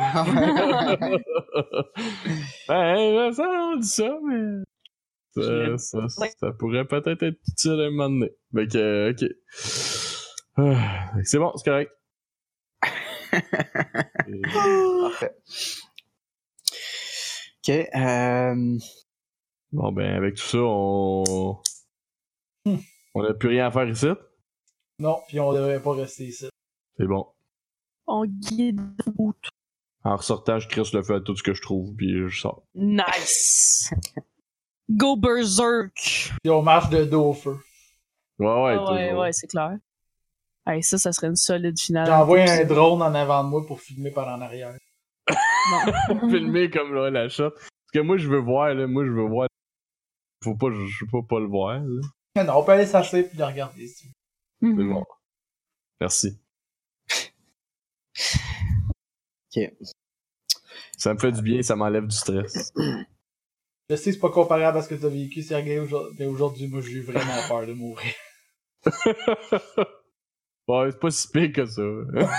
ouais, ça, on dit ça, mais. Ça, ça, ça, ça pourrait peut-être être utile à un moment donné. Fait que, ok. Ah, c'est bon, c'est correct. Parfait. Ok, euh... Bon, ben, avec tout ça, on. On n'a plus rien à faire ici. Non, puis on devrait pas rester ici. C'est bon. On guide route. En ressortant, je crisse le feu à tout ce que je trouve, puis je sors. Nice! Go berserk! Puis on marche de dos au feu. Ouais, ouais, Ah ouais, toujours. ouais, c'est clair. Hey, ça, ça serait une solide finale. J'envoie Ça. un drone en avant de moi pour filmer par en arrière. Non. Filmer comme là, la shot. Parce que moi, je veux voir, là. Moi, je veux voir. Faut pas, je peux pas le voir, là. Mais non, on peut aller s'acheter puis le regarder. Si tu veux. C'est bon. Merci. Ok. Ça me fait du bien, ça m'enlève du stress. Je sais que c'est pas comparable à ce que t'as vécu, Sergei, aujourd'hui, mais aujourd'hui, moi, j'ai eu vraiment peur de mourir. Ouais, c'est pas si pire que ça.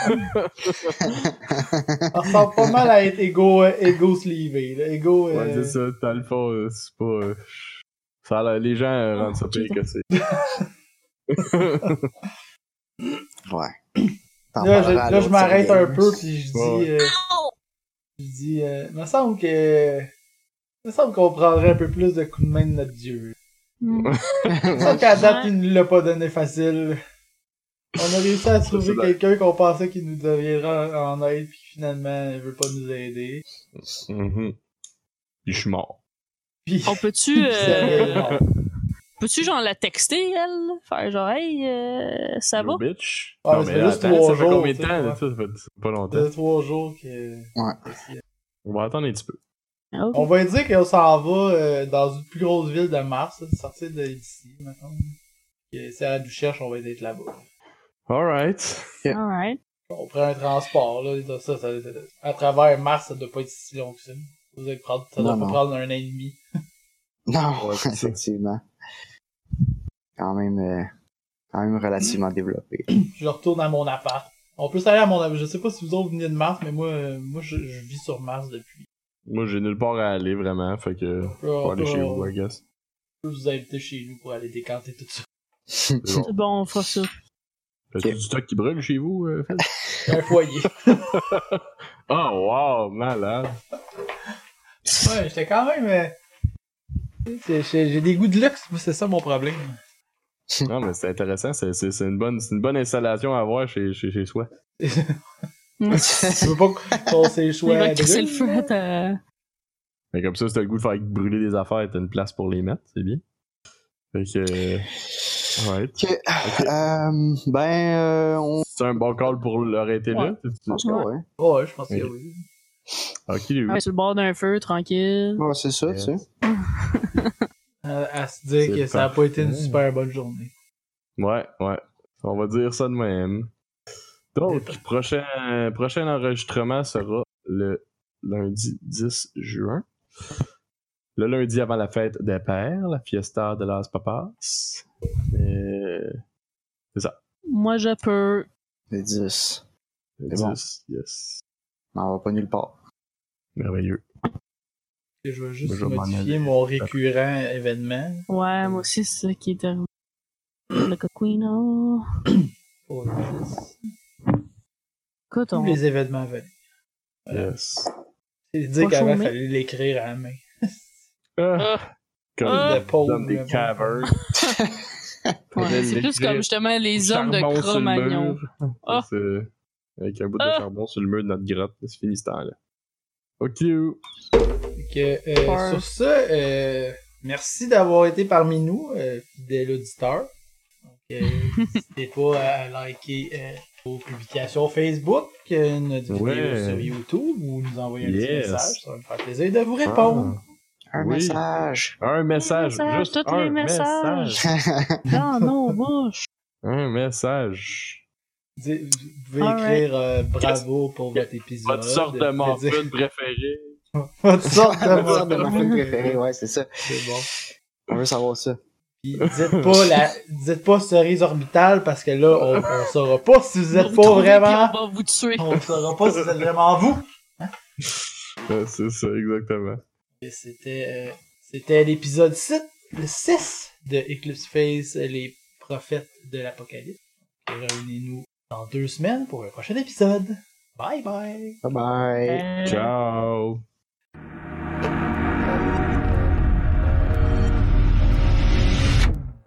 Ça ressemble pas mal à être ego, euh, ego sleevé, là. Ego, euh... Ouais, c'est ça. Dans le fond, euh, c'est pas. euh, Ça a l'air- les gens euh, rendent ça pire que c'est. Ouais. T'en Là, je, parleras à là, je l'autre m'arrête Sergei. un peu pis je dis, Ouais. euh, je dis, euh, me semble que, me semble qu'on prendrait un peu plus de coups de main de notre dieu. Mm. Me semble qu'à date, il nous l'a pas donné facile. On a réussi à trouver ça. quelqu'un qu'on pensait qu'il nous deviendrait en aide pis finalement, il veut pas nous aider. Mhm. Puis je suis mort. Pis, On peut-tu, Sergei, euh, non. peux-tu genre la texter, elle? Faire genre, hey, euh, ça va? Yo, bitch. Ouais, Non, ça mais fait juste attends, trois ça fait jours, combien de tu sais, temps? ouais. Ça, ça fait ça fait pas longtemps. Ça fait trois jours que... Ouais. On va attendre un petit peu. Oh. On va dire qu'on s'en va euh, dans une plus grosse ville de Mars, là, sortir de d'ici, maintenant. Et si elle nous cherche, on va être là-bas. Alright. Alright. On prend un transport, là, ça, ça, ça, à travers Mars, ça doit pas être si long que ça. Ça doit, prendre, ça doit Non, pas non. prendre un an et demi. Non, Ouais, c'est ça. effectivement. Quand même, euh, quand même relativement développé. Je retourne à mon appart. On peut s'aller à mon appart. Je sais pas si vous autres venez de Mars, mais moi, euh, moi je, je vis sur Mars depuis. Moi, j'ai nulle part à aller vraiment, fait que. On peut, Faut on aller peut- chez on vous, I guess. peut vous inviter chez nous pour aller décanter tout ça. C'est bon. C'est bon, on fera ça. T'as-tu Ok. du stock qui brûle chez vous, euh, Phil? Un foyer. Oh, wow, malade. Ouais, j'étais quand même... euh, c'est- J'ai j'ai des goûts de luxe, moi, c'est ça mon problème. Non, mais c'est intéressant, c'est, c'est, c'est, une bonne, c'est une bonne installation à avoir chez, chez, chez soi. Tu veux pas qu'on s'ait le Il choix va de casser deux? le feu à ta... Mais comme ça, si t'as le goût de faire brûler des affaires, t'as une place pour les mettre, c'est bien. Fait que. euh, Alright. Ok. Euh, ben, euh, on... C'est un bon call pour l'arrêter là? Ouais. Tu- tu- Je pense que Ouais. ouais. Ouais, je pense que Ok. oui. Ok, lui. Ouais, sur le bord d'un feu, tranquille. Ouais, c'est ça, tu sais. À, à se dire C'est que ça a pas été une parfait. super bonne journée. Ouais, ouais. On va dire ça de même. Donc, prochain, prochain enregistrement sera le lundi dix juin. Le lundi avant la fête des pères, la fiesta de las papas. Euh, C'est ça. Moi, je peux. Le dix. Le C'est bon. dix, yes. Mais on va pas nulle part. Merveilleux. Et je vais juste Je vais m'en modifier aller. mon récurrent événement. Ouais, moi aussi, c'est ça qui est arrivé. Le coquino. Pour le dix. Écoute, Tous on... les événements venaient. Yes. C'est dire Pas qu'avant, il chômé. fallait l'écrire à la main. Ah, comme Ah. Le pauvre, dans des mais bon. cavernes. Ouais, c'est plus comme justement les hommes de Charbon sur le Cro-Magnon. mur. Ah. C'est- Avec un bout de Ah. charbon sur le mur de notre grotte. C'est fini ce temps-là. Ok. Fait que, euh, Far. sur ça, euh, merci d'avoir été parmi nous, euh, fidèle auditeur. Donc, euh, n'hésitez pas à liker euh, vos publications Facebook, euh, notre vidéo Ouais. sur YouTube ou nous envoyer un petit Yes. message. Ça va me faire plaisir de vous répondre. Un Oui. message. Un message, messages, juste tous un les messages. message. Dans nos bouches. Un message. Dis- Vous pouvez Alright. écrire euh, bravo pour votre épisode. Votre sorte de Vous pouvez dire- muffin préférée. Votre sorte de Votre sorte de muffin. muffin préféré, ouais, c'est ça. C'est bon. On veut savoir ça. Puis dites pas la, dites pas cerise orbitale parce que là, on, on saura pas si vous On va êtes vous pas trouver, puis vraiment. On va vous tuer. On saura pas si vous êtes vraiment vous. Ouais, c'est ça, exactement. Et c'était, euh, c'était l'épisode six, le six de Eclipse Phase, les prophètes de l'apocalypse. Et réunissez-nous dans deux semaines pour le prochain épisode. Bye bye! Bye bye. Euh, Ciao.